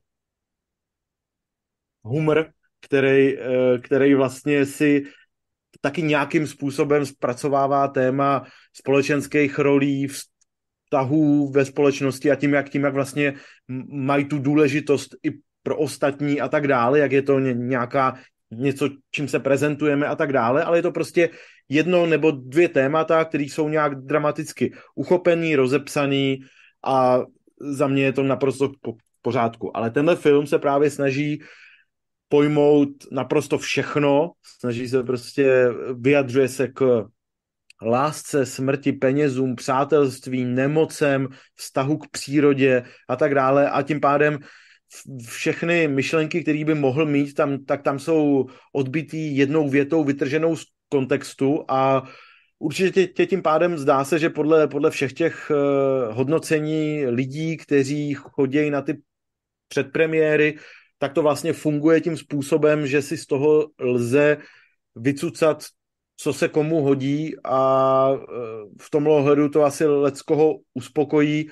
humor, který, uh, který vlastně si taky nějakým způsobem zpracovává téma společenských rolí, vztahů ve společnosti a tím, jak, tím, jak vlastně mají tu důležitost i pro ostatní a tak dále, jak je to nějaká něco, čím se prezentujeme a tak dále, ale je to prostě jedno nebo dvě témata, které jsou nějak dramaticky uchopený, rozepsaný a za mě je to naprosto v pořádku. Ale tenhle film se právě snaží pojmout naprosto všechno, snaží se prostě, vyjadřuje se k lásce, smrti, penězům, přátelství, nemocem, vztahu k přírodě a tak dále a tím pádem všechny myšlenky, které by mohl mít, tam, tak tam jsou odbitý jednou větou vytrženou z kontextu a určitě tě tím pádem zdá se, že podle, podle všech těch uh, hodnocení lidí, kteří chodí na ty předpremiéry, tak to vlastně funguje tím způsobem, že si z toho lze vycucat, co se komu hodí a v tomhle ohledu to asi leckoho uspokojí,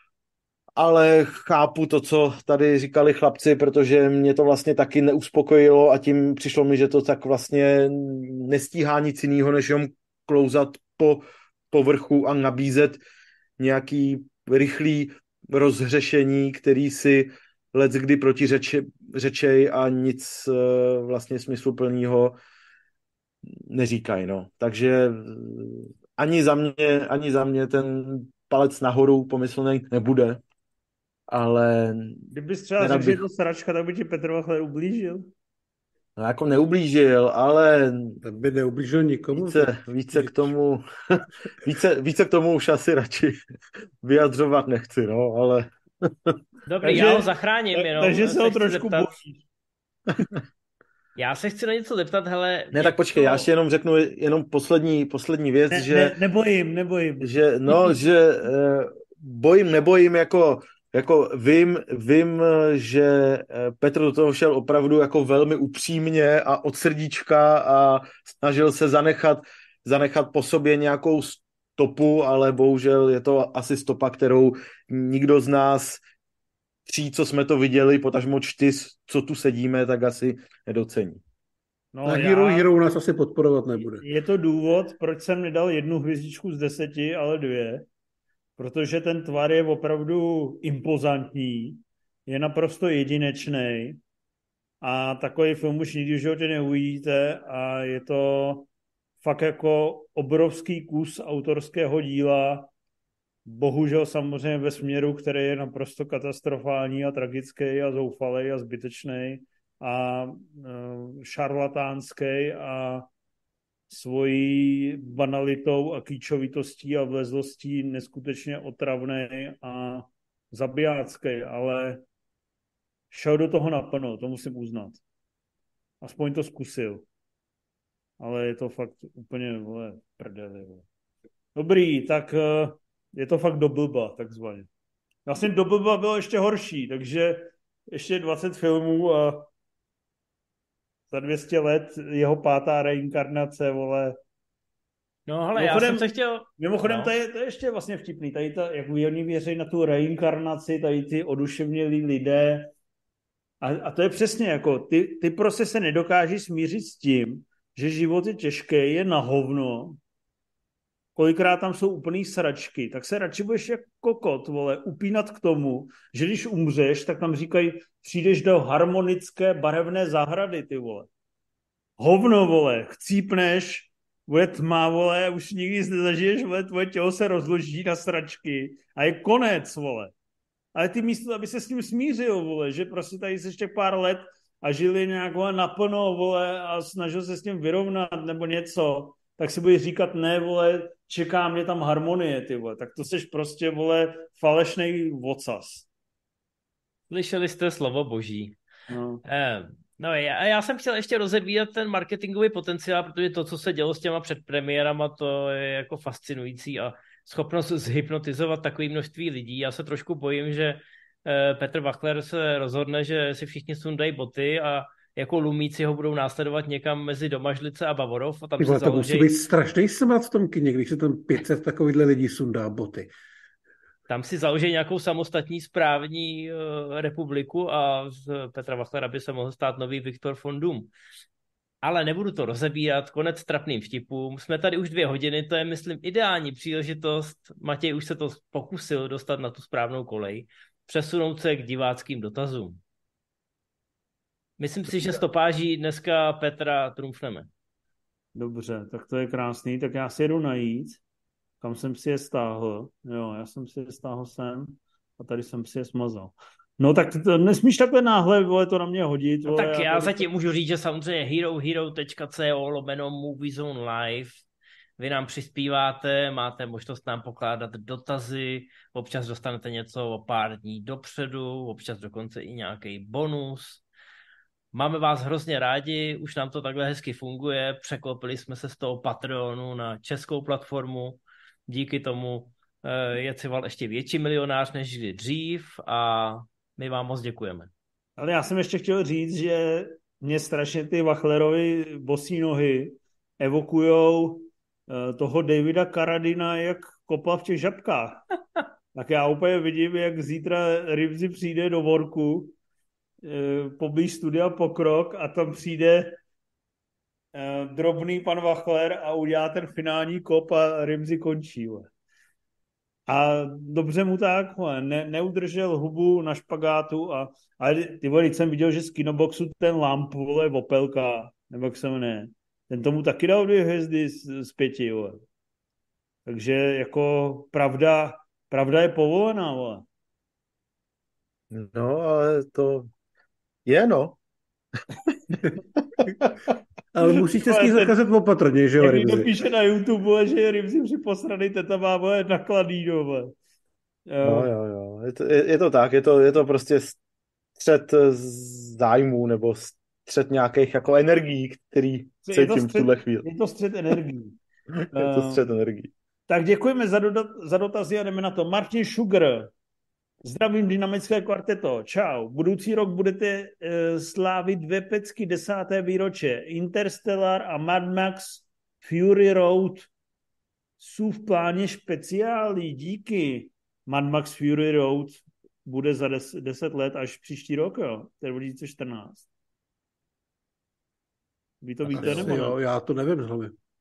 ale chápu to, co tady říkali chlapci, protože mě to vlastně taky neuspokojilo a tím přišlo mi, že to tak vlastně nestíhá nic jiného, než jenom klouzat po povrchu a nabízet nějaký rychlý rozhřešení, který si leckdy protiřečej a nic vlastně smysluplného neříkají, no. Takže ani za mě, ani za mě ten palec nahoru pomyslný nebude, ale... Kdybys třeba řekl, bych... že je to sračka, tak by ti Petr Bachler ublížil? No jako neublížil, ale... Ten by neublížil nikomu. Více, více k tomu... více, více k tomu už asi radši vyjadřovat nechci, no, ale... Dobrý, takže, já ho zachráním tak, jenom. Takže se ho trošku bojíš. Já se chci na něco zeptat, hele... Ne, tak počkej, to... já ještě jenom řeknu jenom poslední, poslední věc, ne, že... Ne, nebojím, nebojím. Že, no, že uh, bojím, nebojím, jako, jako vím, vím, že Petr do toho šel opravdu jako velmi upřímně a od srdíčka a snažil se zanechat, zanechat po sobě nějakou stopu, ale bohužel je to asi stopa, kterou nikdo z nás tří, co jsme to viděli, potažmo čtyř, co tu sedíme, tak asi nedocení. No, na Hero já... Hero nás asi podporovat nebude. Je to důvod, proč jsem nedal jednu hvězdičku z deseti, ale dvě. protože ten tvar je opravdu impozantní, je naprosto jedinečný a takový film už nikdy v životě neuvidíte a je to fakt jako obrovský kus autorského díla, bohužel samozřejmě ve směru, který je naprosto katastrofální a tragický a zoufalý a zbytečný a uh, šarlatánský a svojí banalitou a kýčovitostí a vlezlostí neskutečně otravný a zabijácký, ale šel do toho naplno, to musím uznat. Aspoň to zkusil. Ale je to fakt úplně, vole, prdeli. Vole. Dobrý, tak uh, je to fakt do blba, takzvaně. Vlastně do blba bylo ještě horší, takže ještě dvacet filmů a za dvě stě let jeho pátá reinkarnace, vole. No ale já jsem se chtěl... Mimochodem, no. to, je, to je ještě vlastně vtipný. Tady to, jak oni věří na tu reinkarnaci, tady ty oduševnělí lidé. A, a to je přesně jako, ty, ty prostě se nedokáží smířit s tím, že život je těžký, je na hovno. Kolikrát tam jsou úplný sračky, tak se radši budeš jako kokot, vole, upínat k tomu, že když umřeš, tak tam říkají, přijdeš do harmonické barevné zahrady, ty vole. Hovno, vole, chcípneš, bude tma, vole, už nikdy nezažiješ, vole, tvoje tělo se rozloží na sračky a je konec, vole. Ale ty místo, aby se s tím smířil, vole, že prostě tady jsi ještě pár let a žili nějak, vole, naplno, vole, a snažil se s tím vyrovnat nebo něco, tak si budeš říkat, ne, vole, čeká mě tam harmonie, ty vole. Tak to seš prostě, vole, falešnej vocas. Slyšeli jste slovo boží. No. Eh, no já, já jsem chtěl ještě rozebírat ten marketingový potenciál, protože to, co se dělo s těma předpremiérama, to je jako fascinující a schopnost zhypnotizovat takové množství lidí. Já se trošku bojím, že eh, Petr Wachler se rozhodne, že si všichni sundají boty a jako lumíci ho budou následovat někam mezi Domažlice a Bavorov. A tam Tyhle, se to založí... musí být strašný smrad v tom kyně, když se tam pět set takovýchhle lidí sundá boty. Tam si založí nějakou samostatní správní uh, republiku a z Petra Wachlera by se mohl stát nový Viktor von Doom. Ale nebudu to rozebírat, konec trapným vtipům. Jsme tady už dvě hodiny, to je, myslím, ideální příležitost. Matěj už se to pokusil dostat na tu správnou kolej. Přesunout se k diváckým dotazům. Myslím si, že stopáží dneska Petra trumfneme. Dobře, tak to je krásný, tak já si jedu najít, kam jsem si je stáhl. Jo, já jsem si je stáhl sem a tady jsem si je smazal. No tak to, nesmíš takhle náhle, vole, to na mě hodit. No, vole, tak já tady... zatím můžu říct, že samozřejmě herohero tečka co lomeno Moviezone Live. Vy nám přispíváte, máte možnost nám pokládat dotazy, občas dostanete něco o pár dní dopředu, občas dokonce i nějaký bonus. Máme vás hrozně rádi, už nám to takhle hezky funguje, překlopili jsme se z toho Patreonu na českou platformu, díky tomu je Cival ještě větší milionář než kdy dřív a my vám moc děkujeme. Ale já jsem ještě chtěl říct, že mě strašně ty Wachlerovy bosí nohy evokujou toho Davida Carradina, jak kopla v těch žabkách. Tak já úplně vidím, jak zítra Rivzi přijde do Worku, poblíž studia Pokrok a tam přijde drobný pan Wachler a udělá ten finální kop a Rivzi končí. A dobře mu tak, ne, neudržel hubu na špagátu, a, ale ty vole, jsem viděl, že z Kinoboxu ten Lamp, vole, Opelka, nebo jak se jmenuje, ten tomu taky dal dvě hvězdy z, z pěti, vole. Takže jako pravda, pravda je povolená, vole. No, ale to je, no. Ale musíte s ní zakázat opatrně, že jo, Rivzi. Rivzi? Jak píše na YouTube, že je Rivzi připosraný, teta má, vole, nakladný, no, vole. Jo, jo, jo. Je to, je, je to tak, je to, je to prostě střet zájmů nebo střet nějakých jako energií, který cítím v tuhle chvíli. Je to střet energií. Je to střet energií. Tak děkujeme za, do, za dotazy a jdeme na to. Martin Sugar. Zdravím, dynamické kvarteto. Čau. Budoucí rok budete uh, slávit dvě pecky desáté výroče. Interstellar a Mad Max Fury Road jsou v pláně speciály. Díky. Mad Max Fury Road bude za deset let až příští rok, jo. To je dva tisíce čtrnáct. Vy to víte, nebo ne? Jo, já to nevím z hlavy.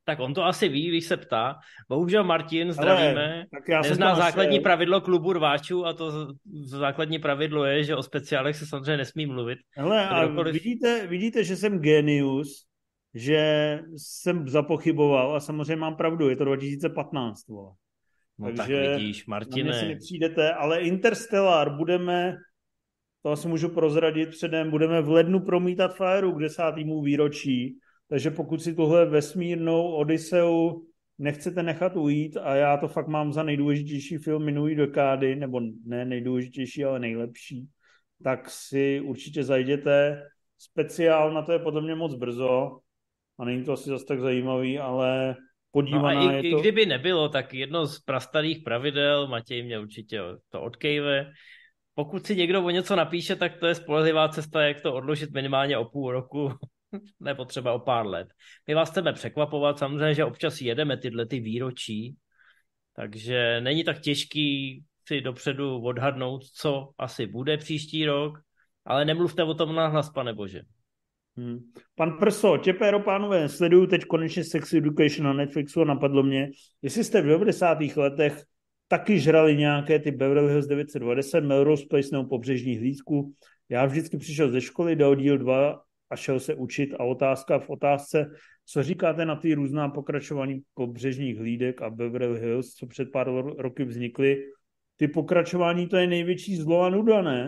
Tak on to asi ví, když se ptá. Bohužel Martin, zdravíme, Ale, tak já nezná jsem to základní našel. pravidlo klubu rváčů a to základní pravidlo je, že o speciálech se samozřejmě nesmí mluvit. Hele, a Kdokoliv... vidíte, vidíte, že jsem genius, že jsem zapochyboval a samozřejmě mám pravdu, je to dva tisíce patnáct. Vole. No Takže tak vidíš, na mě si Martine. nepřijdete, ale Interstellar budeme, to asi můžu prozradit předem, budeme v lednu promítat Fireu k desátýmu výročí, takže pokud si tuhle vesmírnou Odiseu nechcete nechat ujít a já to fakt mám za nejdůležitější film minulý dekády, nebo ne nejdůležitější, ale nejlepší, tak si určitě zajděte. Speciál na to je podle mě moc brzo a není to asi zase tak zajímavý, ale podívaná No a i, je i to... kdyby nebylo, tak jedno z prastarých pravidel, Matěj mě určitě to odkejve, pokud si někdo o něco napíše, tak to je spolehlivá cesta, jak to odložit minimálně o půl roku, nebo třeba o pár let. My vás chceme překvapovat, samozřejmě, že občas jedeme tyhle ty výročí, takže není tak těžký si dopředu odhadnout, co asi bude příští rok, ale nemluvte o tom nahlas, pane bože. Hmm. Pan Prso, těpéro pánové, sleduju teď konečně Sex Education na Netflixu a napadlo mě, jestli jste v devadesátých letech taky žrali nějaké ty Beverly Hills devět set dvacet, Melrose Place nebo Pobřežní hlídku. Já vždycky přišel ze školy, dal díl dva a šel se učit a otázka v otázce, co říkáte na ty různá pokračování Pobřežních hlídek a Beverly Hills, co před pár roky vznikly. Ty pokračování, to je největší zlo a nuda, ne?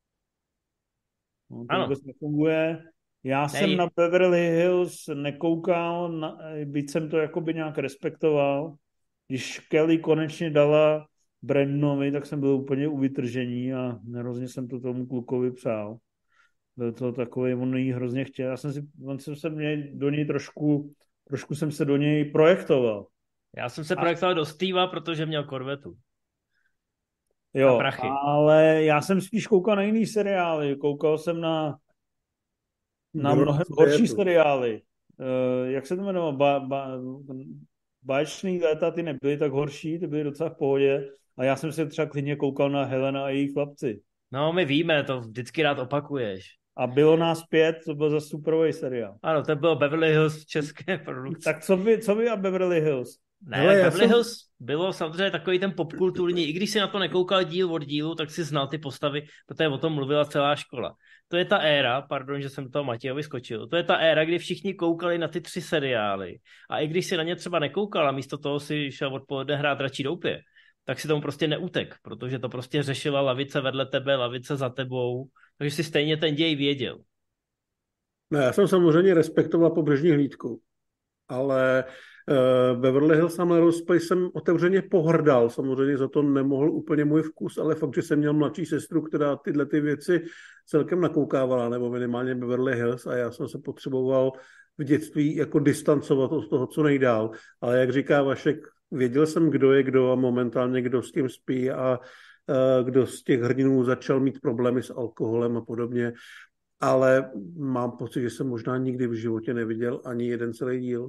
No, to Ano. vůbec nefunguje. Já Ne, jsem na Beverly Hills nekoukal, na, byť jsem to jakoby nějak respektoval. Když Kelly konečně dala Brandonovi, tak jsem byl úplně u vytržení a hrozně jsem to tomu klukovi přál. Byl to takový, on jí hrozně chtěl. Já jsem si, on jsem se mě do něj trošku, trošku jsem se do něj projektoval. Já jsem se A- projektoval do Steva, protože měl korvetu. Jo, A prachy. ale já jsem spíš koukal na jiný seriály. Koukal jsem na na Bylo mnohem to horší světu. seriály. Uh, jak se to jmenovalo? Ba, ba, báječný léta, ty nebyly tak horší, ty byly docela v pohodě. A já jsem se třeba klidně koukal na Helena a její chlapci. No, my víme, to vždycky rád opakuješ. A bylo nás pět, to byl za superový seriál. Ano, to bylo Beverly Hills české produkce. Tak co vy, co vy a Beverly Hills? Ne, Hele, já Beverly jsem- Hills bylo samozřejmě takový ten popkulturní, i když si na to nekoukal díl od dílu, tak si znal ty postavy, protože o tom mluvila celá škola. To je ta éra, pardon, že jsem toho Matějovi skočil, to je ta éra, kdy všichni koukali na ty tři seriály a i když si na ně třeba nekoukal a místo toho si šel odpoledne hrát Dračí doupě, tak si tomu prostě neutek, protože to prostě řešila lavice vedle tebe, lavice za tebou, takže si stejně ten děj věděl. No, já jsem samozřejmě respektoval Pobřežní hlídku, ale uh, Beverly Hills a Melrose Place jsem otevřeně pohrdal. Samozřejmě za to nemohl úplně můj vkus, ale fakt, že jsem měl mladší sestru, která tyhle ty věci celkem nakoukávala, nebo minimálně Beverly Hills, a já jsem se potřeboval v dětství jako distancovat od toho, co nejdál. Ale jak říká Vašek, věděl jsem, kdo je kdo a momentálně kdo s tím spí a uh, kdo z těch hrdinů začal mít problémy s alkoholem a podobně. Ale mám pocit, že jsem možná nikdy v životě neviděl ani jeden celý díl.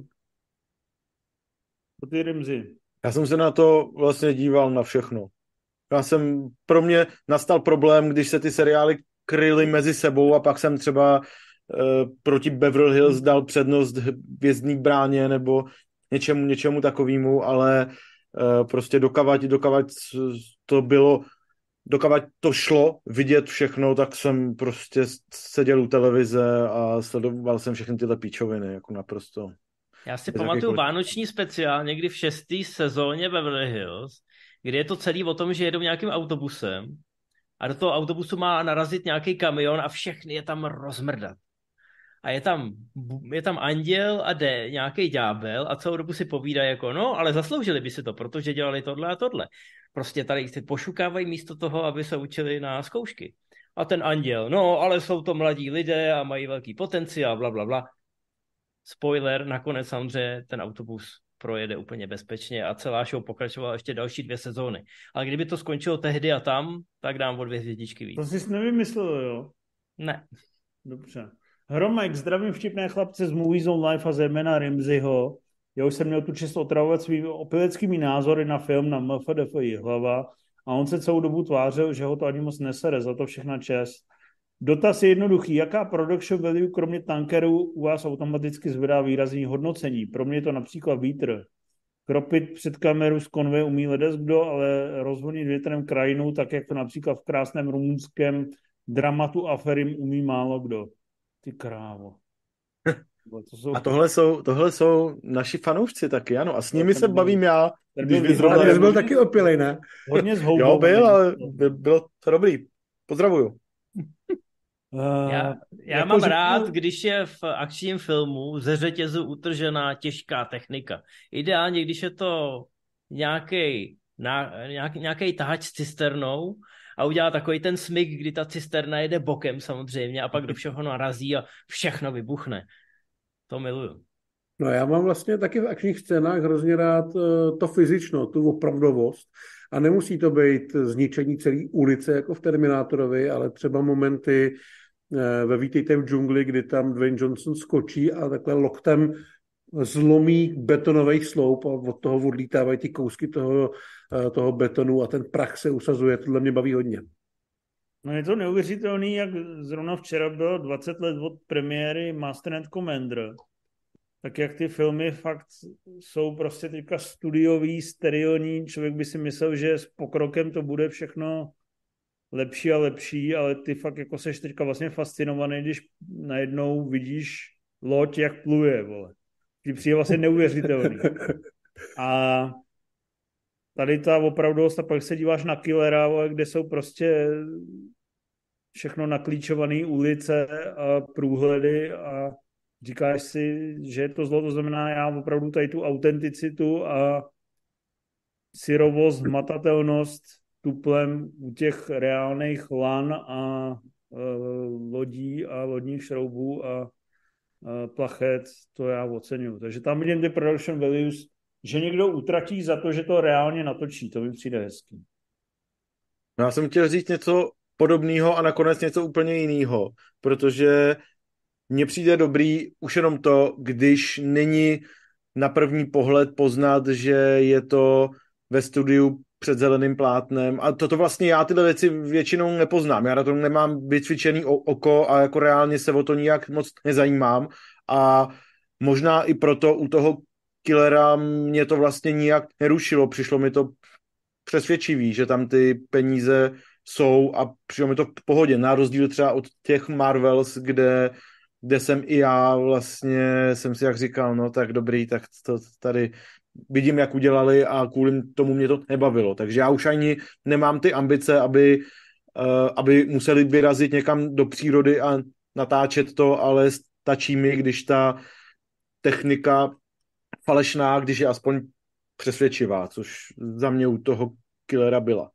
To ty Rimzi. Já jsem se na to vlastně díval na všechno. Já jsem, pro mě nastal problém, když se ty seriály kryly mezi sebou a pak jsem třeba uh, proti Beverly Hills dal přednost Hvězdný bráně nebo něčemu, něčemu takovému, ale uh, prostě dokavať, dokavať to bylo, dokavať to šlo vidět všechno, tak jsem prostě seděl u televize a sledoval jsem všechny tyhle píčoviny, jako naprosto. Já si Bez pamatuju jakýchkoliv- vánoční speciál někdy v šesté sezóně Beverly Hills, kdy je to celý o tom, že jedou nějakým autobusem a do toho autobusu má narazit nějaký kamion a všechny je tam rozmrdat. A je tam, je tam anděl a jde nějaký ďábel a celou dobu si povídají jako, no, ale zasloužili by si to, protože dělali tohle a tohle. Prostě tady si pošukávají místo toho, aby se učili na zkoušky. A ten anděl, no, ale jsou to mladí lidé a mají velký potenciál, bla, bla, bla. Spoiler, nakonec samozřejmě ten autobus projede úplně bezpečně a celá show pokračovala ještě další dvě sezóny. Ale kdyby to skončilo tehdy a tam, tak dám o dvě hvězdičky víc. To jsi nevymyslel, jo? Ne. Dobře. Hromek, zdravím vtipné chlapce z Movie Zone Life a zejména Rimziho. Já už jsem měl tu čest otravovat svými opileckými názory na film na M F D F hlava a on se celou dobu tvářil, že ho to ani moc nesere, za to všechna čest. Dotaz je jednoduchý. Jaká production value kromě tankerů u vás automaticky zvedá výrazný hodnocení? Pro mě je to například vítr. Kropit před kameru z konve umí ledaskdo, ale rozhonit větrem krajinu, tak jak to například v krásném rumunském dramatu Aferim umí málo kdo. Ty krávo. To jsou... A tohle jsou, tohle jsou naši fanoušci taky, ano. A s nimi se byl, bavím já. Když byl, zrovna, byl, byl taky opilej, ne? Hodně zhoubou. Jo, byl, ale bylo to dobrý. Pozdravuju. Uh, já já jako mám řeknu... rád, když je v akčním filmu ze řetězu utržená těžká technika. Ideálně, když je to nějaký nějaký tahač s cisternou a udělá takový ten smyk, kdy ta cisterna jede bokem samozřejmě a pak do všeho narazí a všechno vybuchne. To miluju. No já mám vlastně taky v akčních scénách hrozně rád to fyzično, tu opravdovost. A nemusí to být zničení celé ulice jako v Terminátorovi, ale třeba momenty ve Vítejte v džungli, kdy tam Dwayne Johnson skočí a takhle loktem zlomí betonový sloup a od toho odlítávají ty kousky toho, toho betonu a ten prach se usazuje. Tohle mě baví hodně. No je to neuvěřitelný, jak zrovna včera bylo dvacet let od premiéry Master and Commander. Tak jak ty filmy fakt jsou prostě teďka studiový, sterilní. Člověk by si myslel, že s pokrokem to bude všechno lepší a lepší, ale ty fakt jako seš teďka vlastně fascinovaný, když najednou vidíš loď, jak pluje, vole. Ty přijde vlastně neuvěřitelný. A tady ta opravdovost, a pak se díváš na Killera, vole, kde jsou prostě všechno naklíčované ulice a průhledy a říkáš si, že je to zlo, to znamená, já opravdu tady tu autenticitu a syrovost, hmatatelnost tuplem u těch reálných lan a e, lodí a lodních šroubů a e, plachet, to já oceňuji. Takže tam vidím ty production values, že někdo utratí za to, že to reálně natočí, to mi přijde hezký. No já jsem chtěl říct něco podobného a nakonec něco úplně jiného, protože mně přijde dobrý už jenom to, když není na první pohled poznat, že je to ve studiu před zeleným plátnem. A toto vlastně já tyhle věci většinou nepoznám. Já na tom nemám vycvičený oko a jako reálně se o to nijak moc nezajímám. A možná i proto u toho Killera mě to vlastně nijak nerušilo. Přišlo mi to přesvědčivý, že tam ty peníze jsou a přišlo mi to v pohodě. Na rozdíl třeba od těch Marvels, kde kde jsem i já vlastně, jsem si jak říkal, no tak dobrý, tak to tady vidím, jak udělali a kvůli tomu mě to nebavilo. Takže já už ani nemám ty ambice, aby, uh, aby museli vyrazit někam do přírody a natáčet to, ale stačí mi, když ta technika falešná, když je aspoň přesvědčivá, což za mě u toho Killera byla.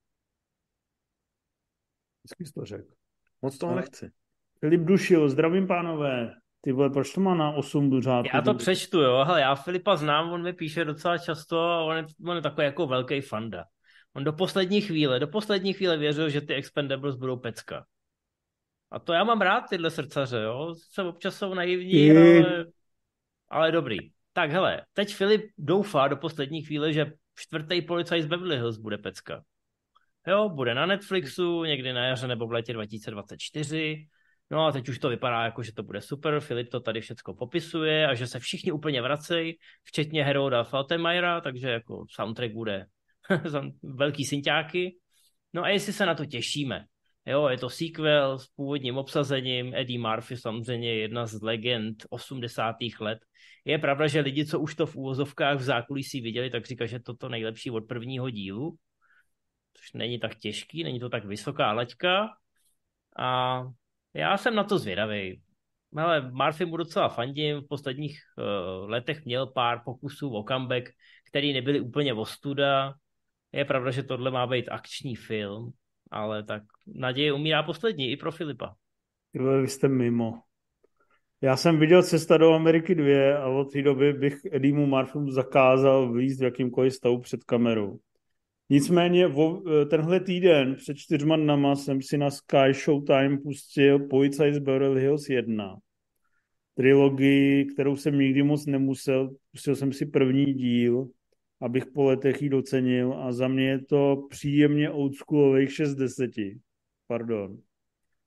Vždycky jsi to řekl. Moc toho a... nechci. Filip Dušil, zdravím pánové. Ty vole, proč to má na osm řádků? Já to přečtu, jo. Hele, já Filipa znám, on mi píše docela často a on je, on je takový jako velký fanda. On do poslední chvíle, do poslední chvíle věřil, že ty Expendables budou pecka. A to já mám rád, tyhle srdcaře, jo. Se občas jsou naivní, ale, ale dobrý. Tak hele, teď Filip doufá do poslední chvíle, že čtvrtý Policajt z Beverly Hills bude pecka. Jo, bude na Netflixu, někdy na jaře nebo v létě dva tisíce dvacet čtyři. No a teď už to vypadá jako, že to bude super, Filip to tady všecko popisuje a že se všichni úplně vracejí, včetně Harolda Faltermeyera, takže jako soundtrack bude velký synťáky. No a jestli se na to těšíme. Jo, je to sequel s původním obsazením, Eddie Murphy samozřejmě jedna z legend osmdesátých let. Je pravda, že lidi, co už to v úvozovkách v zákulisí viděli, tak říkají, že to to nejlepší od prvního dílu, což není tak těžký, není to tak vysoká laťka a já jsem na to zvědavý. Ale Murphy mu docela fandím, v posledních uh, letech měl pár pokusů o comeback, který nebyly úplně ostuda. Je pravda, že tohle má být akční film, ale tak naděje umírá poslední i pro Filipa. Vy jste mimo. Já jsem viděl Cesta do Ameriky dva a od té doby bych Eddiemu Murphymu zakázal vyjít v jakýmkoliv stavu před kamerou. Nicméně tenhle týden před čtyřma dnama jsem si na Sky Showtime pustil Policajt z Beverly Hills jedna. Trilogii, kterou jsem nikdy moc nemusel. Pustil jsem si první díl, abych po letech ji docenil a za mě je to příjemně oldschoolových šest z deseti. Pardon.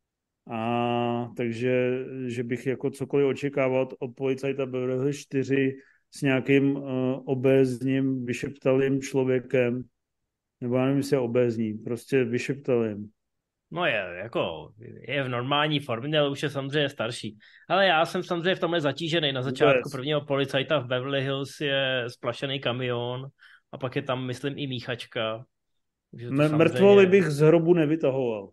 A takže, že bych jako cokoliv očekával od policajta Beverly Hills čtyři s nějakým uh, obézním, vyšeptalým člověkem, nebo já nevím, jestli je obézní, prostě vyšeptalým. No je, jako, je v normální formě, ale už je samozřejmě starší. Ale já jsem samozřejmě v tomhle zatížený. Na začátku prvního policajta v Beverly Hills je splašený kamion a pak je tam, myslím, i míchačka. M- mrtvoly bych z hrobu nevytahoval.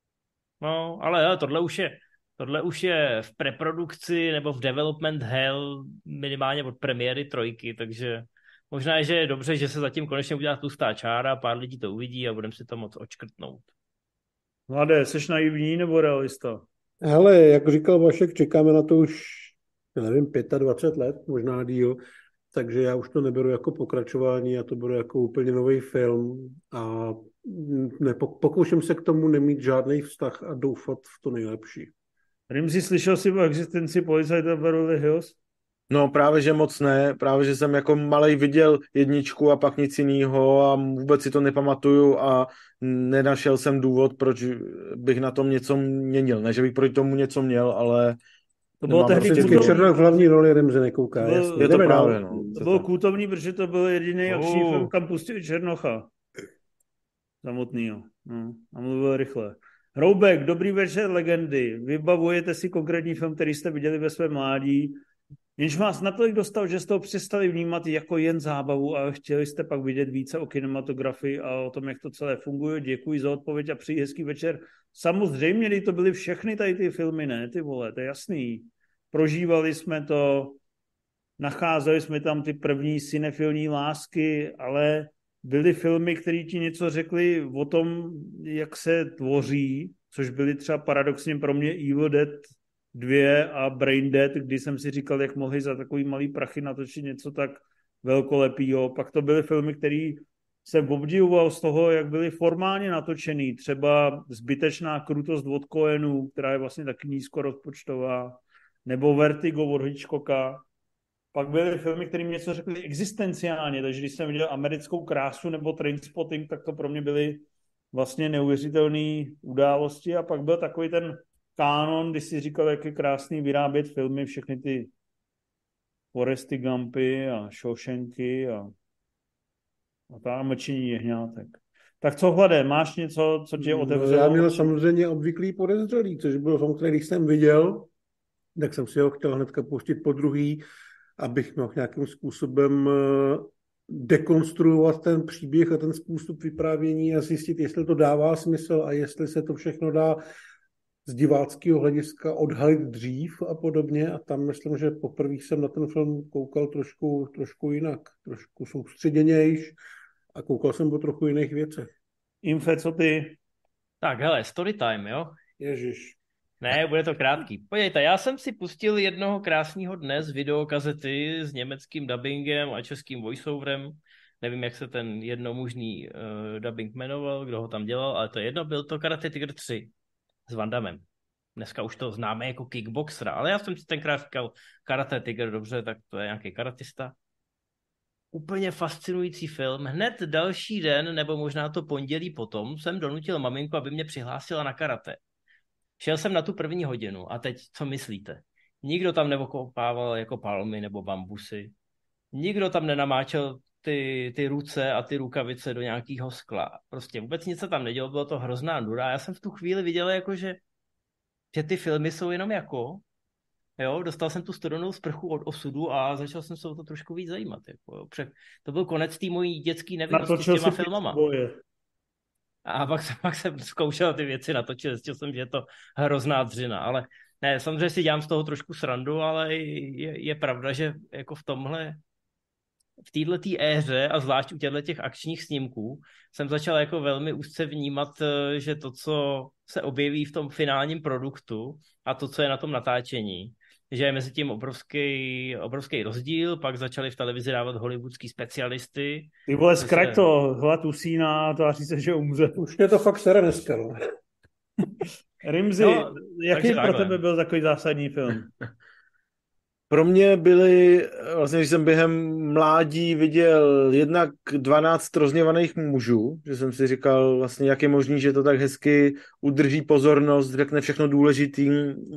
No, ale jo, tohle už je tohle už je v preprodukci nebo v development hell minimálně od premiéry trojky, takže možná, že je dobře, že se zatím konečně udělá tlustá čára, pár lidí to uvidí a budeme si to moc očkrtnout. Mladé, seš naivní nebo realista? Hele, jak říkal Vašek, čekáme na to už, nevím, dvacet pět let, možná díl, takže já už to neberu jako pokračování, já to beru jako úplně nový film a ne, pokouším se k tomu nemít žádný vztah a doufat v to nejlepší. Rimzi, slyšel jsi o existenci policajta Beverly Hills? No právě, že moc ne, právě, že jsem jako malej viděl jedničku a pak nic jiného a vůbec si to nepamatuju a nenašel jsem důvod, proč bych na tom něco měnil. Ne, že bych proti tomu něco měl, ale... To bylo tehdy vždycky Černoch v hlavní roli, Remze nekouká. Byl, jasně. Je to právě, no. To bylo kultovní, protože to byl jediný Oh. akční film, kam pustili Černocha. Samotnýho. No, a mluvil rychle. Hroubek, dobrý večer, legendy. Vybavujete si konkrétní film, který jste viděli ve svém mládí, jenž vás natolik dostal, že jste ho přestali vnímat jako jen zábavu a chtěli jste pak vidět více o kinematografii a o tom, jak to celé funguje. Děkuji za odpověď a přeji hezký večer. Samozřejmě, když to byly všechny tady ty filmy, ne, ty vole, to je jasný. Prožívali jsme to, nacházeli jsme tam ty první cinefilní lásky, ale byly filmy, které ti něco řekly o tom, jak se tvoří, což byly třeba paradoxně pro mě Evil Dead dva a Brain Dead, kdy jsem si říkal, jak mohli za takový malý prachy natočit něco tak velkolepýho. Pak to byly filmy, které jsem obdivoval z toho, jak byly formálně natočený. Třeba Zbytečná krutost od Coenů, která je vlastně taky nízkorozpočtová, nebo Vertigo od Hitchcocka. Pak byly filmy, které mi něco řekly existenciálně, takže když jsem viděl Americkou krásu nebo Trainspotting, tak to pro mě byly vlastně neuvěřitelné události. A pak byl takový ten kánon, když si říkal, jak je krásný vyrábět filmy, všechny ty Foresty Gumpy a Shawshanky a, a ta Mlčení jehňátek. Tak co, Hlade, máš něco, co tě otevřelo? No, já měl samozřejmě Obvyklý podezřelý, což byl film, který jsem viděl, tak jsem si ho chtěl hnedka pustit po druhý, abych mohl nějakým způsobem dekonstruovat ten příběh a ten způsob vyprávění a zjistit, jestli to dává smysl a jestli se to všechno dá z diváckého hlediska odhalit dřív a podobně. A tam myslím, že poprvé jsem na ten film koukal trošku, trošku jinak, trošku soustředěnějš a koukal jsem po trochu jiných věcech. Infe, co ty? Tak hele, story time, jo? Ježiš. Ne, bude to krátký. Podívejte, já jsem si pustil jednoho krásného dne z videokazety s německým dubbingem a českým voiceoverem. Nevím, jak se ten jednomužný uh, dubbing jmenoval, kdo ho tam dělal, ale to jedno, byl to Karate Tiger tři s Van Dammem. Dneska už to známe jako kickboxera, ale já jsem si tenkrát říkal Karate Tiger, dobře, tak to je nějaký karatista. Úplně fascinující film. Hned další den, nebo možná to pondělí potom, jsem donutil maminku, aby mě přihlásila na karate. Šel jsem na tu první hodinu a teď, co myslíte? Nikdo tam neokopával jako palmy nebo bambusy. Nikdo tam nenamáčel ty, ty ruce a ty rukavice do nějakého skla. Prostě vůbec nic se tam nedělo, bylo to hrozná nuda. A já jsem v tu chvíli viděl, jako, že, že ty filmy jsou jenom jako... Jo, dostal jsem tu studenou sprchu od osudu a začal jsem se o to trošku víc zajímat. Jako, jo. To byl konec té mojí dětské nevinnosti s těma filmama. Boje. A pak jsem, pak jsem zkoušel ty věci natočit, zjistil jsem, že je to hrozná dřina, ale ne, samozřejmě si dělám z toho trošku srandu, ale je, je pravda, že jako v tomhle, v této éře a zvlášť u těchto těch akčních snímků jsem začal jako velmi úzce vnímat, že to, co se objeví v tom finálním produktu a to, co je na tom natáčení, že je mezi tím obrovský, obrovský rozdíl, pak začali v televizi dávat hollywoodský specialisty. Ty vole, zkrať to, hlad usíná, tváří se, že umře. Už je to fakt sere dneska, no. Rimzi, no, jaký pro takhle. Tebe byl takový zásadní film? Pro mě byly, vlastně když jsem během mládí viděl jednak dvanáct rozněvaných mužů, že jsem si říkal vlastně, jak je možný, že to tak hezky udrží pozornost, řekne všechno důležitý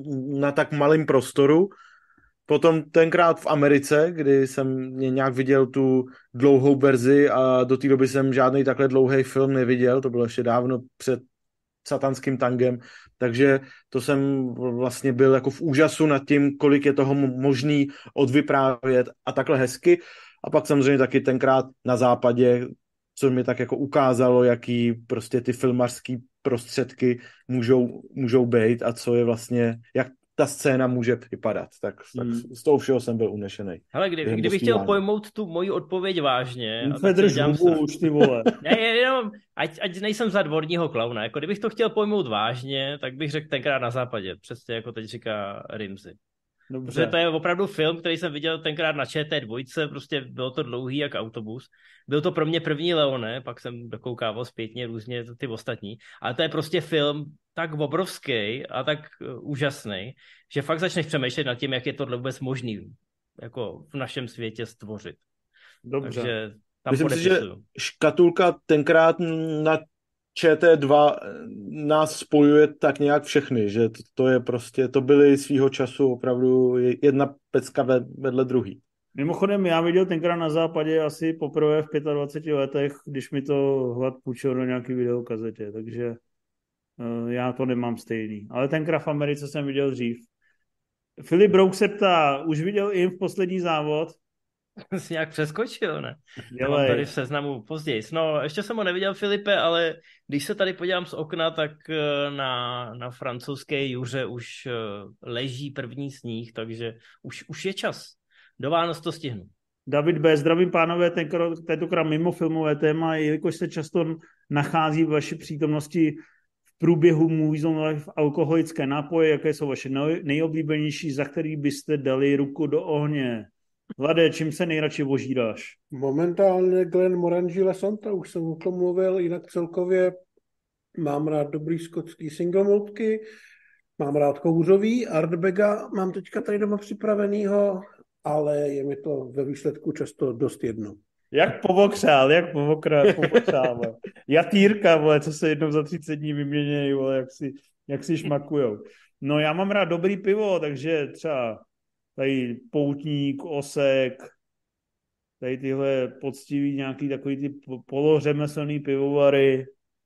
na tak malém prostoru. Potom tenkrát v Americe, kdy jsem nějak viděl tu dlouhou verzi a do té doby jsem žádný takhle dlouhý film neviděl, to bylo ještě dávno před Satanským tangem, takže to jsem vlastně byl jako v úžasu nad tím, kolik je toho možný odvyprávět a takhle hezky. A pak samozřejmě taky tenkrát na západě, co mi tak jako ukázalo, jaký prostě ty filmařský prostředky můžou, můžou být a co je vlastně, jak ta scéna může vypadat. Tak, tak Hmm. z toho všeho jsem byl unešený. Hele, kdy, Během kdybych chtěl dospívání. pojmout tu moji odpověď vážně... a tak Fedr si dělám žhubu srandu. už, ty vole. Ne, jenom, ať, ať nejsem za dvorního klauna. Jako kdybych to chtěl pojmout vážně, tak bych řekl tenkrát na západě. Přesně jako teď říká Rimzy. Protože Dobře. to je opravdu film, který jsem viděl tenkrát na Č T dva, prostě bylo to dlouhý jak autobus. Byl to pro mě první Leone, pak jsem dokoukával zpětně různě ty ostatní. Ale to je prostě film tak obrovský a tak uh, úžasný, že fakt začneš přemýšlet nad tím, jak je tohle vůbec možný jako v našem světě stvořit. Dobře. Takže tam Myslím si, že podepisuju. škatulka tenkrát na Č T dva nás spojuje tak nějak všechny, že to, to je prostě, to byly svýho času opravdu jedna pecka vedle druhý. Mimochodem, já viděl tenkrát na západě asi poprvé v dvaceti pěti letech, když mi to Hlad půjčil do nějaký videokazetě, takže uh, já to nemám stejný. Ale tenkrát v Americe jsem viděl dřív. Filip Brouk se ptá, už viděl i v poslední závod? Jsi nějak přeskočil, ne? Já mám Dělej. tady v seznamu později. No, ještě jsem ho neviděl, Filipe, ale když se tady podívám z okna, tak eh, na, na francouzské juře už eh, leží první sníh, takže už, už je čas. Do Vánoc to stihnu. David B. Zdravím pánové, tenkrát, tentokrát mimo filmové téma, jelikož se často nachází v vaší přítomnosti v průběhu Movies on Life alkoholické nápoje, jaké jsou vaše nej- nejoblíbenější, za který byste dali ruku do ohně? Vlade, čím se nejradši ožíráš? Momentálně Glen Morangi Santa, už jsem o tom mluvil, jinak celkově mám rád dobrý skotský single maltky, mám rád kouřový, Ardbega mám teďka tady doma připravenýho, ale je mi to ve výsledku často dost jedno. Jak povokřál, jak povokřál, povokřál, vole. Jatýrka, vole, co se jednou za třicet dní vyměnějí, vole, jak si, jak si šmakujou. No já mám rád dobrý pivo, takže třeba tady Poutník, Osek, tady tyhle poctivý nějaký takový ty polořemeslný pivovary,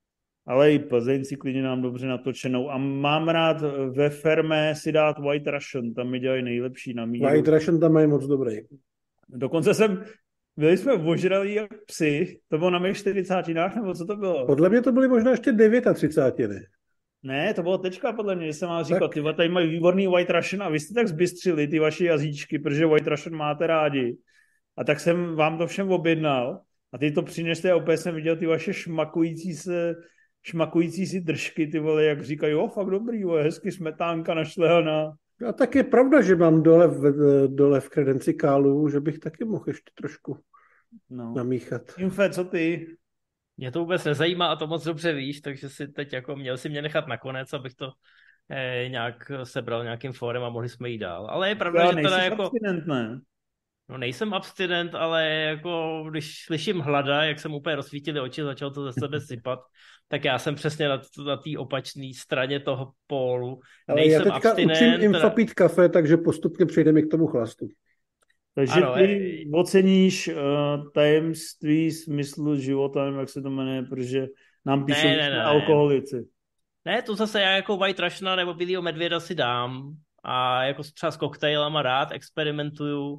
ale i Plzeň si klidně nám dobře natočenou. A mám rád ve Ferme si dát White Russian, tam mi dělají nejlepší na míru. White Russian tam mají moc dobrý. Dokonce jsem, byli jsme ožralí jak psi, to bylo na mých čtyřicátinách, nebo co to bylo? Podle mě to byly možná ještě třicátiny devět. Ne, to bylo tečka podle mě, že jsem vám říkal, Tak. ty tady mají výborný White Russian a vy jste tak zbystřili ty vaše jazyčky, protože White Russian máte rádi. A tak jsem vám to všem objednal a ty to přineste a opět jsem viděl ty vaše šmakující se, šmakující si držky, ty vole, jak říkají, jo, fakt dobrý, vole, hezky smetánka našlehaná. A tak je pravda, že mám dole v, dole v kredencikálu, že bych taky mohl ještě trošku No. namíchat. Infe, co ty? Mě to vůbec nezajímá a to moc dobře víš, takže si teď jako měl si mě nechat nakonec, abych to eh, nějak sebral nějakým fórem a mohli jsme jít dál. Ale je pravda, Já že teda nejsi jako... abstinent, ne? No nejsem abstinent, ale jako když slyším hlada, jak jsem úplně rozsvítili oči, začal to ze sebe sypat, tak já jsem přesně na, na té opačné straně toho pólu. Ale Nejsem já teďka abstinent. učím Infa pít kafe, takže postupně přejdeme k tomu chlastu. Takže Ano, ty je- oceníš uh, tajemství smyslu života, nevím, jak se to jmenuje, protože nám píšou, Ne, že ne, jsme ne. alkoholici. Ne, to zase já jako White Russiana nebo Bílýho medvěda si dám a jako třeba s koktejlama rád experimentuju,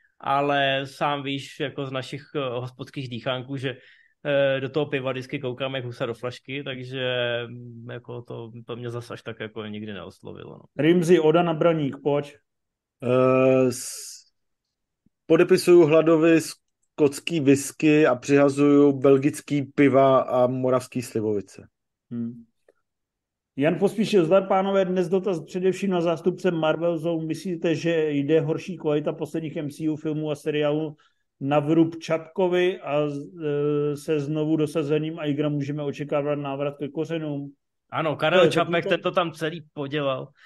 ale sám víš jako z našich uh, hospodských dýchánků, že uh, do toho piva vždycky koukám jak husa do flašky, takže um, jako to, to mě zase až tak jako nikdy neoslovilo. No. Rimzi, Oda na Braník, pojď. Uh, podepisuju hladovi skotský whisky a přihazuju belgický piva a moravský slivovice. Hmm. Jan Pospíšil, zdar pánové, dnes dotaz především na zástupce Marvel Zone. Myslíte, že jde horší kvalita posledních M C U filmů a seriálů na vrub Čapkovi a e, se znovu dosazením Aigra můžeme očekávat návrat ke kořenům? Ano, Karel To je Čapek, takový to- ten to tam celý podělal.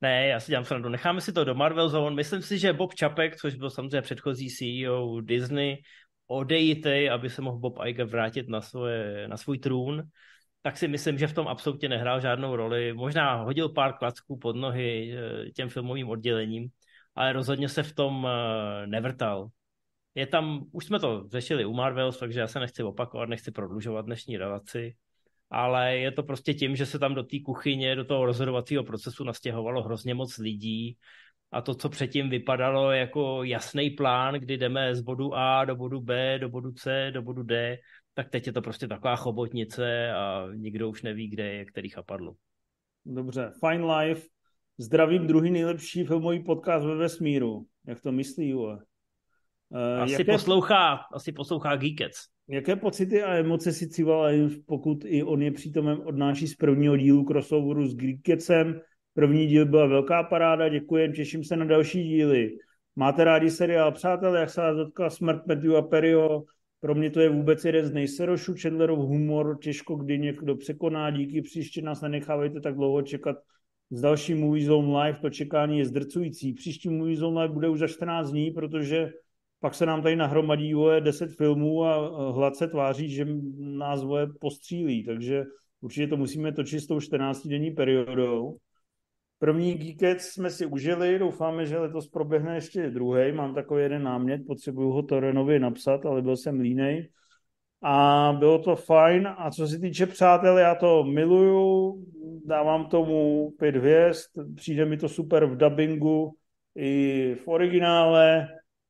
Ne, já si dělám srandu. Necháme si to do Marvel Zone. Myslím si, že Bob Chapek, což byl samozřejmě předchozí C E O Disney, odejítej, aby se mohl Bob Iger vrátit na, svoje, na svůj trůn, tak si myslím, že v tom absolutně nehrál žádnou roli. Možná hodil pár klacků pod nohy těm filmovým oddělením, ale rozhodně se v tom nevrtal. Je tam, už jsme to řešili u Marvels, takže já se nechci opakovat, nechci prodlužovat dnešní relaci, ale je to prostě tím, že se tam do té kuchyně, do toho rozhodovacího procesu nastěhovalo hrozně moc lidí a to, co předtím vypadalo jako jasný plán, kdy jdeme z bodu A do bodu B, do bodu C, do bodu D, tak teď je to prostě taková chobotnice a nikdo už neví, kde je který chapadlo. Dobře, Fine Life, zdravím, druhý nejlepší filmový podcast ve vesmíru. Jak to myslí, Jule? Uh, asi, jaké, poslouchá, asi poslouchá Geekec. Jaké pocity a emoce si Cival, pokud i on je přítomen, odnáší z prvního dílu crossoveru s Geekecem? První díl byla velká paráda, děkujem, těším se na další díly. Máte rádi seriál Přátelé, jak se vás dotkla smrt Matthewa Perryho? Pro mě to je vůbec jeden z nejserošů. Chandlerův humor těžko kdy někdo překoná, díky, příště nás nenechávejte tak dlouho čekat s další Movie Zone Live, to čekání je zdrcující. Příští Movie Zone Live bude už za čtrnáct dní, protože pak se nám tady nahromadí voje deset filmů a hlad se tváří, že nás voje postřílí, takže určitě to musíme točit s tou čtrnáctidenní periodou. První Geekec jsme si užili, doufáme, že letos proběhne ještě druhý. Mám takový jeden námět, potřebuju ho Torenovi napsat, ale byl jsem línej. A bylo to fajn. A co se týče Přátel, já to miluju, dávám tomu pět hvězd, přijde mi to super v dabingu i v originále.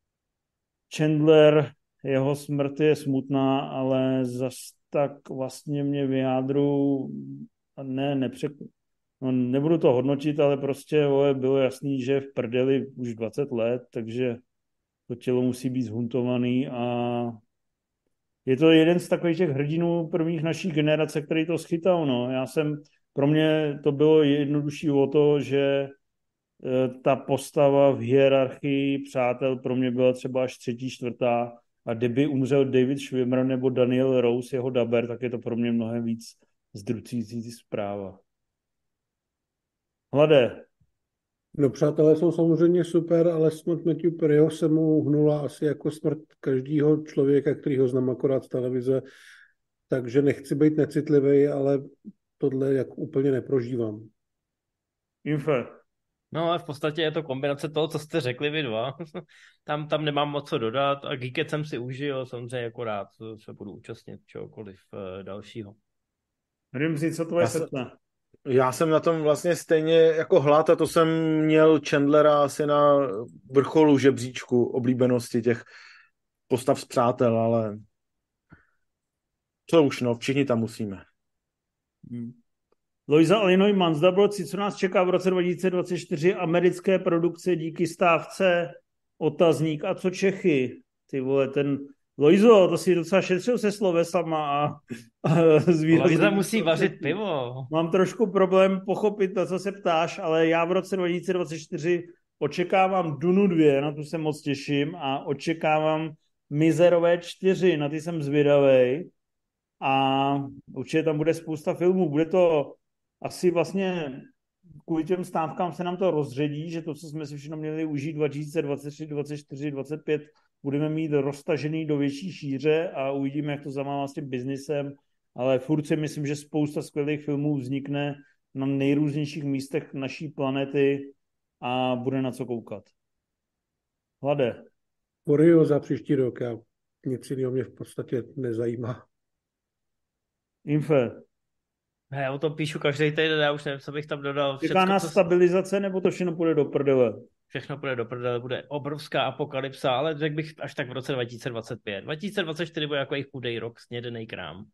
Chandler, jeho smrt je smutná, ale zas tak vlastně mě v jádru ne, nepřekvapí. No, nebudu to hodnotit, ale prostě oje, bylo jasný, že je v prdeli už dvacet let, takže to tělo musí být zhuntovaný a je to jeden z takových těch hrdinů prvních naší generace, který to schytal. No. Já jsem, pro mě to bylo jednodušší o to, že ta postava v hierarchii Přátel pro mě byla třeba až třetí, čtvrtá a kdyby umřel David Schwimmer nebo Daniel Rose, jeho daber, tak je to pro mě mnohem víc zdrucující zpráva. Hlade. No Přátelé jsou samozřejmě super, ale smrt Matthew Perryho se mu hnula asi jako smrt každého člověka, který ho znám akorát z televize, takže nechci být necitlivý, ale tohle jak úplně neprožívám. Infe. No ale v podstatě je to kombinace toho, co jste řekli vy dva. tam, tam nemám moc co dodat a Geekec jsem si užil, samozřejmě jako rád se budu účastnit čehokoliv uh, dalšího. Rimzi, co tvoje srdce? Já jsem na tom vlastně stejně jako Hlad a to jsem měl Chandlera asi na vrcholu žebříčku oblíbenosti těch postav z Přátel, ale co už, no, všichni tam musíme. Hmm. Loisa Illinois Mansdabroci, co nás čeká v roce dva tisíce dvacet čtyři, americké produkce díky stávce, otazník a co Čechy? Ty vole, ten Loizo, to si docela šetřil se slovesama a, a zvířat. Loiza musí vařit pivo. Mám trošku problém pochopit, na co se ptáš, ale já v roce dva tisíce dvacet čtyři očekávám Dunu dva, na tu se moc těším, a očekávám Mizerové čtyři, na ty jsem zvědavej. A určitě tam bude spousta filmů. Bude to asi vlastně kvůli těm stávkám se nám to rozředí, že to, co jsme si všechno měli užít dva tisíce dvacet tři, dvacet čtyři, dvacet pět, budeme mít roztažený do větší šíře a uvidíme, jak to zamává s tím biznisem, ale furt si myslím, že spousta skvělých filmů vznikne na nejrůznějších místech naší planety a bude na co koukat. Hlade. Oreo za příští rok, já nic jiného mě v podstatě nezajímá. Infe. Já o tom píšu každý týden, já už nevím, co bych tam dodal. Čeká nás stabilizace, nebo to všechno půjde do prdele? Všechno půjde do prdele, bude obrovská apokalypsa, ale řekl bych až tak v roce dva tisíce dvacet pět. dva tisíce dvacet čtyři bude jako jejich chudej rok, snědenej krám.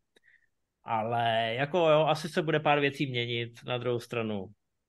Ale jako jo, asi se bude pár věcí měnit na druhou stranu.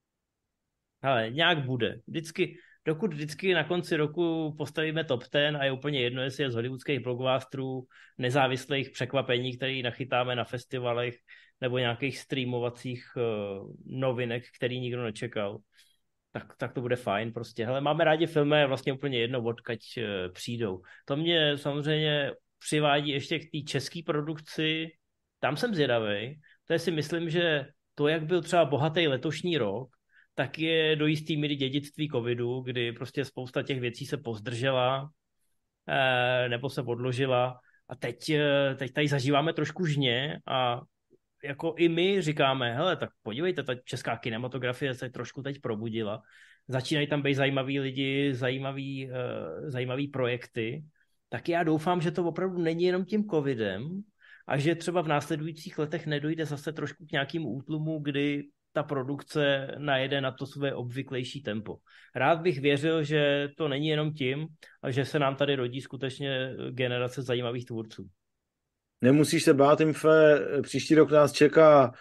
Ale nějak bude. Vždycky, dokud vždycky na konci roku postavíme top deset a je úplně jedno, jestli je z hollywoodských blockbusterů, nezávislých překvapení, které nachytáme na festivalech, nebo nějakých streamovacích uh, novinek, který nikdo nečekal, tak, tak to bude fajn prostě. Hele, máme rádi filmy, je vlastně úplně jedno, odkaď uh, přijdou. To mě samozřejmě přivádí ještě k té české produkci. Tam jsem zvědavej. To si myslím, že to, jak byl třeba bohatý letošní rok, tak je do jistý míry dědictví covidu, kdy prostě spousta těch věcí se pozdržela eh, nebo se odložila a teď, eh, teď tady zažíváme trošku žně a jako i my říkáme, hele, tak podívejte, ta česká kinematografie se trošku teď probudila. Začínají tam být zajímaví lidi, zajímavý, uh, zajímavý projekty. Tak já doufám, že to opravdu není jenom tím covidem a že třeba v následujících letech nedojde zase trošku k nějakému útlumu, kdy ta produkce najede na to své obvyklejší tempo. Rád bych věřil, že to není jenom tím, a že se nám tady rodí skutečně generace zajímavých tvůrců. Nemusíš se bát, Imfe, příští rok nás čeká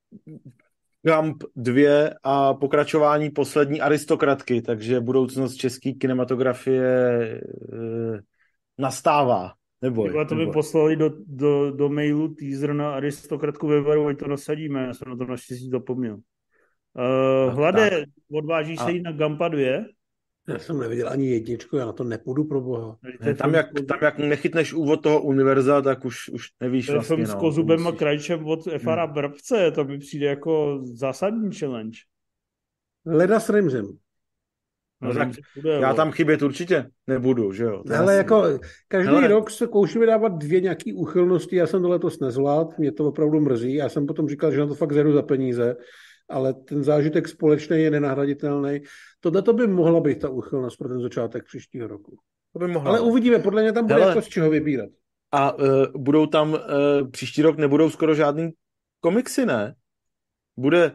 Gump dva a pokračování poslední aristokratky, takže budoucnost české kinematografie e, nastává. Neboj, Tyba, to by neboj. poslali do, do, do mailu teaser na aristokratku ve Varu, ať to nasadíme, já jsem na to naštěstí zapomněl. Uh, Hlade, tak. odvážíš A- se jít na Gumpa dva? Já jsem neviděl ani jedničku, já na to nepůjdu, pro boha. Ne, tam, jak, tam jak nechytneš úvod toho univerza, tak už, už nevíš To je vlastně. film s no, Kozubem a musíš- Krajčem od F R a Hmm. Brabce, to mi přijde jako zásadní challenge. Leda s Rimzem. No No, tak tak bude, Já vole. tam chybět určitě nebudu, že jo. To je Ale jasný. jako každý Hele. rok se koušíme dávat dvě nějaký úchylnosti, já jsem to letos nezvládl, mě to opravdu mrzí, já jsem potom říkal, že na to fakt zjedu za peníze, ale ten zážitek společný je nenahraditelný. Tohle to by mohla být ta úchylnost pro ten začátek příštího roku. To by mohla. Ale uvidíme, podle mě tam bude Hele. jako z čeho vybírat. A uh, budou tam, uh, příští rok nebudou skoro žádný komiksy, ne? Bude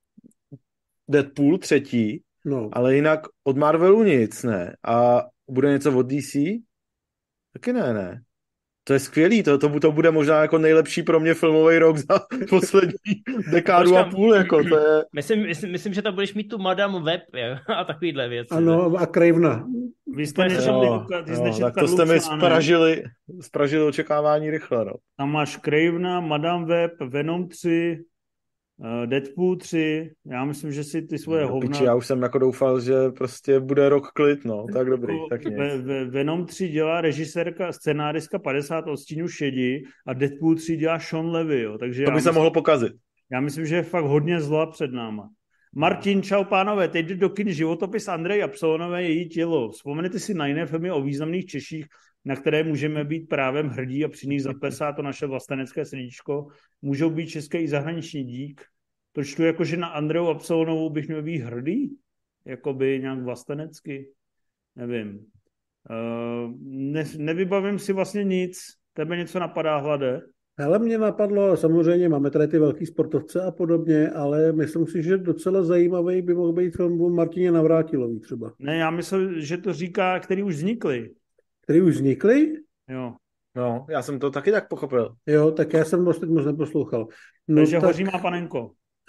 Deadpool třetí, No. ale jinak od Marvelu nic, ne? A bude něco od D C? Taky ne, ne. To je skvělý, to, to, to bude možná jako nejlepší pro mě filmový rok za poslední dekádu Počkám. a půl, jako to je... Myslím, myslím, myslím, že tam budeš mít tu Madame Web jo, a takovýhle věci. Ano, a Cravena. Vy jste Úplně nečetli, Jo, Luka, ty jsi jo, nečetl tak to Karlu jste mi článek. spražili, spražili očekávání rychle, no. Tam máš Cravena, Madame Web, Venom tři, uh, Deadpool tři. Já myslím, že si ty svoje Do hovna... piči, já už jsem jako doufal, že prostě bude rok klid, no, tak dobrý, Jako tak nic. ve, ve, Venom tři dělá režisérka, scenáristka padesát odstínů šedi a Deadpool tři dělá Sean Levy, jo. Takže To já, by se myslím, mohlo pokazit. já myslím, že je fakt hodně zla před náma. Martin, čau pánové, teď jde do kin životopis Andrej Absolonové Její tělo. Vzpomenete si na jiné filmy o významných Češích, na které můžeme být právem hrdí a při nich zaplesá to naše vlastenecké srdíčko. Můžou být české i zahraniční dík. To čtu jako, že na Andreu Absolonovou bych měl být hrdý? Jakoby nějak vlastenecky? Nevím. Uh, ne, nevybavím si vlastně nic. Tebe něco napadá, Hlade? Hele, mě napadlo, samozřejmě máme tady ty velký sportovce a podobně, ale myslím si, že docela zajímavý by mohl být film o Martině Navrátilový třeba. Ne, já myslím, že to říká, který už vznikly. Který už vznikly? Jo. No, já jsem to taky tak pochopil. Jo, tak já jsem vlastně moc neposlouchal. No, Takže tak, hoří má panenko.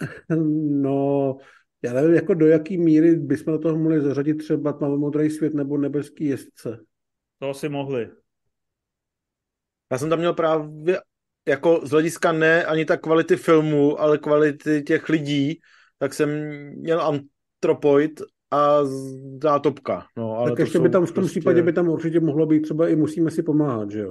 no, já nevím, jako do jaký míry bychom do toho mohli zařadit třeba Tmavomodrý svět nebo Nebeský jezdce. To si mohli. Já jsem tam měl právě jako z hlediska ne ani tak kvality filmu, ale kvality těch lidí, tak jsem měl Antropoid a Zátopka. No, ale Tak to ještě jsou by tam v tom prostě... případě by tam určitě mohlo být třeba i Musíme si pomáhat, že jo?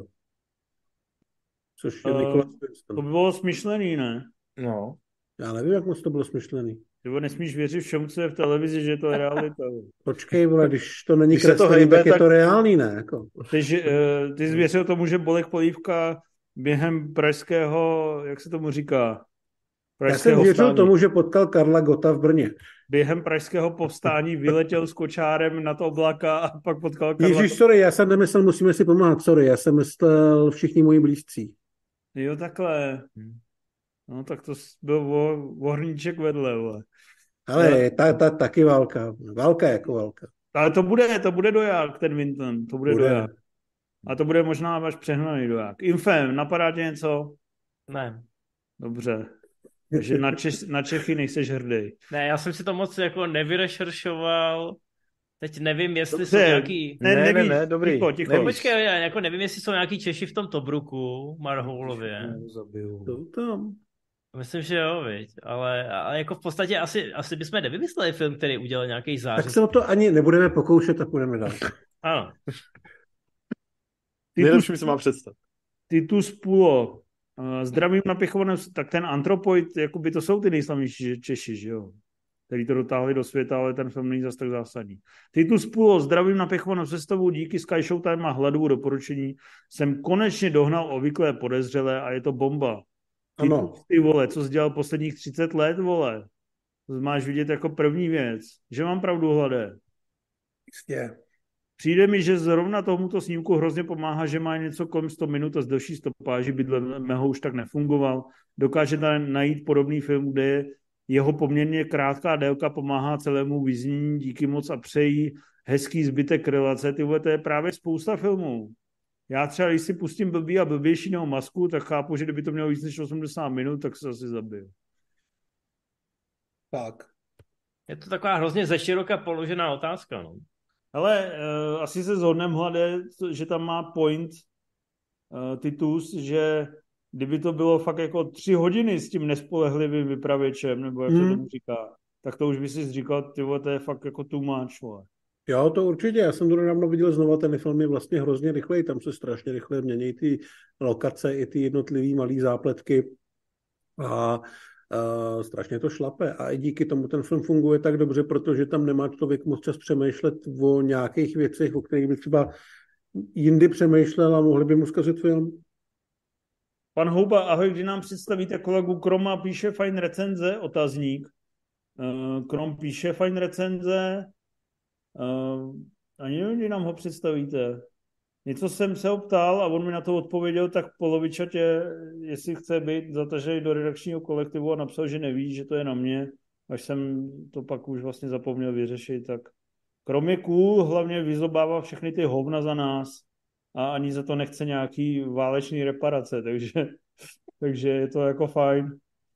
Což je Eh, Nicholas To Winston. by bylo smyšlený, ne? No. Já nevím, jak moc to bylo smyšlený. Ty nesmíš věřit všemu, co je v televizi, že to je realita. Počkej, vole, když to není Když se to kreslený, hejbe, tak je tak- to reálný, ne? Jako. Ty, že, eh, ty jsi věřil tomu, že Bolek Polívka během pražského, jak se tomu říká? Já Pražského jsem věřil povstání. tomu, že potkal Karla Gota v Brně. Během pražského povstání vyletěl s kočárem nad oblaka a pak potkal Karla. Ježíš, sorry, já jsem nemyslel, musíme si pomáhat, sorry, já jsem myslel všichni moji blízcí. Jo, takhle. No tak to s- byl vo, vohrníček vedle, vole. Ale ta, ta, taky válka. Válka jako válka. Ale to bude, to bude doják, ten Vinton, to bude, Bude. doják. A to bude možná až přehnaný doják. Infem, napadá tě něco? Ne. Dobře. Takže na, Češ, na Čechy nejseš hrdý. Ne, já jsem si to moc jako nevyrešeršoval. Teď nevím, jestli Dobře. jsou nějaký... Ne, ne, nevíš. ne, dobrý. Ticho, ticho. Nevíš. Počkej, já jako nevím, jestli jsou nějaký Češi v tom Tobruku, Marhoulově. To tam. Myslím, že jo, viď. Ale, ale jako v podstatě asi, asi bychom nevymysleli film, který udělal nějaký Tak zářez. se o to ani nebudeme pokoušet a půjdeme dál. Ano. Nejlepší mi se má představit. Titus Pulo. Uh, zdravím napěchované, tak ten Antropoid, jakoby to jsou ty nejslavnější Češi, že jo? který to dotáhli do světa, ale ten film není zas tak zásadní. Titus Pulo, zdravím napěchovanou sestavu, díky Sky Showtime a hladu doporučení. Jsem konečně dohnal obvyklé podezřelé a je to bomba. Ano. Titus, ty vole, co jsi dělal posledních třicet let, vole. To máš vidět jako první věc. Že mám pravdu, hlade. Jistě. Přijde mi, že zrovna tomuto snímku hrozně pomáhá, že má něco kolem sto minut a z delší stopáži by dle mého už tak nefungoval. Dokáže tam najít podobný film, kde je jeho poměrně krátká délka pomáhá celému vyznění, díky moc a přejí hezký zbytek relace. Tyhle, to je právě spousta filmů. Já třeba, když si pustím blbý a blbější nebo Masku, tak chápu, že kdyby to mělo víc než osmdesát minut, tak se asi zabiju. Tak. Je to taková hrozně zeširoka položená otázka, no. Ale uh, asi se shodneme, Hlade, že tam má point uh, Titus, že kdyby to bylo fakt jako tři hodiny s tím nespolehlivým vypravěčem, nebo jak hmm. se tomu říká, tak to už by si říkal, tyvo, to je fakt jako too much, vole. Jo, to určitě. Já jsem to nedávno viděl znova, ten film je vlastně hrozně rychlej, tam se strašně rychle mění ty lokace i ty jednotlivý malý zápletky a Uh, strašně to šlape a i díky tomu ten film funguje tak dobře, protože tam nemá člověk moc čas přemýšlet o nějakých věcech, o kterých by třeba jindy přemýšlel a mohli by mu zkazit film. Pan Houba, ahoj, kdy nám představíte kolegu Kroma, píše fajn recenze, otazník. Uh, Krom píše fajn recenze, uh, ani nevím, kdy nám ho představíte. Něco jsem se ho ptal a on mi na to odpověděl tak polovičatě, jestli chce být zatažený do redakčního kolektivu a napsal, že neví, že to je na mě, až jsem to pak už vlastně zapomněl vyřešit. Tak kromě cool hlavně vyzobává všechny ty hovna za nás a ani za to nechce nějaký válečný reparace, takže, takže je to jako fajn.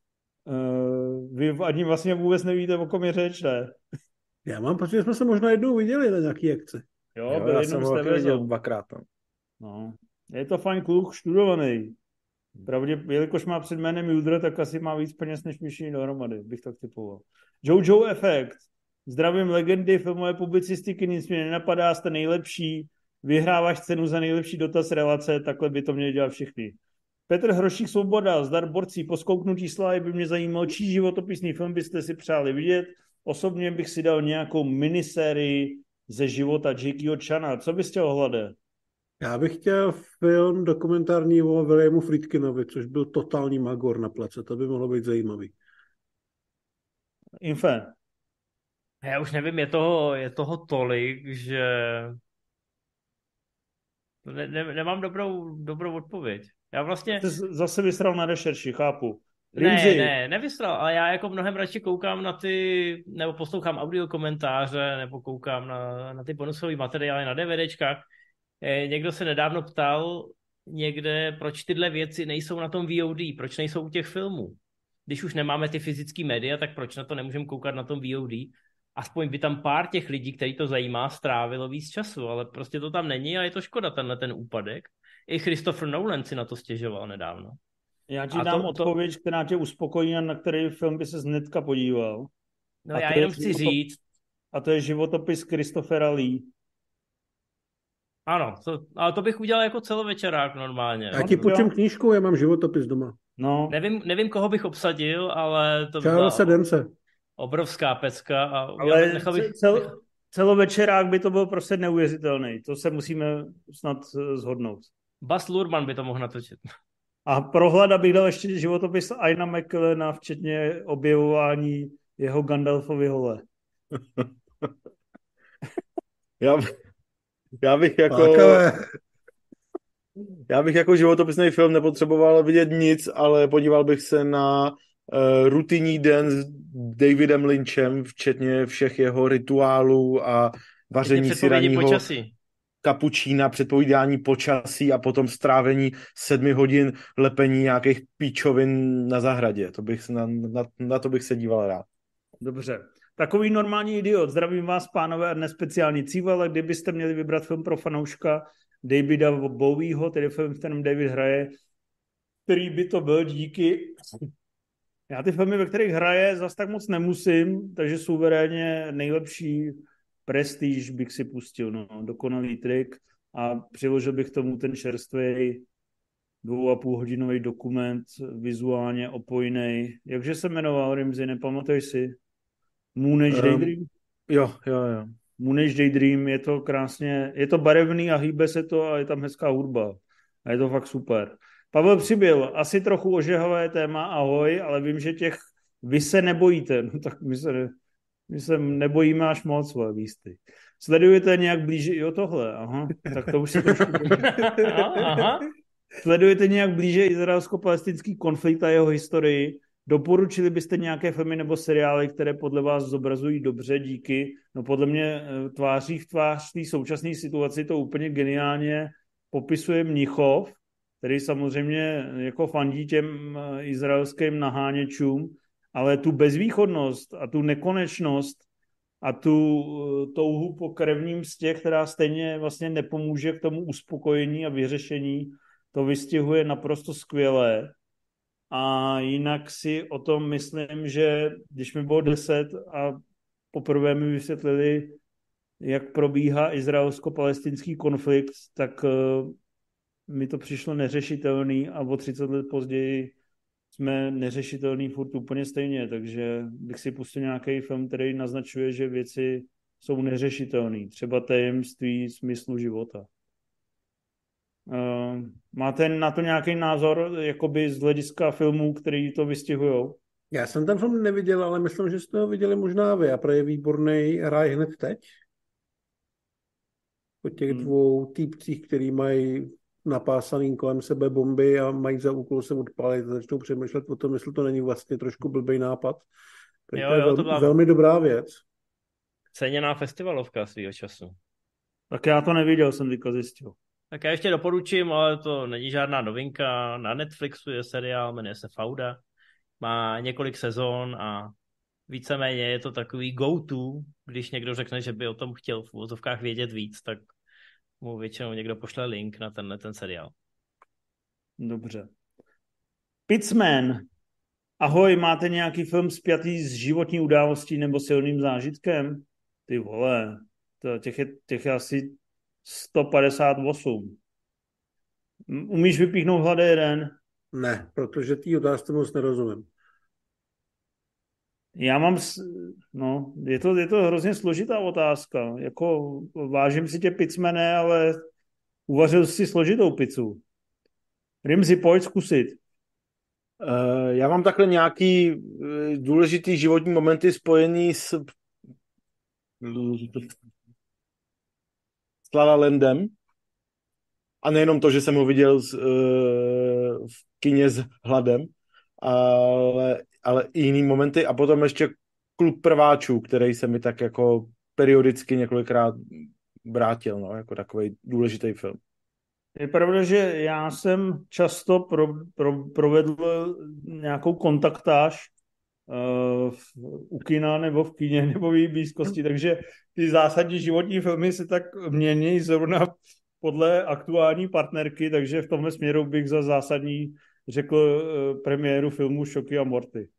Uh, vy ani vlastně vůbec nevíte, o kom je řeč, ne? Já mám pocit, že jsme se možná jednou viděli na nějaký akci. Jo, jo já jsem ho taky viděl dvakrát. No. No. Je to fajn kluk, študovaný. Pravdě, jelikož má před jménem Judra, tak asi má víc peněz než Myšení dohromady, bych tak typoval. Jojo Effect. Zdravím legendy filmové publicistiky, nic mě nenapadá, jste nejlepší, vyhráváš cenu za nejlepší dotaz relace, takhle by to měli dělat všichni. Petr Hrošík Svoboda, zdar borcí, po zkouknutí slávy by mě zajímal, čí životopisný film byste si přáli vidět. Osobně bych si dal nějakou minisérii ze života Jakeyho Chana. Co bys chtěl, Hlade? Já bych chtěl film dokumentární o Williamu Friedkinovi, což byl totální magor na place. To by mohlo být zajímavý. Infe. Já už nevím, je toho, je toho tolik, že ne, ne, nemám dobrou, dobrou odpověď. Já vlastně... Ty zase vysral na rešerši, chápu. Rimzi. Ne, ne, nevysral, ale já jako mnohem radši koukám na ty, nebo poslouchám audio komentáře, nebo koukám na, na ty bonusové materiály na DVDčkách. Eh, někdo se nedávno ptal někde, proč tyhle věci nejsou na tom V O D, proč nejsou u těch filmů. Když už nemáme ty fyzické média, tak proč na to nemůžeme koukat na tom V O D? Aspoň by tam pár těch lidí, který to zajímá, strávilo víc času, ale prostě to tam není a je to škoda, tenhle ten úpadek. I Christopher Nolan si na to stěžoval nedávno. Já ti a dám to, odpověď, to... která tě uspokojí a na který film by se hnedka podíval. No a já jenom chci životop... říct. A to je životopis Christophera Lee. Ano, to, ale to bych udělal jako celovečerák normálně. Já ti půjčím knížku, já mám životopis doma. No. Nevím, nevím, koho bych obsadil, ale to Charlesa Dance. Obrovská pecka. A ale nechal bych... cel, celovečerák by to byl prostě neuvěřitelný. To se musíme snad shodnout. Baz Luhrmann by to mohl natočit. A pro Hlada bych dal ještě životopis Aina McKellena, včetně objevování jeho Gandalfovy hole. já, já bych jako... Pákavé. Já bych jako životopisný film nepotřeboval vidět nic, ale podíval bych se na uh, rutinní den s Davidem Lynchem, včetně všech jeho rituálů a vaření si ranního kapučína, předpovídání počasí a potom strávení sedmi hodin lepení nějakých píčovin na zahradě. To bych, na, na, na to bych se díval rád. Dobře. Takový normální idiot. Zdravím vás, pánové, a dnes speciální cíval, kdybyste měli vybrat film pro fanouška Davida Bowieho, tedy film, v kterém David hraje, který by to byl díky... Já ty filmy, ve kterých hraje, zas tak moc nemusím, takže suverénně nejlepší Prestige bych si pustil, no, dokonalý trik a přiložil bych tomu ten čerstvý dvou a půl hodinový dokument, vizuálně opojnej. Jakže se jmenoval, Rimzi, nepamatuješ si? Moonage Um, Daydream? Jo, jo, jo. Moonage Daydream, je to krásně, je to barevný a hýbe se to a je tam hezká hudba. A je to fakt super. Pavel Přibyl, asi trochu ožehavé téma, ahoj, ale vím, že těch vy se nebojíte. No tak my se, ne, my se nebojíme až moc, svoje výsty. Sledujete nějak blíže i o tohle? Aha, tak to už se trošku... Aha. Sledujete nějak blíže izraelsko-palestinský konflikt a jeho historii? Doporučili byste nějaké filmy nebo seriály, které podle vás zobrazují dobře, díky? No podle mě tváří v tvář té současné situaci to úplně geniálně popisuje Mnichov, který samozřejmě jako fandí těm izraelským naháněčům, ale tu bezvýchodnost a tu nekonečnost a tu touhu po krevním mstě, která stejně vlastně nepomůže k tomu uspokojení a vyřešení, to vystihuje naprosto skvěle. A jinak si o tom myslím, že když mi bylo deset a poprvé mi vysvětlili, jak probíhá izraelsko-palestinský konflikt, tak uh, mi to přišlo neřešitelný a o třicet let později jsme neřešitelný furt úplně stejně, takže bych si pustil nějaký film, který naznačuje, že věci jsou neřešitelné. Třeba Tajemství smyslu života. Uh, máte na to nějaký názor, jakoby z hlediska filmů, který to vystihujou? Já jsem ten film neviděl, ale myslím, že jste ho viděli možná vy a je výborný Ráj hned teď. O těch Hmm. dvou týpcích, který mají napásaný kolem sebe bomby a mají za úkol se odpálit a začnou přemýšlet o tom, jestli to není vlastně trošku blbej nápad. Tak Jo, to je jo, vel, to byla velmi dobrá věc. ceněná festivalovka svýho času. Tak já to neviděl, jsem teďka zjistil. Tak já ještě doporučím, ale to není žádná novinka. Na Netflixu je seriál, jmenuje se Fauda. Má několik sezon a víceméně je to takový go-to, když někdo řekne, že by o tom chtěl v uvozovkách vědět víc, tak mu většinou někdo pošle link na tenhle ten seriál. Dobře. Pitsman. Ahoj, máte nějaký film spjatý s životní událostí nebo silným zážitkem? Ty vole, to, těch, je, těch je asi sto padesát osm. Umíš vypíchnout hlade jeden? Ne, protože té otázce moc nerozumím. Já mám, no, je to, je to hrozně složitá otázka. Jako vážím si tě, Pitsmane, ale uvařil jsi složitou pizzu. Rimzi, pojď zkusit. Uh, já mám takhle nějaký uh, důležitý životní momenty spojený s s La La Landem. A nejenom to, že jsem ho viděl z, uh, v kině s Hladem, ale, ale i jiný momenty. A potom ještě Klub prváčů, který se mi tak jako periodicky několikrát vrátil, no, jako takový důležitý film. Je pravda, že já jsem často pro, pro, provedl nějakou kontaktáž uh, v, u kina nebo v kině nebo v její blízkosti, takže ty zásadní životní filmy se tak mění zrovna podle aktuální partnerky, takže v tomhle směru bych za zásadní řekl uh, premiéru filmu Šoky a Morty.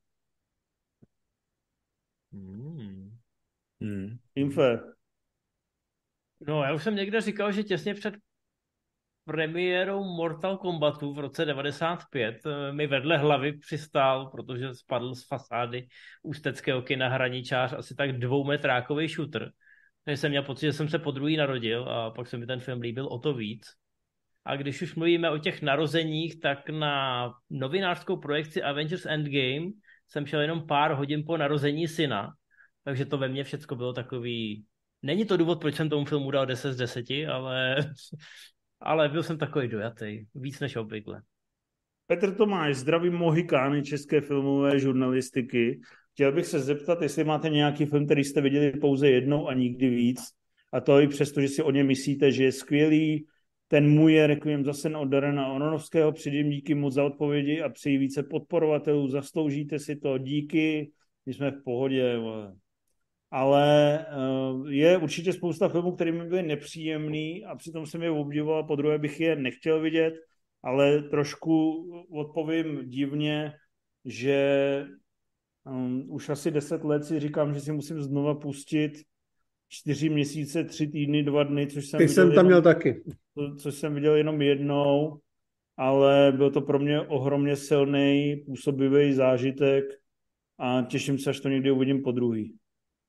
Hmm. Hmm. Infe. No, já už jsem někde říkal, že těsně před premiérou Mortal Kombatu v roce devadesát pět mi vedle hlavy přistál, protože spadl z fasády ústeckého kina Hraničář asi tak dvoumetrákový šutr. Takže jsem měl pocit, že jsem se podruhý narodil a pak se mi ten film líbil o to víc. A když už mluvíme o těch narozeních, tak na novinářskou projekci Avengers Endgame jsem šel jenom pár hodin po narození syna. Takže to ve mně všecko bylo takový... Není to důvod, proč jsem tomu filmu dal deset z deseti, ale... ale byl jsem takový dojatý. Víc než obvykle. Petr Tomáš, zdravím Mohikány české filmové žurnalistiky. Chtěl bych se zeptat, jestli máte nějaký film, který jste viděli pouze jednou a nikdy víc. A to i přesto, že si o něm myslíte, že je skvělý. Ten můj je Requiem za sen od Darrena Aronofského. Předím díky moc za odpovědi a přeji více podporovatelů. Zasloužíte si to. Díky. My jsme v pohodě. Ale uh, je určitě spousta filmů, které mi byly nepříjemný a přitom jsem je obdivoval. Po druhé bych je nechtěl vidět, ale trošku odpovím divně, že um, už asi deset let si říkám, že si musím znova pustit čtyři měsíce, tři týdny, dva dny, což jsem, Ty viděl, jsem tam jenom, měl taky. což jsem viděl jenom jednou, ale byl to pro mě ohromně silný, působivý zážitek a těším se, až to někdy uvidím po druhý.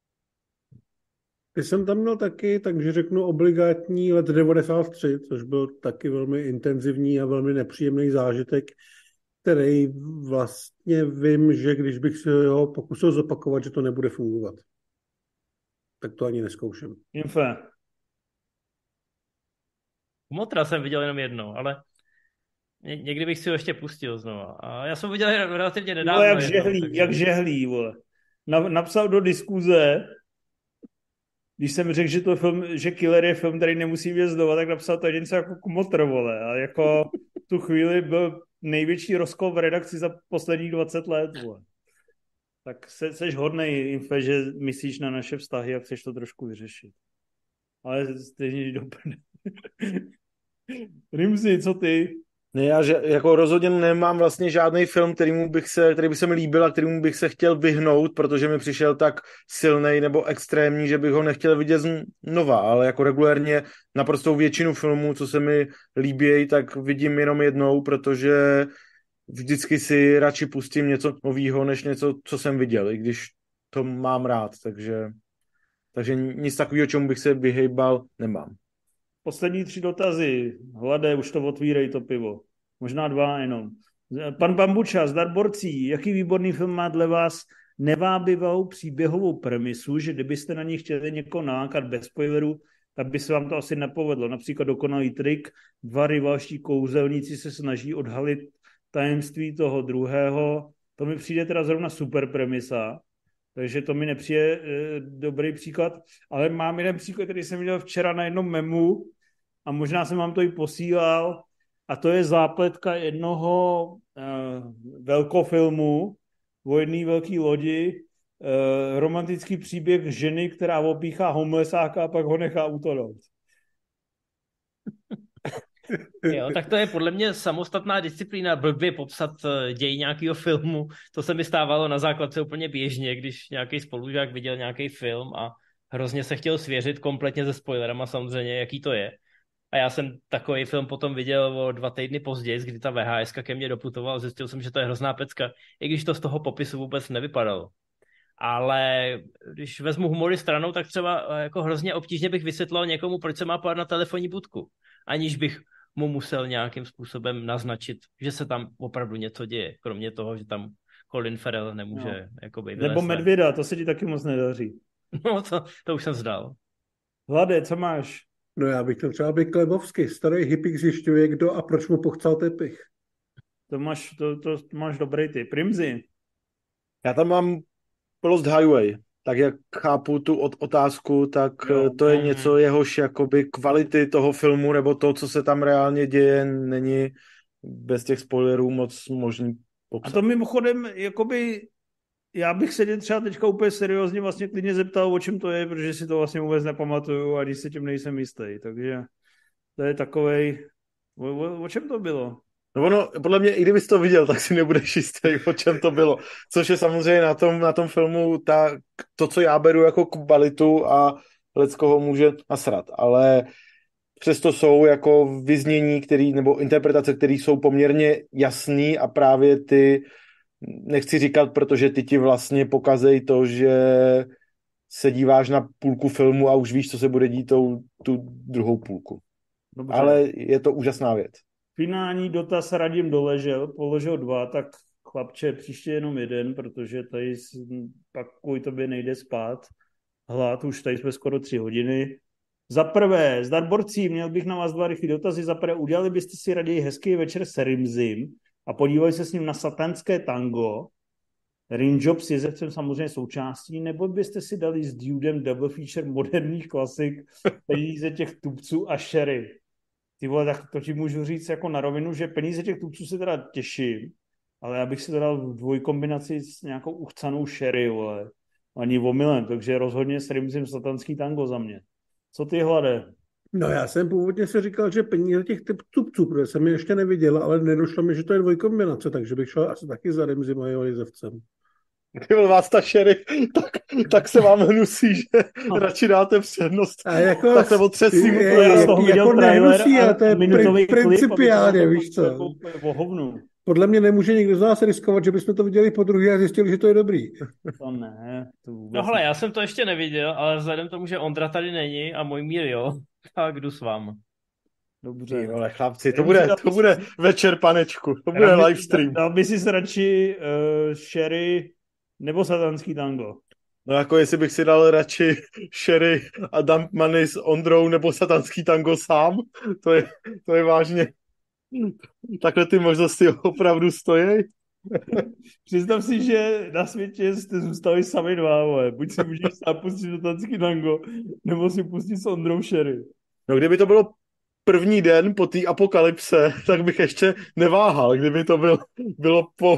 Ty jsem tam měl taky, takže řeknu obligátní let devadesát tři, což byl taky velmi intenzivní a velmi nepříjemný zážitek, který vlastně vím, že když bych si ho pokusil zopakovat, že to nebude fungovat. Tak to ani neskouším. Infe. Motra jsem viděl jenom jednou, ale ně, někdy bych si ho ještě pustil znova. A já jsem ho viděl relativně nedávno. No, jak jednou, žehlí, takže... jak žehlí, vole. Na, napsal do diskuze, když jsem řekl, že to film, že Killer je film, který nemusí vidět znova, tak napsal to něco jako Kmotr, vole. A jako v tu chvíli byl největší rozkol v redakci za posledních dvacet let, vole. Tak se, seš hodnej, Infe, že myslíš na naše vztahy a chceš to trošku vyřešit. Ale stejně dopadne. Rimzi, co ty? Ne, já že, jako rozhodně nemám vlastně žádný film, kterýmu bych se, který by se mi líbil a kterýmu bych se chtěl vyhnout, protože mi přišel tak silnej nebo extrémní, že bych ho nechtěl vidět znova, ale jako regulérně naprostou většinu filmů, co se mi líbí, tak vidím jenom jednou, protože vždycky si radši pustím něco novýho, než něco, co jsem viděl, i když to mám rád, takže, takže nic takového, čemu bych se vyhejbal, nemám. Poslední tři dotazy. Hlade, už to otvírej, to pivo. Možná dva jenom. Pan Bambuča, zdar borcí, jaký výborný film má dle vás nevábivou příběhovou premisu, že kdybyste na ní chtěli někoho nalákat bez spoilerů, tak by se vám to asi nepovedlo. Například dokonalý trik, dva rivalští kouzelníci se snaží odhalit tajemství toho druhého. To mi přijde teda zrovna super premisa, takže to mi nepřijde e, dobrý příklad, ale mám jeden příklad, který jsem viděl včera na jednom memu a možná jsem vám to i posílal, a to je zápletka jednoho e, velkofilmu o jedné velké lodi, e, romantický příběh ženy, která opíchá homelessáka a pak ho nechá utonout. Jo, tak to je podle mě samostatná disciplína, blbě popsat děj nějakého filmu. To se mi stávalo na základce úplně běžně, když nějaký spolužák viděl nějaký film a hrozně se chtěl svěřit kompletně se spoilerama samozřejmě, jaký to je. A já jsem takový film potom viděl o dva týdny později, kdy ta V H S ke mně doputovala, zjistil jsem, že to je hrozná pecka, i když to z toho popisu vůbec nevypadalo. Ale když vezmu humory stranou, tak třeba jako hrozně obtížně bych vysvětlil někomu, proč se má pát na telefonní budku, aniž bych mu musel nějakým způsobem naznačit, že se tam opravdu něco děje, kromě toho, že tam Colin Farrell nemůže no. jakoby vylesle. Nebo medvěda, to se ti taky moc nedaří. No, to, to už jsem zdal. Vlade, co máš? No já bych to třeba byl Klebovský. Starý hippík zjišťuje, kdo a proč mu pochcal tepich. To máš, to, to, to máš dobrý typ. Rimzi. Já tam mám Lost Highway. Tak jak chápu tu otázku, tak jo, to je něco jehož jakoby kvality toho filmu, nebo to, co se tam reálně děje, není bez těch spoilerů moc možný popsat. A to mimochodem, jakoby, já bych se tě třeba teďka úplně seriózně vlastně klidně zeptal, o čem to je, protože si to vlastně vůbec nepamatuju a když se tím nejsem jistý. Takže to je takovej, o, o, o čem to bylo? No ono, podle mě, i kdybys to viděl, tak si nebudeš jistý, o čem to bylo. Což je samozřejmě na tom, na tom filmu ta, to, co já beru jako kvalitu a leckoho může nasrat. Ale přesto jsou jako vyznění, který, nebo interpretace, které jsou poměrně jasný a právě ty, nechci říkat, protože ty ti vlastně pokazej to, že se díváš na půlku filmu a už víš, co se bude dít tou, tu druhou půlku. Dobře. Ale je to úžasná věc. Finální dotaz Radim doležel, položil dva, tak chlapče, příště jenom jeden, protože tady pak kvůli tobě nejde spát. Hlad, už tady jsme skoro tři hodiny. Za prvé, zdar borcí, měl bych na vás dva rychlé dotazy. Za prvé, udělali byste si raději hezký večer s Rimzim a podívali se s ním na satanské tango. Rimjob s jezevcem samozřejmě součástí, nebo byste si dali s Dudem double feature moderních klasik, peníze těch tupců a sherry. Ty vole, tak to ti můžu říct jako na rovinu, že peníze těch tupců se teda těším, ale já bych si to dal v dvojkombinaci s nějakou uchcanou sherry, vole. Ani omylem, takže rozhodně s Rimzim satanský tango za mě. Co ty, Hlade? No já jsem původně si říkal, že peníze těch tupců, protože jsem je ještě neviděl, ale nedošlo mi, že to je dvojkombinace, takže bych šel asi taky za Rimzim a jeho jezevcem. Kdyby vás ta sherry, tak, tak se vám hnusí, že no. radši dáte přednost. A jako, tak se otřesím. Je, je, já z toho viděl jako trailer nehnusí, a, a to je minutový pr- principiálně, klip, víš co. Vohovnu. podle mě nemůže nikdo z nás riskovat, že bychom to viděli po druhé a zjistili, že to je dobrý. To ne, to vůbec No hele, ne. já jsem to ještě neviděl, ale vzhledem tomu, že Ondra tady není a můj mír jo, tak jdu s váma. Dobře. Ty vole, chlapci, to bude, to bude večer panečku, to bude Dal by- livestream. Dal by si radši uh, Sherry nebo satanský tango? No jako jestli bych si dal radši Sherry a Dump Money s Ondrou nebo satanský tango sám, to je, to je vážně. Takhle ty možnosti opravdu stojí. Představ si, že na světě jste zůstali sami dva, vole. Buď si můžeš sám pustit satanský tango, nebo si pustit s Ondrou Sherry. No kdyby to bylo první den po té apokalypse, tak bych ještě neváhal. Kdyby to byl, bylo po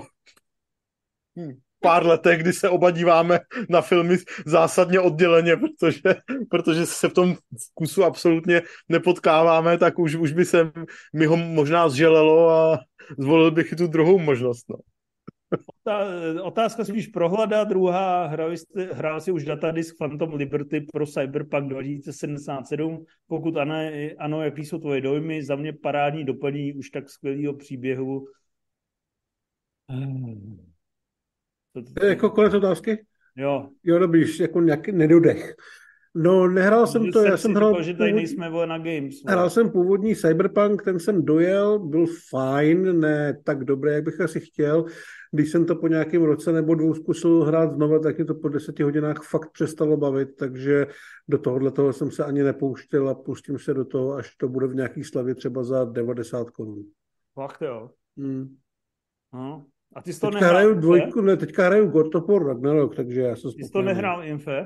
pár letech, kdy se oba díváme na filmy zásadně odděleně, protože, protože se v tom vkusu absolutně nepotkáváme, tak už, už by se mi ho možná zželelo a zvolil bych i tu druhou možnost. No. Ta otázka spíš prohlada, druhá, hrál, jste, hrál si už datadisk Phantom Liberty pro Cyberpunk dva tisíce sedmdesát sedm, pokud ano, ano, jaký jsou tvoje dojmy, za mě parádní doplnění už tak skvělého příběhu. To, to, To je jako konec otázky? jo. Jo, dobrý, jako nějaký nedodech. No, nehrál jsem to, já jsem si hrál... říkal, že tady původ- nejsme vole na Games. vole. Hrál jsem původní Cyberpunk, ten jsem dojel, byl fajn, ne tak dobrý, jak bych asi chtěl. Když jsem to po nějakém roce nebo dvou zkusil hrát znova, tak mě to po deseti hodinách fakt přestalo bavit, takže do tohohle toho jsem se ani nepouštěl a pustím se do toho, až to bude v nějaký slavě třeba za devadesát korun. Fakt jo. Hmm. No. A ty jsi to Teďka nehrál hraju Infe? dvojku, ne, teďka hraju God of War Ragnarok, takže já jsem Ty jsi to spokojený. nehrál Infe?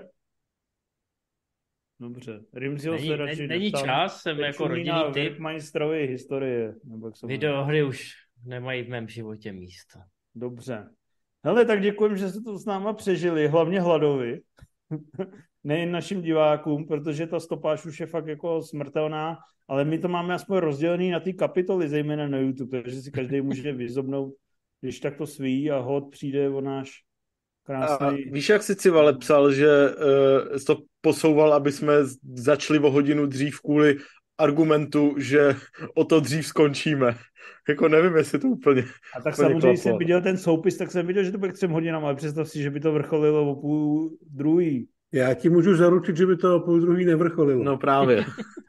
Dobře. Rimzio Není, se radši ne, není neptal. čas, jsem Teď jako šumí rodinný na typ. Werkmeisterovi historie. Nebo jak se jmenuje. Videohry už nemají v mém životě místo. Dobře. Hele, tak děkujem, že jste to s náma přežili, hlavně Hladovi. Nejen našim divákům, protože ta stopáž už je fakt jako smrtelná, ale my to máme aspoň rozdělený na ty kapitoly, zejména na YouTube, takže si každý může vyzobnout, když tak to sví a hod přijde o náš A krásný... víš, jak si Civale psal, že uh, to posouval, aby jsme začali o hodinu dřív kvůli argumentu, že o to dřív skončíme. Jako nevím, jestli to úplně... A tak úplně samozřejmě, když jsem klaplo. viděl ten soupis, tak jsem viděl, že to bude k třem hodinám, ale představ si, že by to vrcholilo o půl druhý. Já ti můžu zaručit, že by to půl druhý nevrcholilo. No právě.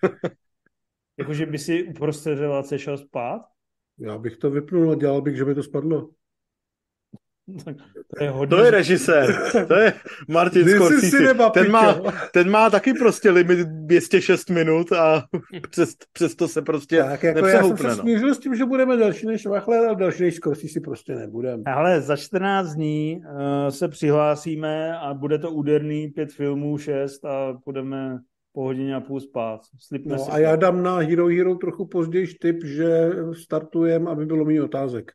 Jakože by si uprostřed relace šel spát? Já bych to vypnul a dělal bych, že by to spadlo. To je hodně... To je režisér. To je Martin Ty jsi Scorsese. cinema, Ten má, pičo. ten má taky prostě limit dvě stě šest minut a přes, přes to se prostě Tak jako já jsem nepřehoupne. se No. smířil s tím, že budeme další než Wachler a další než Scorsese prostě nebudeme. Ale za čtrnáct dní uh, se přihlásíme a bude to úderný pět filmů, šest a půjdeme po hodině a půl spát. Slipne si No a to. já dám na Hero Hero trochu později tip, že startujem, aby bylo méně otázek.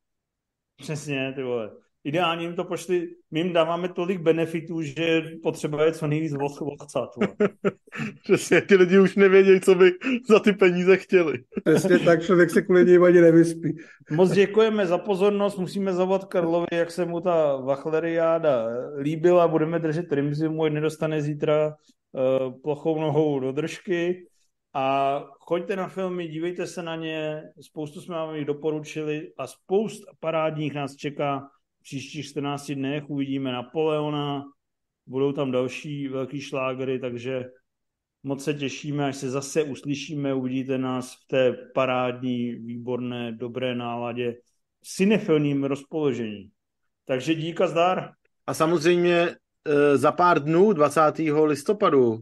Přesně, ty vole. Ideálně jim to pošli, my jim dáváme tolik benefitů, že potřeba je co nejvíc vochcat. Přesně, ty lidi už nevědějí, co by za ty peníze chtěli. Přesně tak, člověk se kvůli něj ani nevyspí. Moc děkujeme za pozornost, musíme zavolat Karlovi, jak se mu ta Wachleriáda líbila, budeme držet Rimzi, můj nedostane zítra uh, plochou nohou do držky a choďte na filmy, dívejte se na ně, spoustu jsme vám jich doporučili a spoustu parádních nás čeká v příštích čtrnácti dnech, uvidíme Napoleona, budou tam další velký šlágery, takže moc se těšíme, až se zase uslyšíme, uvidíte nás v té parádní, výborné, dobré náladě, cinefilním rozpoložení. Takže díka zdar. A samozřejmě za pár dnů, dvacátého listopadu,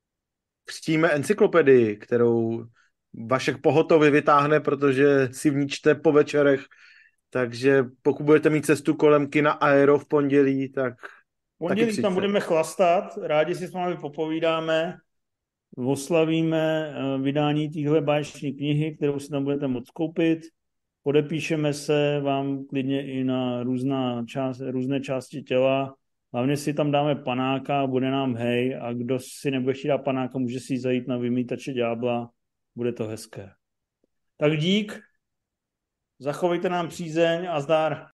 křtíme encyklopedii, kterou Vašek pohotově vytáhne, protože si v ní čte po večerech, takže pokud budete mít cestu kolem kina Aero v pondělí, tak V pondělí taky tam přijďte. budeme chlastat, rádi si s vámi popovídáme, oslavíme vydání téhle báječné knihy, kterou si tam budete moct koupit, podepíšeme se vám klidně i na různá část, různé části těla, hlavně si tam dáme panáka, bude nám hej a kdo si nebude chtít dát panáka, může si zajít na vymítače ďábla, bude to hezké. Tak dík, zachovejte nám přízeň a zdar.